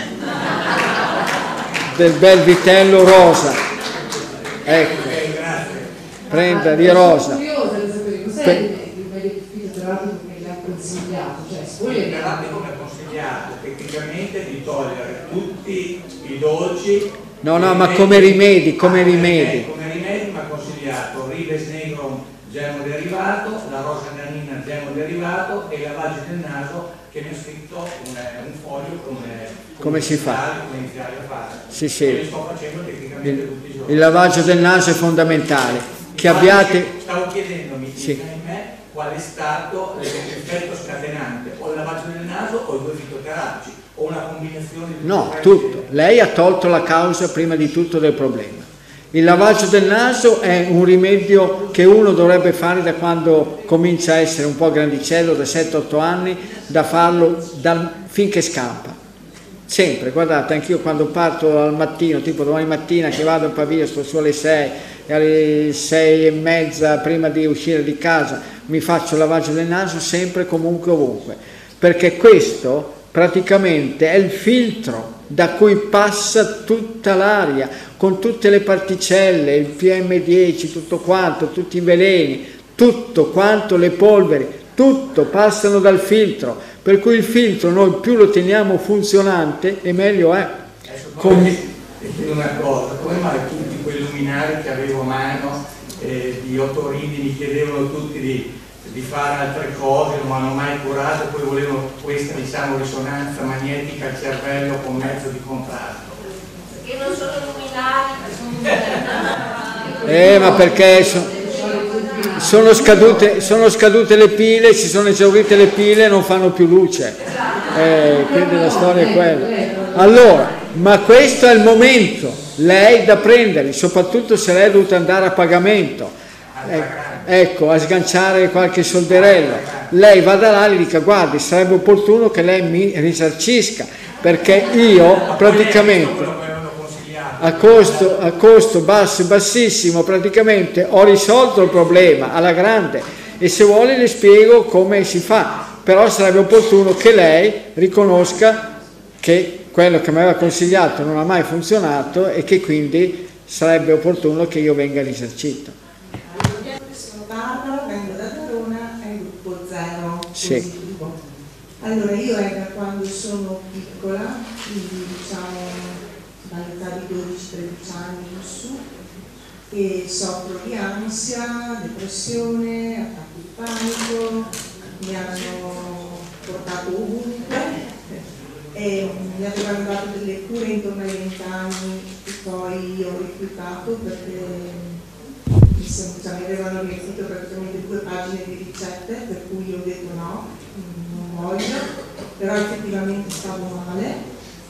del bel vitello rosa, ecco, okay, grazie. Prenda di rosa. Sono curiosa di sapere cos'è il meglio fitoterapico che le ha consigliato, cioè Il terapico mi ha consigliato tecnicamente di togliere tutti i dolci. No, no, ma come rimedi, come ah, rimedi. Come rimedi mi ha consigliato Rives Negron germo derivato, la rosa nanina germo derivato e il lavaggio del naso, che mi ha scritto un, un foglio come, come, come si fa? Come iniziare a fare. Sì, sì. Io li sto facendo tecnicamente il, tutti i giorni. Il lavaggio del naso è fondamentale. Che abbiate... Stavo chiedendomi, sì. dica in me qual è stato l'effetto scatenante, o il lavaggio del naso o i due fitoterapici, o una combinazione di no, tutto. Lei ha tolto la causa prima di tutto del problema. Il lavaggio del naso è un rimedio che uno dovrebbe fare da quando comincia a essere un po' grandicello, da sette otto anni, da farlo dal, finché scampa. Sempre, guardate, anch'io quando parto al mattino, tipo domani mattina che vado a Pavia, sto su alle sei, e alle sei e mezza prima di uscire di casa mi faccio il lavaggio del naso sempre, comunque, ovunque, perché questo praticamente è il filtro da cui passa tutta l'aria, con tutte le particelle, il P M dieci, tutto quanto, tutti i veleni, tutto quanto, le polveri, tutto passano dal filtro, per cui il filtro noi più lo teniamo funzionante e meglio è. Con... e chiedo una cosa, come mai tutti quei luminari che avevo a mano eh, di Ottorini mi chiedevano tutti di, di fare altre cose, non hanno mai curato, poi volevano questa, diciamo, risonanza magnetica al cervello con mezzo di contrasto? Perché non sono luminari, sono Eh, ma perché so, sono, scadute, sono scadute le pile, si sono esaurite le pile e non fanno più luce. Eh, quindi la storia è quella. Allora, ma questo è il momento, lei da prenderli, soprattutto se lei è dovuta andare a pagamento, eh, ecco, a sganciare qualche solderello. Lei vada là e gli dica: guardi, sarebbe opportuno che lei mi risarcisca, perché io praticamente a costo, a costo basso, bassissimo, praticamente ho risolto il problema alla grande, e se vuole le spiego come si fa, però sarebbe opportuno che lei riconosca che quello che mi aveva consigliato non ha mai funzionato e che quindi sarebbe opportuno che io venga risarcito. Sono Barbara, vengo da Verona, è il gruppo zero. Sì. Allora, io è da quando sono piccola, quindi diciamo dall'età di dodici tredici anni in su, e soffro di ansia, depressione, attacchi di panico, mi hanno portato ovunque e mi avevano dato delle cure intorno ai venti anni e poi ho rifiutato perché mi, sem- cioè, mi avevano riempito praticamente due pagine di ricette, per cui ho detto no, non voglio, però effettivamente stavo male.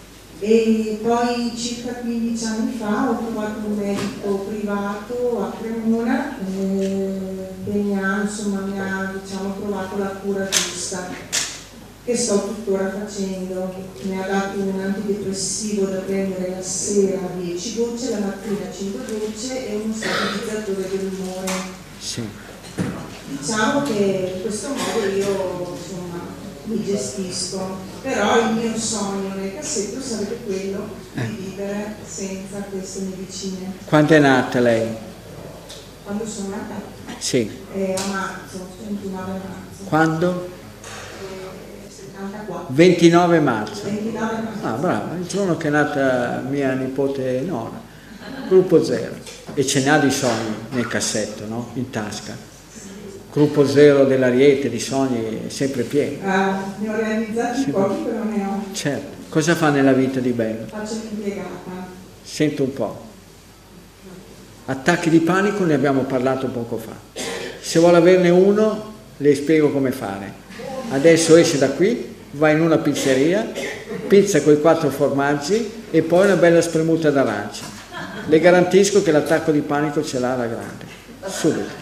E poi circa quindici anni fa ho trovato un medico privato a Cremona eh, che mi ha, insomma, mi ha diciamo, trovato la cura giusta, che sto tuttora facendo. Mi ha dato un antidepressivo da prendere la sera dieci gocce, la mattina cinque gocce e uno stabilizzatore dell'umore. Sì. Diciamo che in questo modo io insomma mi gestisco, però il mio sogno nel cassetto sarebbe quello di vivere senza queste medicine. Quando è nata lei? Quando sono nata? Sì. Eh, a marzo, ventinove marzo. Quando? Eh, settantaquattro. ventinove marzo. ventinove marzo. Ah, brava, il giorno che è nata mia nipote Nora. Gruppo zero. E ce n'ha di sogni nel cassetto, no? In tasca. Gruppo zero dell'Ariete, di sogni sempre pieno. Ah, ne ho realizzati pochi, però ne ho. Certo. Cosa fa nella vita di bello? Faccio l'impiegata. Sento un po'. Attacchi di panico ne abbiamo parlato poco fa. Se vuole averne uno, le spiego come fare. Adesso esce da qui, va in una pizzeria, pizza con i quattro formaggi e poi una bella spremuta d'arancia. Le garantisco che l'attacco di panico ce l'ha alla grande. Subito.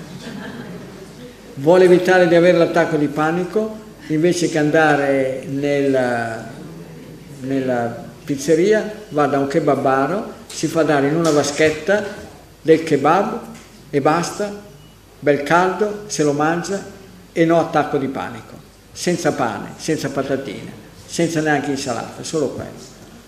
Vuole evitare di avere l'attacco di panico, invece che andare nella, nella pizzeria, va da un kebabaro, si fa dare in una vaschetta del kebab e basta, bel caldo, se lo mangia e no attacco di panico, senza pane, senza patatine, senza neanche insalata, solo quello.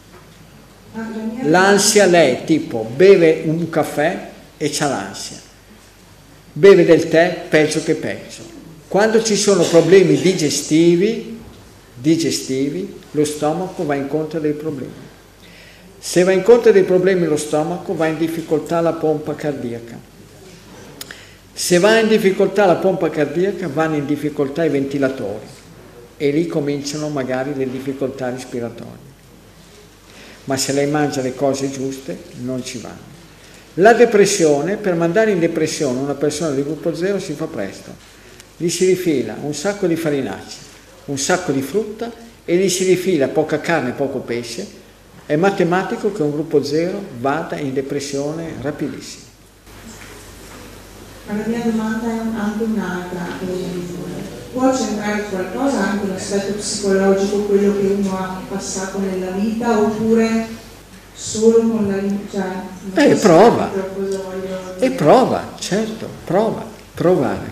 L'ansia lei tipo beve un caffè e c'ha l'ansia. Beve del tè, peggio che peggio. Quando ci sono problemi digestivi, digestivi, lo stomaco va incontro dei problemi. Se va incontro dei problemi lo stomaco, va in difficoltà la pompa cardiaca. Se va in difficoltà la pompa cardiaca, vanno in difficoltà i ventilatori e lì cominciano magari le difficoltà respiratorie. Ma se lei mangia le cose giuste, non ci vanno. La depressione, per mandare in depressione una persona di gruppo zero si fa presto. Gli si rifila un sacco di farinacei, un sacco di frutta e gli si rifila poca carne e poco pesce. È matematico che un gruppo zero vada in depressione rapidissimo. Ma la mia domanda è anche un'altra. Può c'entrare qualcosa, anche l'aspetto psicologico, quello che uno ha passato nella vita, oppure solo con la cioè, Eh, prova, e prova, certo, prova, provare,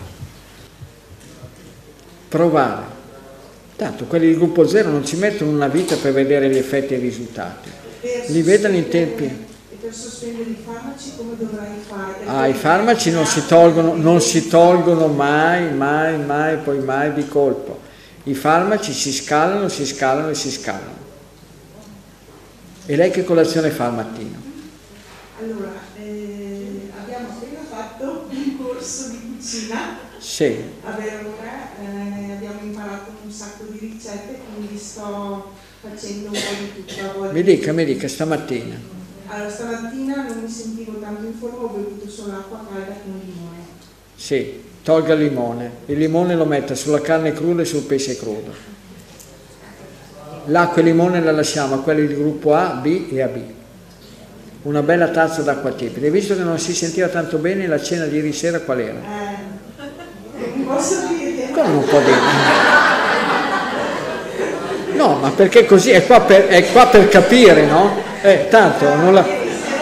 provare. Tanto quelli di gruppo zero non ci mettono una vita per vedere gli effetti e i risultati, li vedono in tempi. E per sospendere i farmaci come dovrai fare? Ah, i farmaci non si tolgono, non si tolgono mai, mai, mai, poi mai di colpo. I farmaci si scalano, si scalano e si scalano. E lei che colazione fa al mattino? eh, abbiamo appena fatto un corso di cucina sì. a Verona, eh, abbiamo imparato un sacco di ricette, quindi sto facendo un po' di tutto. Mi dica, mi dica, stamattina. Allora, stamattina non mi sentivo tanto in forma, ho bevuto solo acqua calda con limone. Sì, tolga il limone. Il limone lo metta sulla carne cruda e sul pesce crudo. L'acqua e il limone la lasciamo a quelli di gruppo A, B e A B. Una bella tazza d'acqua tiepida. E visto che non si sentiva tanto bene, la cena di ieri sera qual era? Eh, non posso dire. Come non può dire? No, ma perché così è qua per, è qua per capire, no? Eh, tanto non la...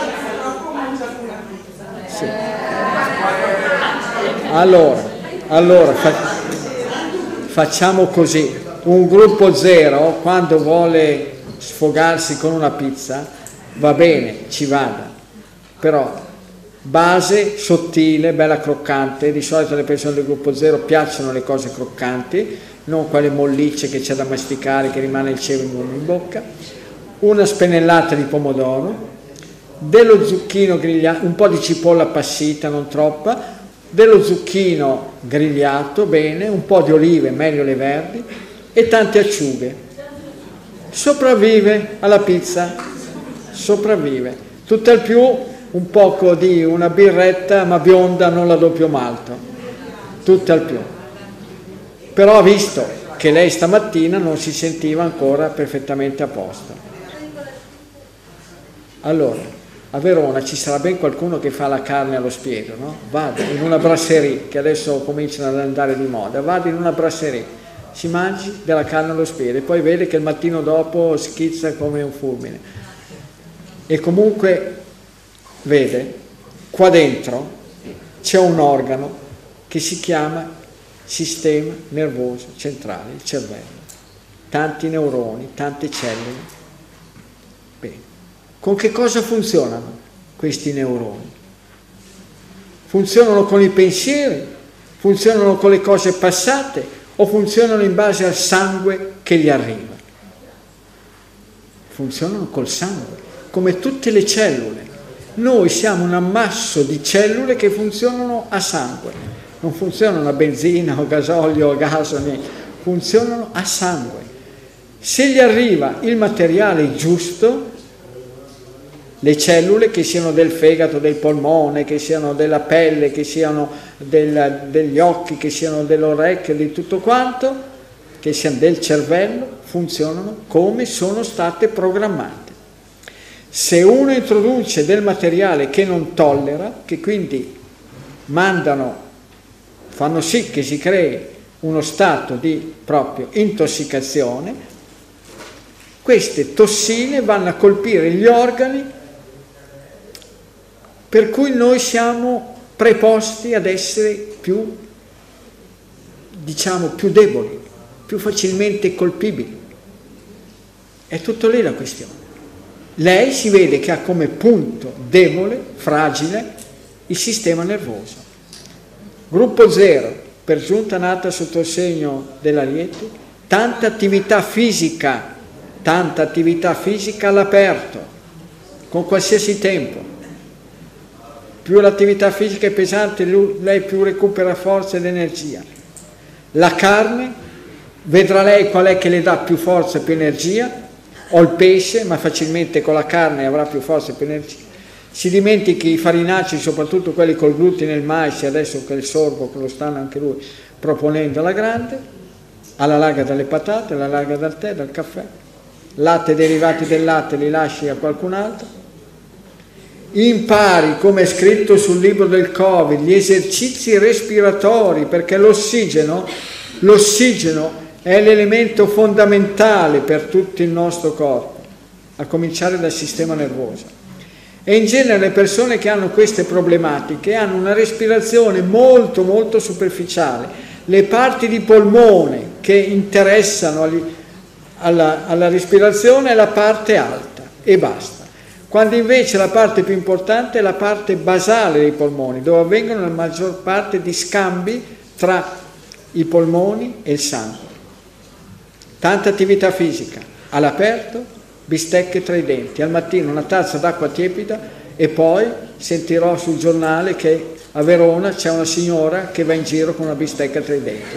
Sì. Allora, allora fa... facciamo così. Un gruppo zero, quando vuole sfogarsi con una pizza, va bene, ci vada. Però base sottile, bella croccante. Di solito alle persone del gruppo zero piacciono le cose croccanti, non quelle mollicce che c'è da masticare, che rimane il chewing gum in bocca. Una spennellata di pomodoro, dello zucchino grigliato, un po' di cipolla appassita, non troppa, dello zucchino grigliato, bene, un po' di olive, meglio le verdi, e tante acciughe. Sopravvive alla pizza, sopravvive. Tutt'al più un poco di una birretta, ma bionda, non la doppio malto, tutt'al più. Però ha visto che lei stamattina non si sentiva ancora perfettamente a posto. Allora, a Verona ci sarà ben qualcuno che fa la carne allo spiedo, no? Vada in una brasserie, che adesso cominciano ad andare di moda, vada in una brasserie, si mangi della carne allo spiedo e poi vede che il mattino dopo schizza come un fulmine. E comunque vede, qua dentro c'è un organo che si chiama sistema nervoso centrale, il cervello. Tanti neuroni, tante cellule. Bene. Con che cosa funzionano questi neuroni? Funzionano con i pensieri, funzionano con le cose passate, o funzionano in base al sangue che gli arriva? Funzionano col sangue, come tutte le cellule. Noi siamo un ammasso di cellule che funzionano a sangue, non funzionano a benzina o gasolio o gas, funzionano a sangue. Se gli arriva il materiale giusto, le cellule, che siano del fegato, del polmone, che siano della pelle, che siano del, degli occhi, che siano dell'orecchio, di tutto quanto, che siano del cervello, funzionano come sono state programmate. Se uno introduce del materiale che non tollera, che quindi mandano, fanno sì che si crei uno stato di proprio intossicazione, queste tossine vanno a colpire gli organi per cui noi siamo preposti ad essere più, diciamo, più deboli, più facilmente colpibili. È tutto lì la questione. Lei si vede che ha come punto debole, fragile, il sistema nervoso. Gruppo zero, per giunta nata sotto il segno dell'Ariete, tanta attività fisica, tanta attività fisica all'aperto, con qualsiasi tempo. Più l'attività fisica è pesante, lei più recupera forza ed energia. La carne, vedrà lei qual è che le dà più forza e più energia, o il pesce, ma facilmente con la carne avrà più forza e più energia. Si dimentichi i farinacei, soprattutto quelli col glutine e il mais, adesso che il sorgo, che lo stanno anche lui proponendo alla grande, alla larga dalle patate, alla larga dal tè, dal caffè. Latte e derivati del latte li lasci a qualcun altro. Impari, come è scritto sul libro del Covid, gli esercizi respiratori, perché l'ossigeno, l'ossigeno è l'elemento fondamentale per tutto il nostro corpo, a cominciare dal sistema nervoso. E in genere le persone che hanno queste problematiche hanno una respirazione molto molto superficiale. Le parti di polmone che interessano alla, alla respirazione è la parte alta e basta. Quando invece la parte più importante è la parte basale dei polmoni, dove avvengono la maggior parte di scambi tra i polmoni e il sangue. Tanta attività fisica, all'aperto, bistecche tra i denti, al mattino una tazza d'acqua tiepida e poi sentirò sul giornale che a Verona c'è una signora che va in giro con una bistecca tra i denti.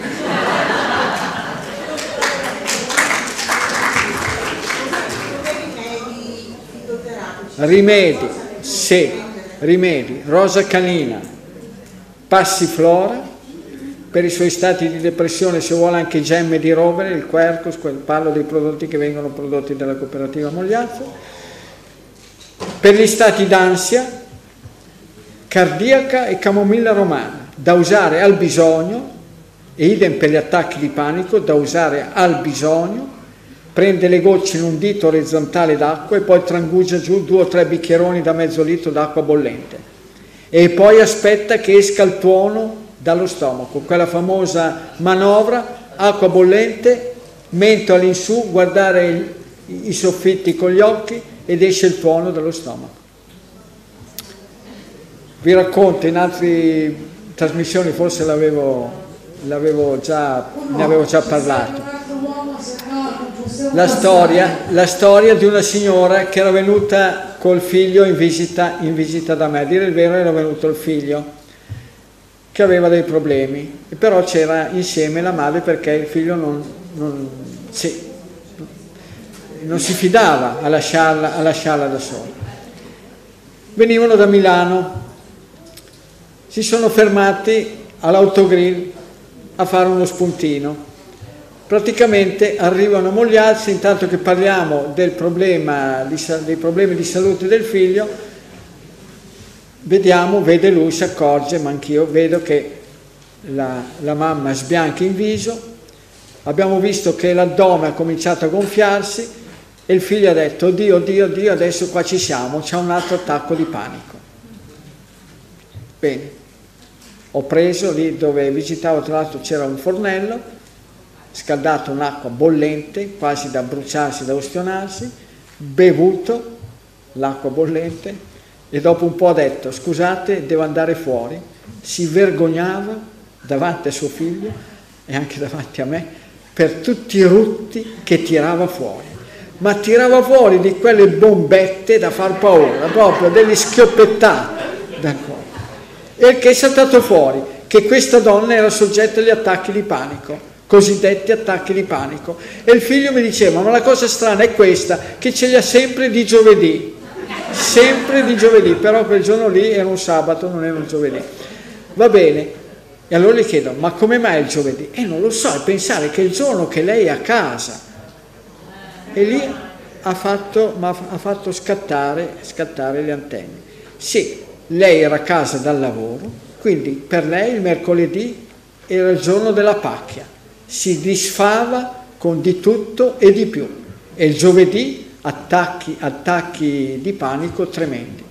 Rimedi, sì, rimedi, rosa canina, passiflora, per i suoi stati di depressione se vuole anche gemme di rovere, il quercus, parlo dei prodotti che vengono prodotti dalla cooperativa Mogliazzo, per gli stati d'ansia, cardiaca e camomilla romana, da usare al bisogno, e idem per gli attacchi di panico, da usare al bisogno. Prende le gocce in un dito orizzontale d'acqua e poi trangugia giù due o tre bicchieroni da mezzo litro d'acqua bollente e poi aspetta che esca il tuono dallo stomaco, quella famosa manovra, acqua bollente, mento all'insù, guardare il, i soffitti con gli occhi ed esce il tuono dallo stomaco. Vi racconto, in altre trasmissioni forse l'avevo, l'avevo già, ne avevo già parlato. La storia, la storia di una signora che era venuta col figlio in visita, in visita da me. A dire il vero era venuto il figlio che aveva dei problemi, e però c'era insieme la madre perché il figlio non, non, sì, non si fidava a lasciarla, a lasciarla da sola. Venivano da Milano, si sono fermati all'autogrill a fare uno spuntino. Praticamente arrivano a Mogliazzo, intanto che parliamo del problema di, dei problemi di salute del figlio, vediamo, vede lui, si accorge, ma anch'io vedo che la, la mamma sbianca in viso, abbiamo visto che l'addome ha cominciato a gonfiarsi e il figlio ha detto oddio, oddio, oddio, adesso qua ci siamo, c'è un altro attacco di panico. Bene, ho preso lì dove visitavo, tra l'altro c'era un fornello, scaldato un'acqua bollente, quasi da bruciarsi, da ustionarsi, bevuto l'acqua bollente e dopo un po' ha detto scusate, devo andare fuori. Si vergognava davanti a suo figlio e anche davanti a me per tutti i rutti che tirava fuori, ma tirava fuori di quelle bombette da far paura, proprio delle schioppettate, d'accordo. E che è saltato fuori che questa donna era soggetta agli attacchi di panico, cosiddetti attacchi di panico, e il figlio mi diceva ma la cosa strana è questa, che ce li ha sempre di giovedì, sempre di giovedì, però quel giorno lì era un sabato, non era un giovedì. Va bene, e allora gli chiedo ma come mai il giovedì? E eh, non lo so, è pensare che il giorno che lei è a casa, e lì ha fatto, ma ha fatto scattare, scattare le antenne. Sì, lei era a casa dal lavoro, quindi per lei il mercoledì era il giorno della pacchia, si disfava con di tutto e di più, e il giovedì attacchi, attacchi di panico tremendi.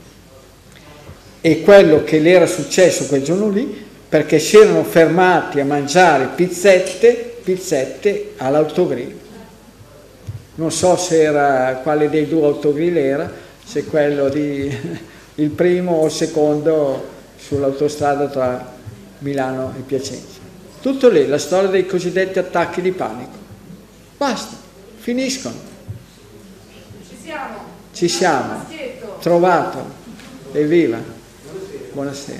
E quello che le era successo quel giorno lì, perché si erano fermati a mangiare pizzette, pizzette all'autogrill. Non so se era quale dei due autogrill era, se quello di il primo o il secondo sull'autostrada tra Milano e Piacenza. Tutto lì, la storia dei cosiddetti attacchi di panico. Basta, finiscono. Ci siamo. Ci siamo. Trovato. Evviva. Buonasera.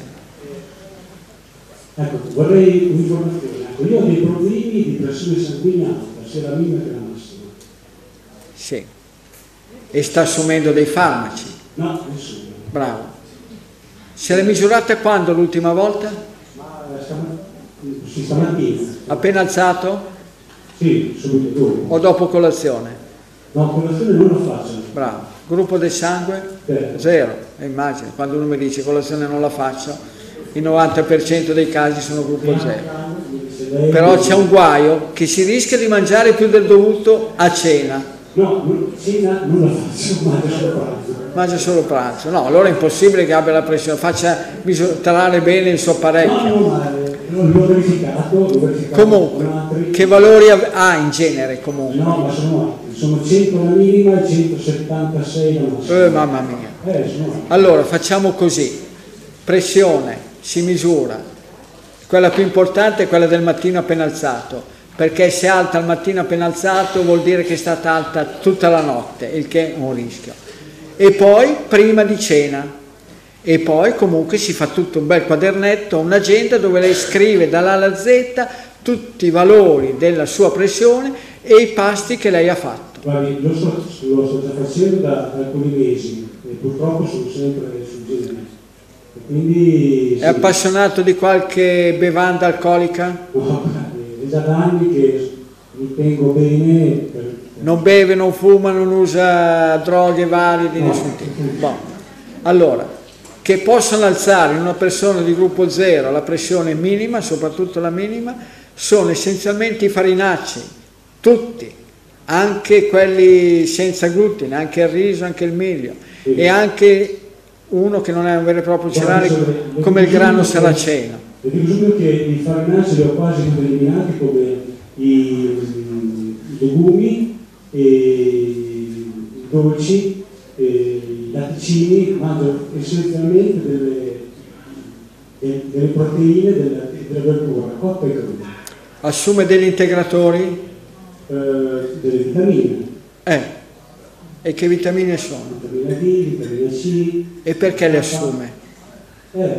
Ecco, vorrei un'informazione. Ecco, io ho dei problemi di pressione sanguigna alta, sia la minima che la massima. Sì. E sta assumendo dei farmaci? No, nessuno. Bravo. Se l'hai misurata quando l'ultima volta? Ma stamattina. Stamattina. Appena alzato? Sì, subito dopo. O dopo colazione? No, colazione non la faccio. Bravo. Gruppo del sangue? Zero. Zero. E immagino, quando uno mi dice colazione non la faccio, il novanta per cento dei casi sono gruppo zero. Però c'è un guaio che si rischia di mangiare più del dovuto a cena. No, cena non la faccio, mangio solo pranzo. Mangia solo pranzo. No, allora è impossibile che abbia la pressione, faccia misurare bene il suo apparecchio. No, no, ma l'ho verificato, l'ho verificato. Comunque, che valori ha in genere comunque? No, ma sono alti, sono cento la minima e centosettantasei la massima. Eh, mamma mia. Eh, sono alti. Allora, facciamo così, pressione si misura, quella più importante è quella del mattino appena alzato, perché se è alta al mattino appena alzato vuol dire che è stata alta tutta la notte, il che è un rischio. E poi prima di cena, E poi comunque si fa tutto un bel quadernetto, un'agenda dove lei scrive dall'A alla Z tutti i valori della sua pressione e i pasti che lei ha fatto. Guardi, lo sto, lo sto già facendo da, da alcuni mesi e purtroppo sono sempre sul genere. E quindi, è sì. Appassionato di qualche bevanda alcolica? No, è già da anni che mi tengo bene. Per... Non beve, non fuma, non usa droghe varie di no. nessun tipo. Bon. Allora, che possono alzare in una persona di gruppo zero la pressione minima, soprattutto la minima, sono essenzialmente i farinacei, tutti, anche quelli senza glutine, anche il riso, anche il miglio, sì. E anche uno che non è un vero e proprio cereale come il grano saraceno. E dico subito che i farinacei li ho quasi eliminati come i legumi, e i dolci, e i latticini, mangio essenzialmente delle, delle proteine della, della verdura, cotta e cruda. Assume degli integratori? Eh, delle vitamine. Eh, e che vitamine sono? Vitamina D, vitamina C. E perché le assume? Eh, per,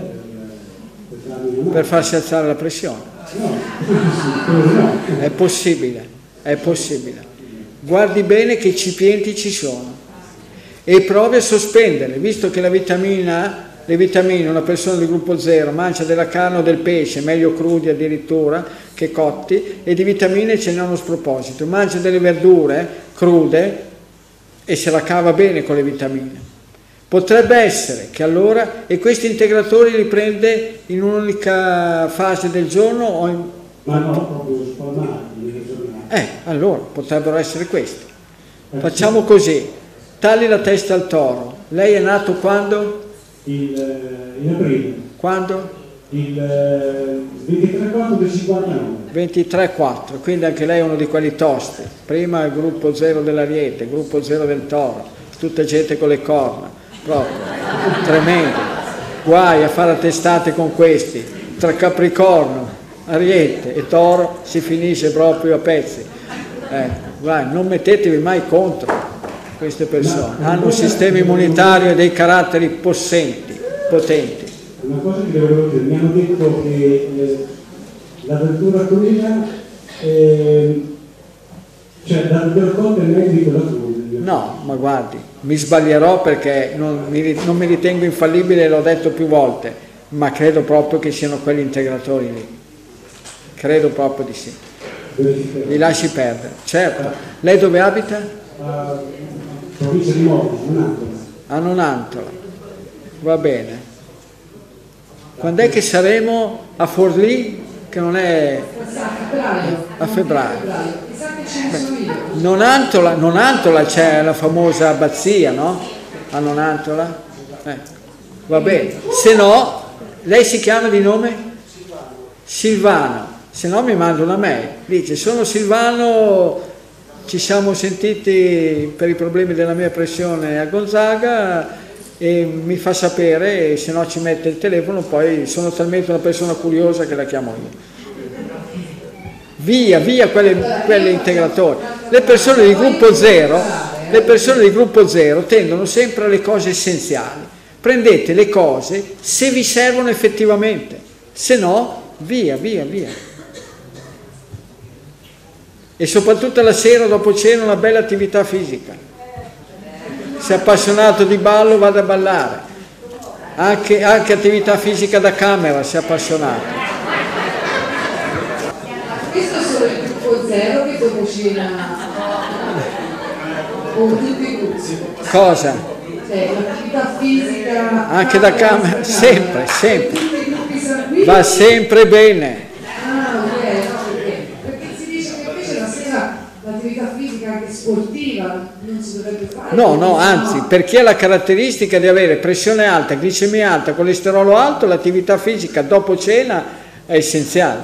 per, per farsi alzare la pressione? No, no. È possibile, è possibile. Guardi bene che cipienti ci sono e provi a sospendere, visto che la vitamina, le vitamine, una persona di gruppo zero mangia della carne o del pesce, meglio crudi addirittura che cotti, e di vitamine ce n'è uno sproposito, mangia delle verdure crude e se la cava bene con le vitamine. Potrebbe essere che allora, e questi integratori li prende in un'unica fase del giorno o in... Ma no, proprio spalmati. Eh, allora, potrebbero essere questi. Facciamo così, tagli la testa al toro. Lei è nato quando? Il, in aprile. Quando? Il ventitré quattro del cinquantanove. ventitré quattro, quindi anche lei è uno di quelli tosti. Prima il gruppo zero dell'Ariete, gruppo zero del Toro, tutta gente con le corna, proprio, tremendo. Guai a fare attestate con questi, tra Capricorno, Ariete e Toro si finisce proprio a pezzi. Eh, vai, non mettetevi mai contro queste persone, hanno un sistema immunitario e dei caratteri possenti, potenti. Una cosa che devo dire, mi hanno detto che eh, la verdura cruda, eh, cioè la verdura cotta è meglio di quella cruda. No, ma guardi, mi sbaglierò perché non mi, non mi ritengo infallibile, l'ho detto più volte, ma credo proprio che siano quegli integratori lì. Credo proprio di sì. Li lasci perdere. Certo. Lei dove abita? A provincia di Modena, Nonantola. A Nonantola. Va bene. Quando è che saremo a Forlì? Che non è... A febbraio. Beh, Nonantola, Nonantola c'è la famosa abbazia, no? A Nonantola. Eh. Va bene. Se no, lei si chiama di nome? Silvano. Se no mi manda una mail, dice sono Silvano, ci siamo sentiti per i problemi della mia pressione a Gonzaga e mi fa sapere, e se no ci mette il telefono, poi sono talmente una persona curiosa che la chiamo io. Via, via quelle, quelle integratori. Le persone di gruppo zero, le persone di gruppo zero tendono sempre alle cose essenziali. Prendete le cose se vi servono effettivamente, se no via, via, via. E soprattutto la sera dopo cena una bella attività fisica. Se è appassionato di ballo vada a ballare, anche, anche attività fisica da camera se è appassionato. Questo è solo il gruppo zero che dopo cena o tutti i gruppi? Cosa? Cioè l'attività fisica anche da camera, sempre, sempre va sempre bene. L'attività fisica anche sportiva non si dovrebbe fare? No, no, anzi, per chi ha la caratteristica di avere pressione alta, glicemia alta, colesterolo alto, l'attività fisica dopo cena è essenziale.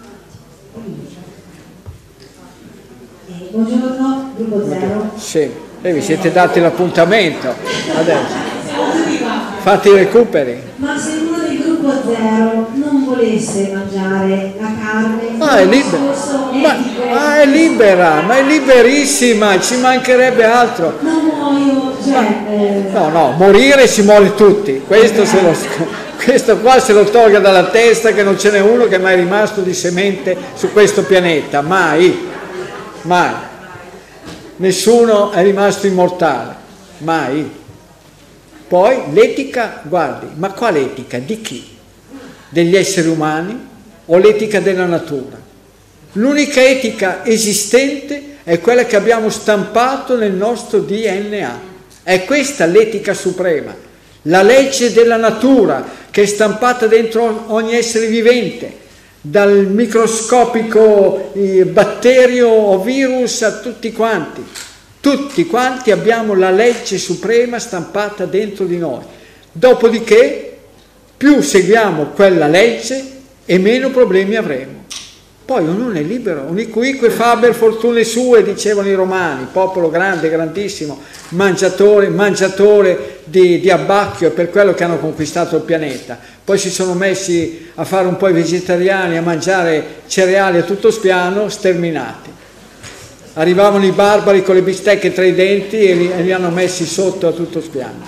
Buongiorno, gruppo zero. Sì, e vi siete dati l'appuntamento. Adesso fate i recuperi. Ma se uno del gruppo zero non volesse mangiare la carne, ah, è libera. Ma, ah, è libera, ma è liberissima, ci mancherebbe altro. Non muoio cioè, eh... No, no, morire si muore tutti, questo, se lo, questo qua se lo tolga dalla testa, che non ce n'è uno che è mai rimasto di semente su questo pianeta, mai, mai. Nessuno è rimasto immortale, mai. Poi l'etica, guardi, ma quale etica? Di chi? Degli esseri umani o l'etica della natura? L'unica etica esistente è quella che abbiamo stampato nel nostro D N A. È questa l'etica suprema, la legge della natura che è stampata dentro ogni essere vivente, dal microscopico eh, batterio o virus a tutti quanti. Tutti quanti abbiamo la legge suprema stampata dentro di noi. Dopodiché, più seguiamo quella legge e meno problemi avremo. Poi ognuno è libero, unicuique faber fortune sue, dicevano i romani, popolo grande, grandissimo, mangiatore, mangiatore di, di abbacchio, per quello che hanno conquistato il pianeta. Poi si sono messi a fare un po' i vegetariani, a mangiare cereali a tutto spiano, sterminati. Arrivavano i barbari con le bistecche tra i denti e li, e li hanno messi sotto a tutto spiano.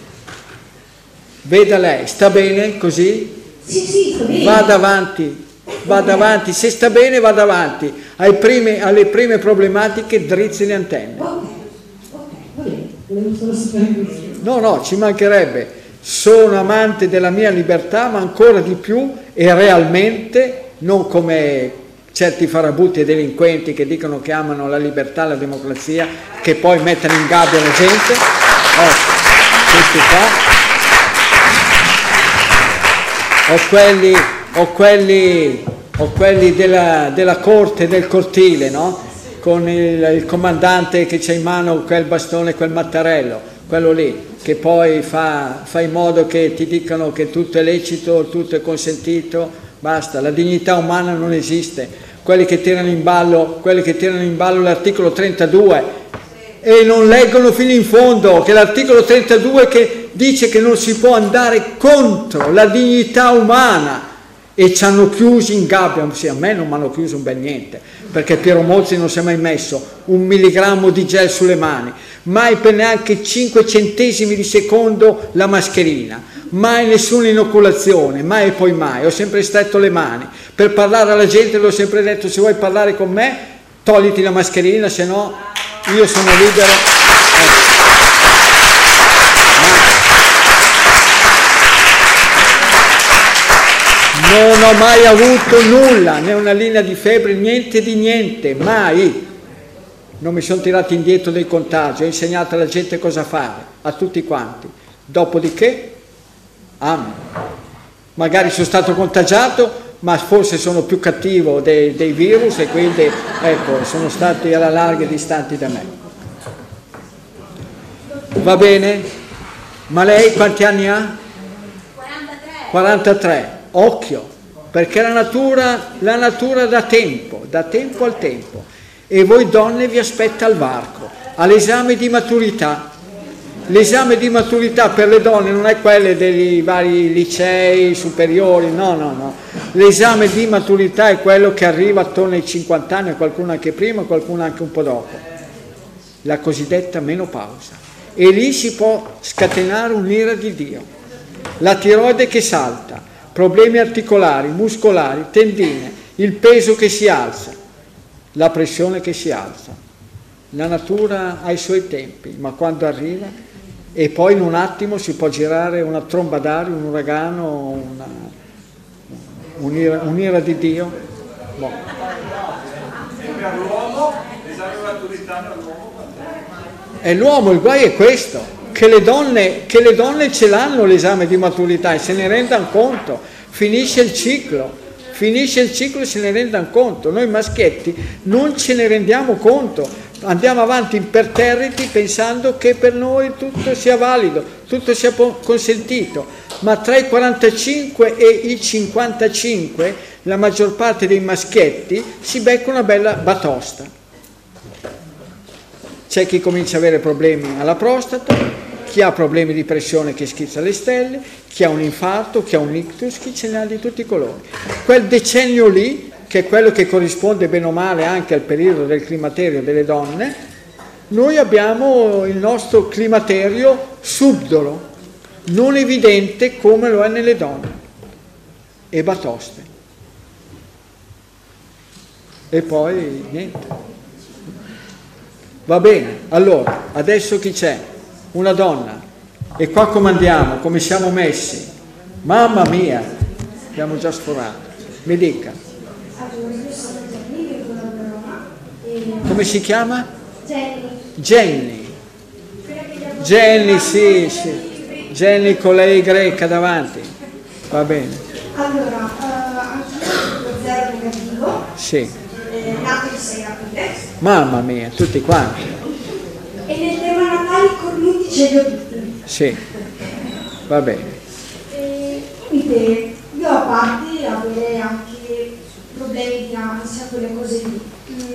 Veda lei, sta bene così? Sì, sì, sta bene. Vada avanti, vada avanti, se sta bene vada avanti. Ai prime, alle prime problematiche drizzi le antenne. Ok, ok, va bene, volevo solo sapere così. No, no, ci mancherebbe. Sono amante della mia libertà, ma ancora di più e realmente, non come certi farabutti e delinquenti che dicono che amano la libertà e la democrazia, che poi mettono in gabbia la gente. Ecco, questi qua. O quelli, o quelli, o quelli della, della corte, del cortile, no? Con il, il comandante che c'ha in mano quel bastone, quel mattarello, quello lì, che poi fa, fa in modo che ti dicano che tutto è lecito, tutto è consentito, basta, la dignità umana non esiste. Quelli che tirano in ballo, quelli che tirano in ballo l'articolo trentadue e non leggono fino in fondo che l'articolo trentadue che dice che non si può andare contro la dignità umana, e ci hanno chiusi in gabbia. Sì, a me non mi hanno chiuso un bel niente, perché Piero Mozzi non si è mai messo un milligrammo di gel sulle mani, mai per neanche cinque centesimi di secondo la mascherina, mai nessuna inoculazione, mai e poi mai. Ho sempre stretto le mani per parlare alla gente, l'ho sempre detto: se vuoi parlare con me togliti la mascherina, se no io sono libero. Eh. Non ho mai avuto nulla, né una linea di febbre, niente di niente, mai. Non mi sono tirato indietro dei contagi, ho insegnato alla gente cosa fare, a tutti quanti. Dopodiché, amen. Magari sono stato contagiato, ma forse sono più cattivo dei, dei virus e quindi, ecco, sono stati alla larga e distanti da me. Va bene? Ma lei quanti anni ha? quarantatré. quarantatré. Occhio, perché la natura, la natura dà tempo, da tempo al tempo, e voi donne vi aspetta al varco, all'esame di maturità. L'esame di maturità per le donne non è quello dei vari licei superiori, no, no, no. L'esame di maturità è quello che arriva attorno ai cinquanta anni, qualcuno anche prima, qualcuno anche un po' dopo, la cosiddetta menopausa. E lì si può scatenare un'ira di Dio, la tiroide che salta, problemi articolari, muscolari, tendine, il peso che si alza, la pressione che si alza. La natura ha i suoi tempi, ma quando arriva, e poi in un attimo si può girare una tromba d'aria, un uragano, una, un'ira, un'ira di Dio. Boh. E per l'uomo, l'esame di maturità per l'uomo E l'uomo, il guai è questo. Che le, donne, che le donne ce l'hanno l'esame di maturità e se ne rendano conto, finisce il ciclo, finisce il ciclo e se ne rendano conto. Noi maschietti non ce ne rendiamo conto, andiamo avanti imperterriti pensando che per noi tutto sia valido, tutto sia consentito, ma tra i quarantacinque e i cinquantacinque la maggior parte dei maschietti si becca una bella batosta. C'è chi comincia ad avere problemi alla prostata, chi ha problemi di pressione che schizza le stelle, chi ha un infarto, chi ha un ictus, chi ce ne ha di tutti i colori. Quel decennio lì, che è quello che corrisponde bene o male anche al periodo del climaterio delle donne, Noi abbiamo il nostro climaterio subdolo, non evidente come lo è nelle donne, e batoste. E poi niente. Va bene, allora, adesso chi c'è? Una donna. E qua come andiamo? Come siamo messi? Mamma mia, abbiamo già sforato. Mi dica. Allora, io sono Jenny, vengo da Roma. E... Come si chiama? Jenny. Jenny. Jenny, sì, sì. Jenny con lei greca davanti. Va bene. Allora, uh, anch'io ho zero negativo. Sì. Eh, nato il sei aprile. Mamma mia, tutti quanti. E nel tema Natale con l'undici e tutti. Sì. Va bene. E, quindi, io a parte avere anche problemi di ansia, quelle cose lì. Mm,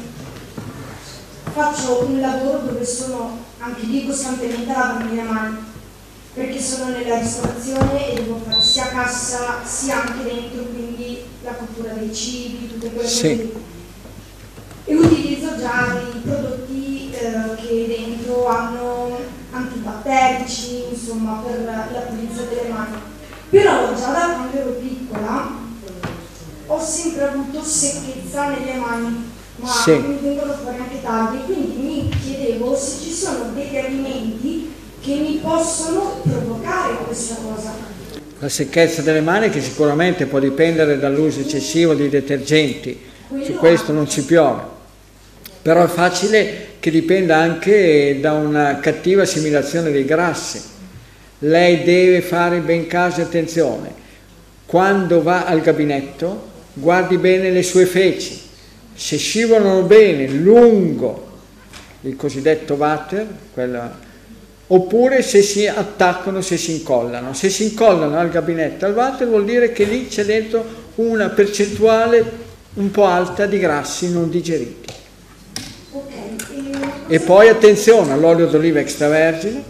faccio un lavoro dove sono anche lì costantemente a lavarmi le mani, perché sono nella ristorazione e devo fare sia cassa sia anche dentro, quindi la cottura dei cibi, tutte quelle sì. cose lì. E utilizzo già dei prodotti eh, che dentro hanno antibatterici, insomma, per la pulizia delle mani. Però già da quando ero piccola ho sempre avuto secchezza nelle mani, ma sì. mi vengono fuori anche tagli, quindi mi chiedevo se ci sono degli alimenti che mi possono provocare questa cosa. La secchezza delle mani che sicuramente può dipendere dall'uso eccessivo di detergenti, quello su questo non ci piove, però è facile che dipenda anche da una cattiva assimilazione dei grassi. Lei deve fare ben caso e attenzione, quando va al gabinetto guardi bene le sue feci, se scivolano bene lungo il cosiddetto water, quella, oppure se si attaccano, se si incollano. Se si incollano al gabinetto al water vuol dire che lì c'è dentro una percentuale un po' alta di grassi non digeriti. Okay. E poi attenzione all'olio d'oliva extravergine.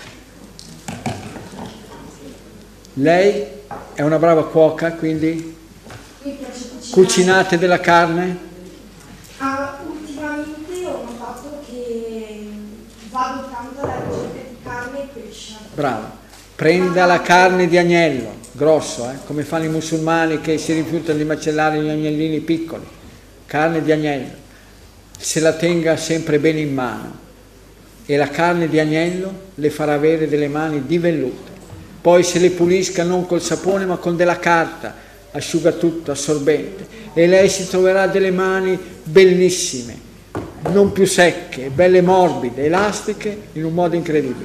Lei è una brava cuoca, quindi mi piace cucinare. Cucinate della carne? Ah, ultimamente ho notato che vado tanto alla ricerca di carne e pesce. Bravo. Prenda la carne di agnello, grosso, eh? come fanno i musulmani che si rifiutano di macellare gli agnellini piccoli. Carne di agnello. Se la tenga sempre bene in mano. E la carne di agnello le farà avere delle mani di velluto. Poi se le pulisca non col sapone ma con della carta, asciugatutto, assorbente, e lei si troverà delle mani bellissime, non più secche, belle morbide, elastiche, in un modo incredibile.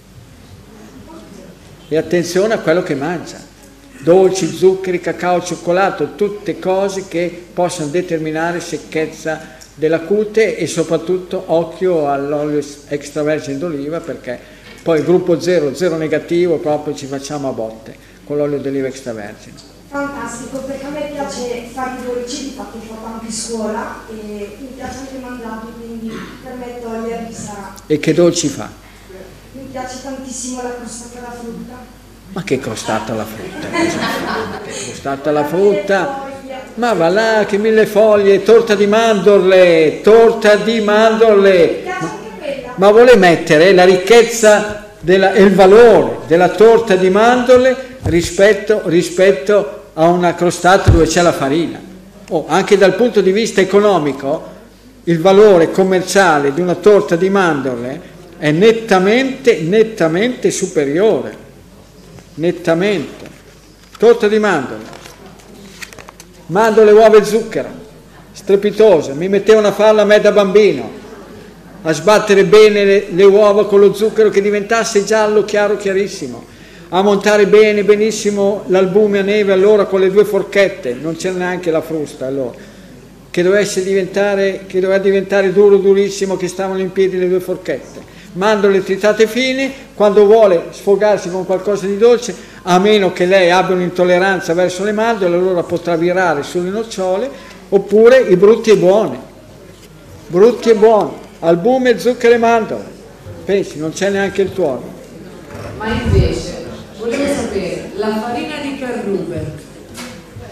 E attenzione a quello che mangia, dolci, zuccheri, cacao, cioccolato, tutte cose che possono determinare secchezza della cute, e soprattutto occhio all'olio extravergine d'oliva, perché poi gruppo zero, zero negativo, proprio ci facciamo a botte con l'olio d'oliva extravergine. Fantastico, perché a me piace fare i dolci, di fatto ho fatto anche scuola e mi piace anche mangiarli, quindi per me toglierli sarà. E che dolci fa? Mi piace tantissimo la crostata alla frutta. Ma che crostata alla frutta? Che crostata alla frutta? Ma va là, che mille foglie, torta di mandorle, torta di mandorle. Ma, ma vuole mettere la ricchezza della, e il valore della torta di mandorle rispetto, rispetto a una crostata dove c'è la farina. Oh, anche dal punto di vista economico il valore commerciale di una torta di mandorle è nettamente, nettamente superiore, nettamente. Torta di mandorle, mandorle, uova e zucchero, strepitosa. Mi mettevano a farla a me da bambino, a sbattere bene le, le uova con lo zucchero che diventasse giallo chiaro chiarissimo, a montare bene benissimo l'albume a neve allora con le due forchette, non c'era neanche la frusta allora, che dovesse diventare, che doveva diventare duro durissimo, che stavano in piedi le due forchette. Mandorle tritate fine, quando vuole sfogarsi con qualcosa di dolce, a meno che lei abbia un'intolleranza verso le mandorle, allora potrà virare sulle nocciole, oppure i brutti e buoni, brutti e buoni. Albume, zucchero e mandorle, pensi, non c'è neanche il tuono. Ma invece, volevo sapere, la farina di Carrubber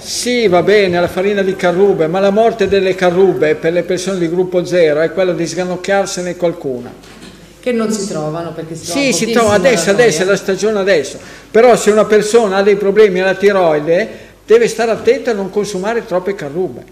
Sì, va bene, la farina di carrube, ma la morte delle carrube per le persone di gruppo zero è quella di sganocchiarsene qualcuna. Che non si trovano perché si Sì, si trova adesso, adesso è la stagione adesso. Però se una persona ha dei problemi alla tiroide, deve stare attenta a non consumare troppe carrube.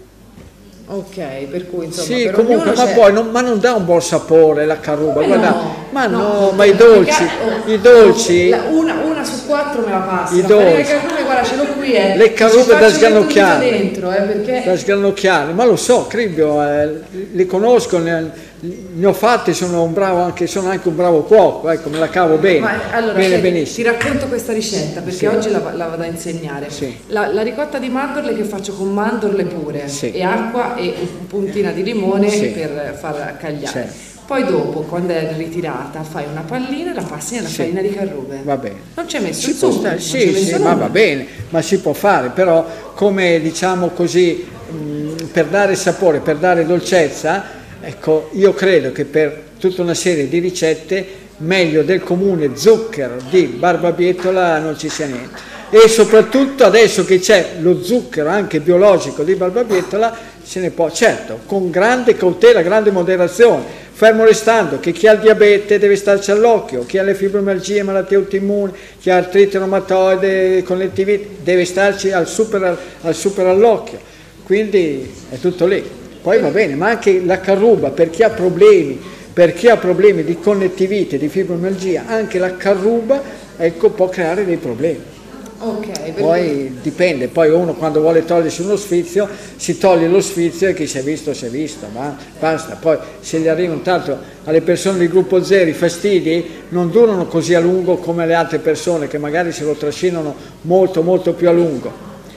Ok, per cui insomma... Sì, per comunque, ma poi non, ma non dà un buon sapore la carruba, Come guarda, no? ma no, No, ma i dolci, oh, i dolci, la- una, una su quattro me la passa. I La farina di dolci. carrume, guarda, ce l'ho qui, eh. le Ci carrube faccio da mettere sgranocchiare, dentro, eh, perché... da sgranocchiare, ma lo so, Cribbio, eh, li conosco, ne, ne ho fatti, sono un bravo anche, sono anche un bravo cuoco, ecco, me la cavo bene, Ma, allora, bene, senti, benissimo. ti racconto questa ricetta perché Sì. oggi la, la vado a insegnare. Sì. La, la ricotta di mandorle che faccio con mandorle pure Sì. e acqua e un puntina di limone Sì. per far cagliare. Sì. Poi dopo, quando è ritirata, fai una pallina e la passi nella Sì. farina di carrube. Va bene. Non ci hai messo Si il può zucchero, stare- non ci hai sì, messo sì, ma nulla. va bene, ma si può fare, però come diciamo così, mh, per dare sapore, per dare dolcezza, ecco, io credo che per tutta una serie di ricette meglio del comune zucchero di barbabietola non ci sia niente. E soprattutto adesso che c'è lo zucchero anche biologico di barbabietola, se ne può, certo, con grande cautela, grande moderazione, fermo restando che chi ha il diabete deve starci all'occhio, chi ha le fibromialgie, malattie autoimmuni, chi ha artrite reumatoide, connettivite, deve starci al super, al super all'occhio, quindi è tutto lì. Poi va bene, ma anche la carruba, per chi ha problemi, per chi ha problemi di connettivite, di fibromialgia, anche la carruba, ecco, può creare dei problemi. Ok, per cui- Poi dipende, poi uno quando vuole togliersi uno sfizio si toglie lo sfizio e chi si è visto si è visto, ma basta. Poi se gli arrivano tanto alle persone di gruppo zero i fastidi non durano così a lungo come alle altre persone che magari se lo trascinano molto molto più a lungo,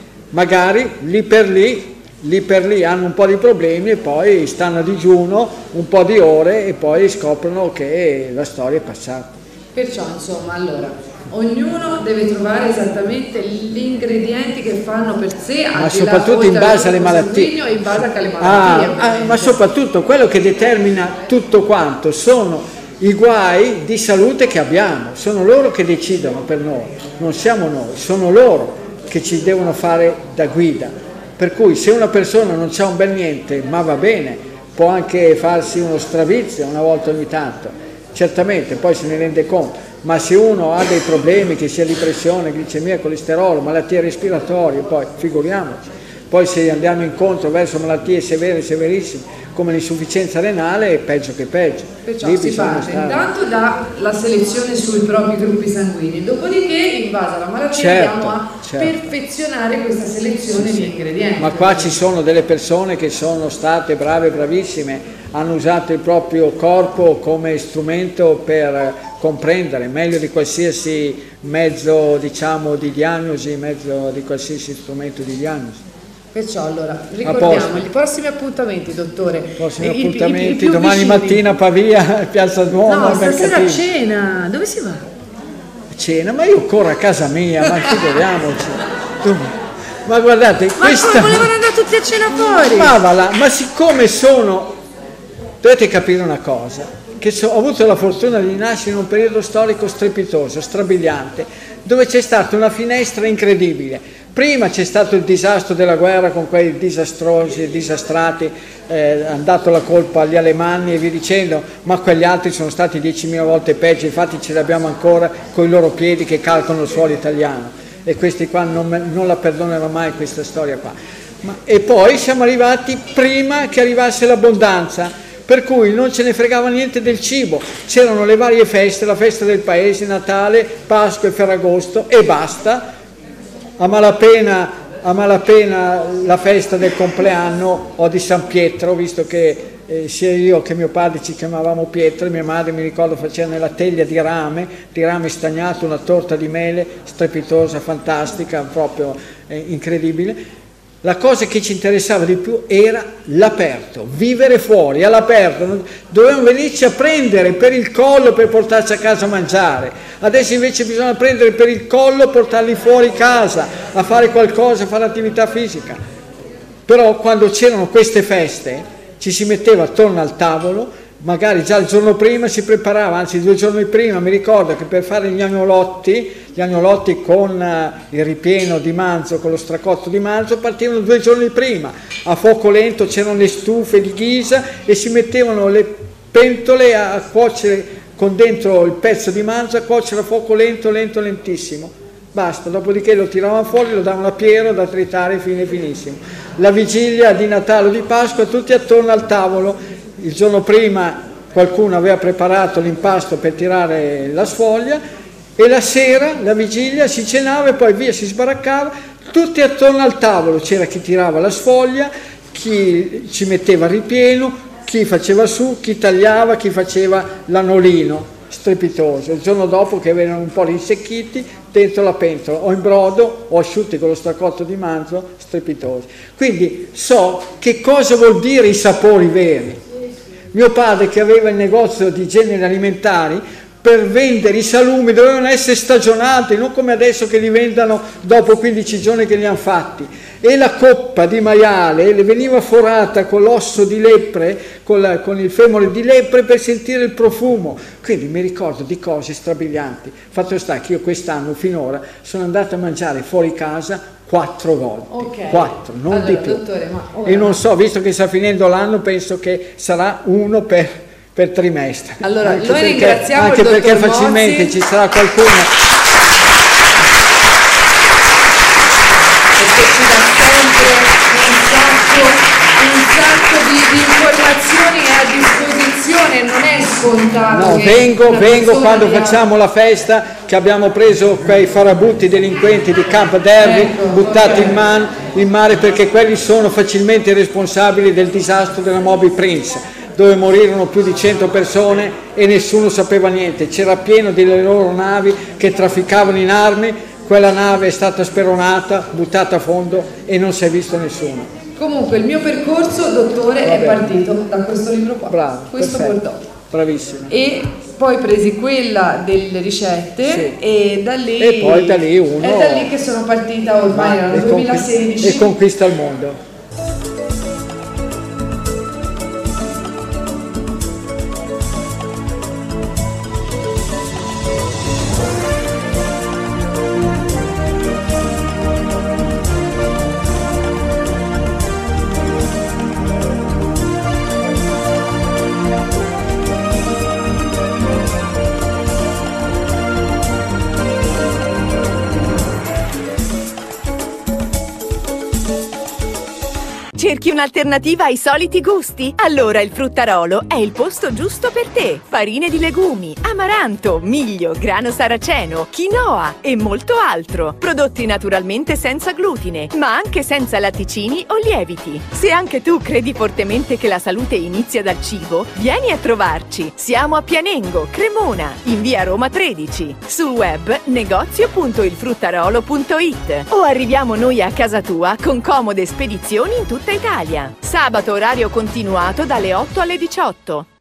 magari lì per lì lì per lì hanno un po' di problemi e poi stanno a digiuno un po' di ore e poi scoprono che la storia è passata. Perciò insomma, allora, ognuno deve trovare esattamente gli ingredienti che fanno per sé, al Ma di là, soprattutto in oltre base al alle gruppo malattie. sanguigno e in base anche alle Ah, malattie. ah, ovviamente. ma soprattutto quello che determina tutto quanto sono i guai di salute che abbiamo, sono loro che decidono per noi, non siamo noi, sono loro che ci devono fare da guida. Per cui se una persona non c'ha un bel niente, ma va bene, può anche farsi uno stravizio una volta ogni tanto, certamente, poi se ne rende conto, ma se uno ha dei problemi, che sia di pressione, glicemia, colesterolo, malattie respiratorie, poi figuriamoci, poi se andiamo incontro verso malattie severe, severissime, come l'insufficienza renale, è peggio che peggio. Perciò Lì si bisogna parte stare- intanto dalla selezione sui propri gruppi sanguigni, dopodiché in base alla malattia Certo, andiamo a certo. perfezionare questa selezione Sì, di sì. ingredienti. Ma qua ci sono delle persone che sono state brave, bravissime, hanno usato il proprio corpo come strumento per comprendere meglio di qualsiasi mezzo, diciamo, di diagnosi, mezzo di qualsiasi strumento di diagnosi. Perciò allora posto. ricordiamo i prossimi appuntamenti, dottore. Prossimi I- i- i- i appuntamenti, più domani vicini. mattina a Pavia, Piazza Duomo, No, al stasera a mercatino. cena, dove si va? Cena, ma io corro a casa mia, ma figuriamoci. Tu- Ma guardate, Ma questa... come volevano andare tutti a cena fuori? Ma va là, ma siccome sono, dovete capire una cosa, che so- ho avuto la fortuna di nascere in un periodo storico strepitoso, strabiliante, dove c'è stata una finestra incredibile. Prima c'è stato il disastro della guerra con quei disastrosi, disastrati, eh, hanno dato la colpa agli alemanni e via dicendo, ma quegli altri sono stati diecimila volte peggio, infatti ce li abbiamo ancora con i loro piedi che calcano il suolo italiano. E questi qua non, me- non la perdonerò mai questa storia qua. Ma, e poi siamo arrivati prima che arrivasse l'abbondanza, per cui non ce ne fregava niente del cibo, c'erano le varie feste, la festa del paese, Natale, Pasqua e Ferragosto e basta, a malapena, a malapena la festa del compleanno o di San Pietro, visto che eh, sia io che mio padre ci chiamavamo Pietro e mia madre mi ricordo faceva nella teglia di rame, di rame stagnato, una torta di mele strepitosa, fantastica, proprio eh, incredibile. La cosa che ci interessava di più era l'aperto, vivere fuori, all'aperto, dovevamo venirci a prendere per il collo per portarci a casa a mangiare, adesso invece bisogna prendere per il collo e portarli fuori casa, a fare qualcosa, a fare attività fisica. Però quando c'erano queste feste ci si metteva attorno al tavolo, magari già il giorno prima si preparava, anzi due giorni prima, mi ricordo che per fare gli agnolotti, gli agnolotti con uh, il ripieno di manzo, con lo stracotto di manzo, partivano due giorni prima, a fuoco lento, c'erano le stufe di ghisa e si mettevano le pentole a cuocere con dentro il pezzo di manzo, a cuocere a fuoco lento, lento, lentissimo. Basta, dopodiché lo tiravano fuori, lo davano a Piero da tritare fine finissimo. La vigilia di Natale o di Pasqua, tutti attorno al tavolo. Il giorno prima qualcuno aveva preparato l'impasto per tirare la sfoglia e la sera, la vigilia, si cenava e poi via si sbaraccava, tutti attorno al tavolo. C'era chi tirava la sfoglia, chi ci metteva il ripieno, chi faceva su, chi tagliava, chi faceva l'anolino strepitoso. Il giorno dopo che venivano un po' rinsecchiti dentro la pentola, o in brodo o asciutti con lo stracotto di manzo, strepitosi. Quindi so che cosa vuol dire i sapori veri. Mio padre, che aveva il negozio di generi alimentari, per vendere i salumi dovevano essere stagionati, non come adesso che li vendano dopo quindici giorni che li hanno fatti. E la coppa di maiale le veniva forata con l'osso di lepre, con, la, con il femore di lepre per sentire il profumo. Quindi mi ricordo di cose strabilianti. Fatto sta che io quest'anno finora sono andato a mangiare fuori casa quattro volte, okay. Quattro, non allora, di più. Dottore, ma ora... E non so, visto che sta finendo l'anno, penso che sarà uno per, per trimestre. Allora, anche noi perché, ringraziamo anche il dottor perché facilmente Mozzi. Ci sarà qualcuno... Perché ci dà sempre un sacco, un sacco di, di informazioni a disposizione, non è scontato. No, che vengo, vengo quando abbia... facciamo la festa, che abbiamo preso quei farabutti delinquenti di Camp Derby, ecco, buttati okay. in, man, in mare, perché quelli sono facilmente responsabili del disastro della Moby Prince, dove morirono più di cento persone e nessuno sapeva niente. C'era pieno delle loro navi che trafficavano in armi, quella nave è stata speronata, buttata a fondo e non si è visto nessuno. Comunque il mio percorso, dottore, è partito da questo libro qua, bravo, questo Bordeaux. Bravissimo. E poi presi quella delle ricette, sì. e da lì e poi da lì uno è da lì che sono partita, ormai era nel duemilasedici, e conquista il mondo. Cerchi un'alternativa ai soliti gusti? Allora il Fruttarolo è il posto giusto per te. Farine di legumi, amaranto, miglio, grano saraceno, quinoa e molto altro. Prodotti naturalmente senza glutine, ma anche senza latticini o lieviti. Se anche tu credi fortemente che la salute inizia dal cibo, vieni a trovarci. Siamo a Pianengo, Cremona, in via Roma tredici. Sul web negozio punto il fruttarolo punto it o arriviamo noi a casa tua con comode spedizioni in tutta Italia. Sabato orario continuato dalle otto alle diciotto.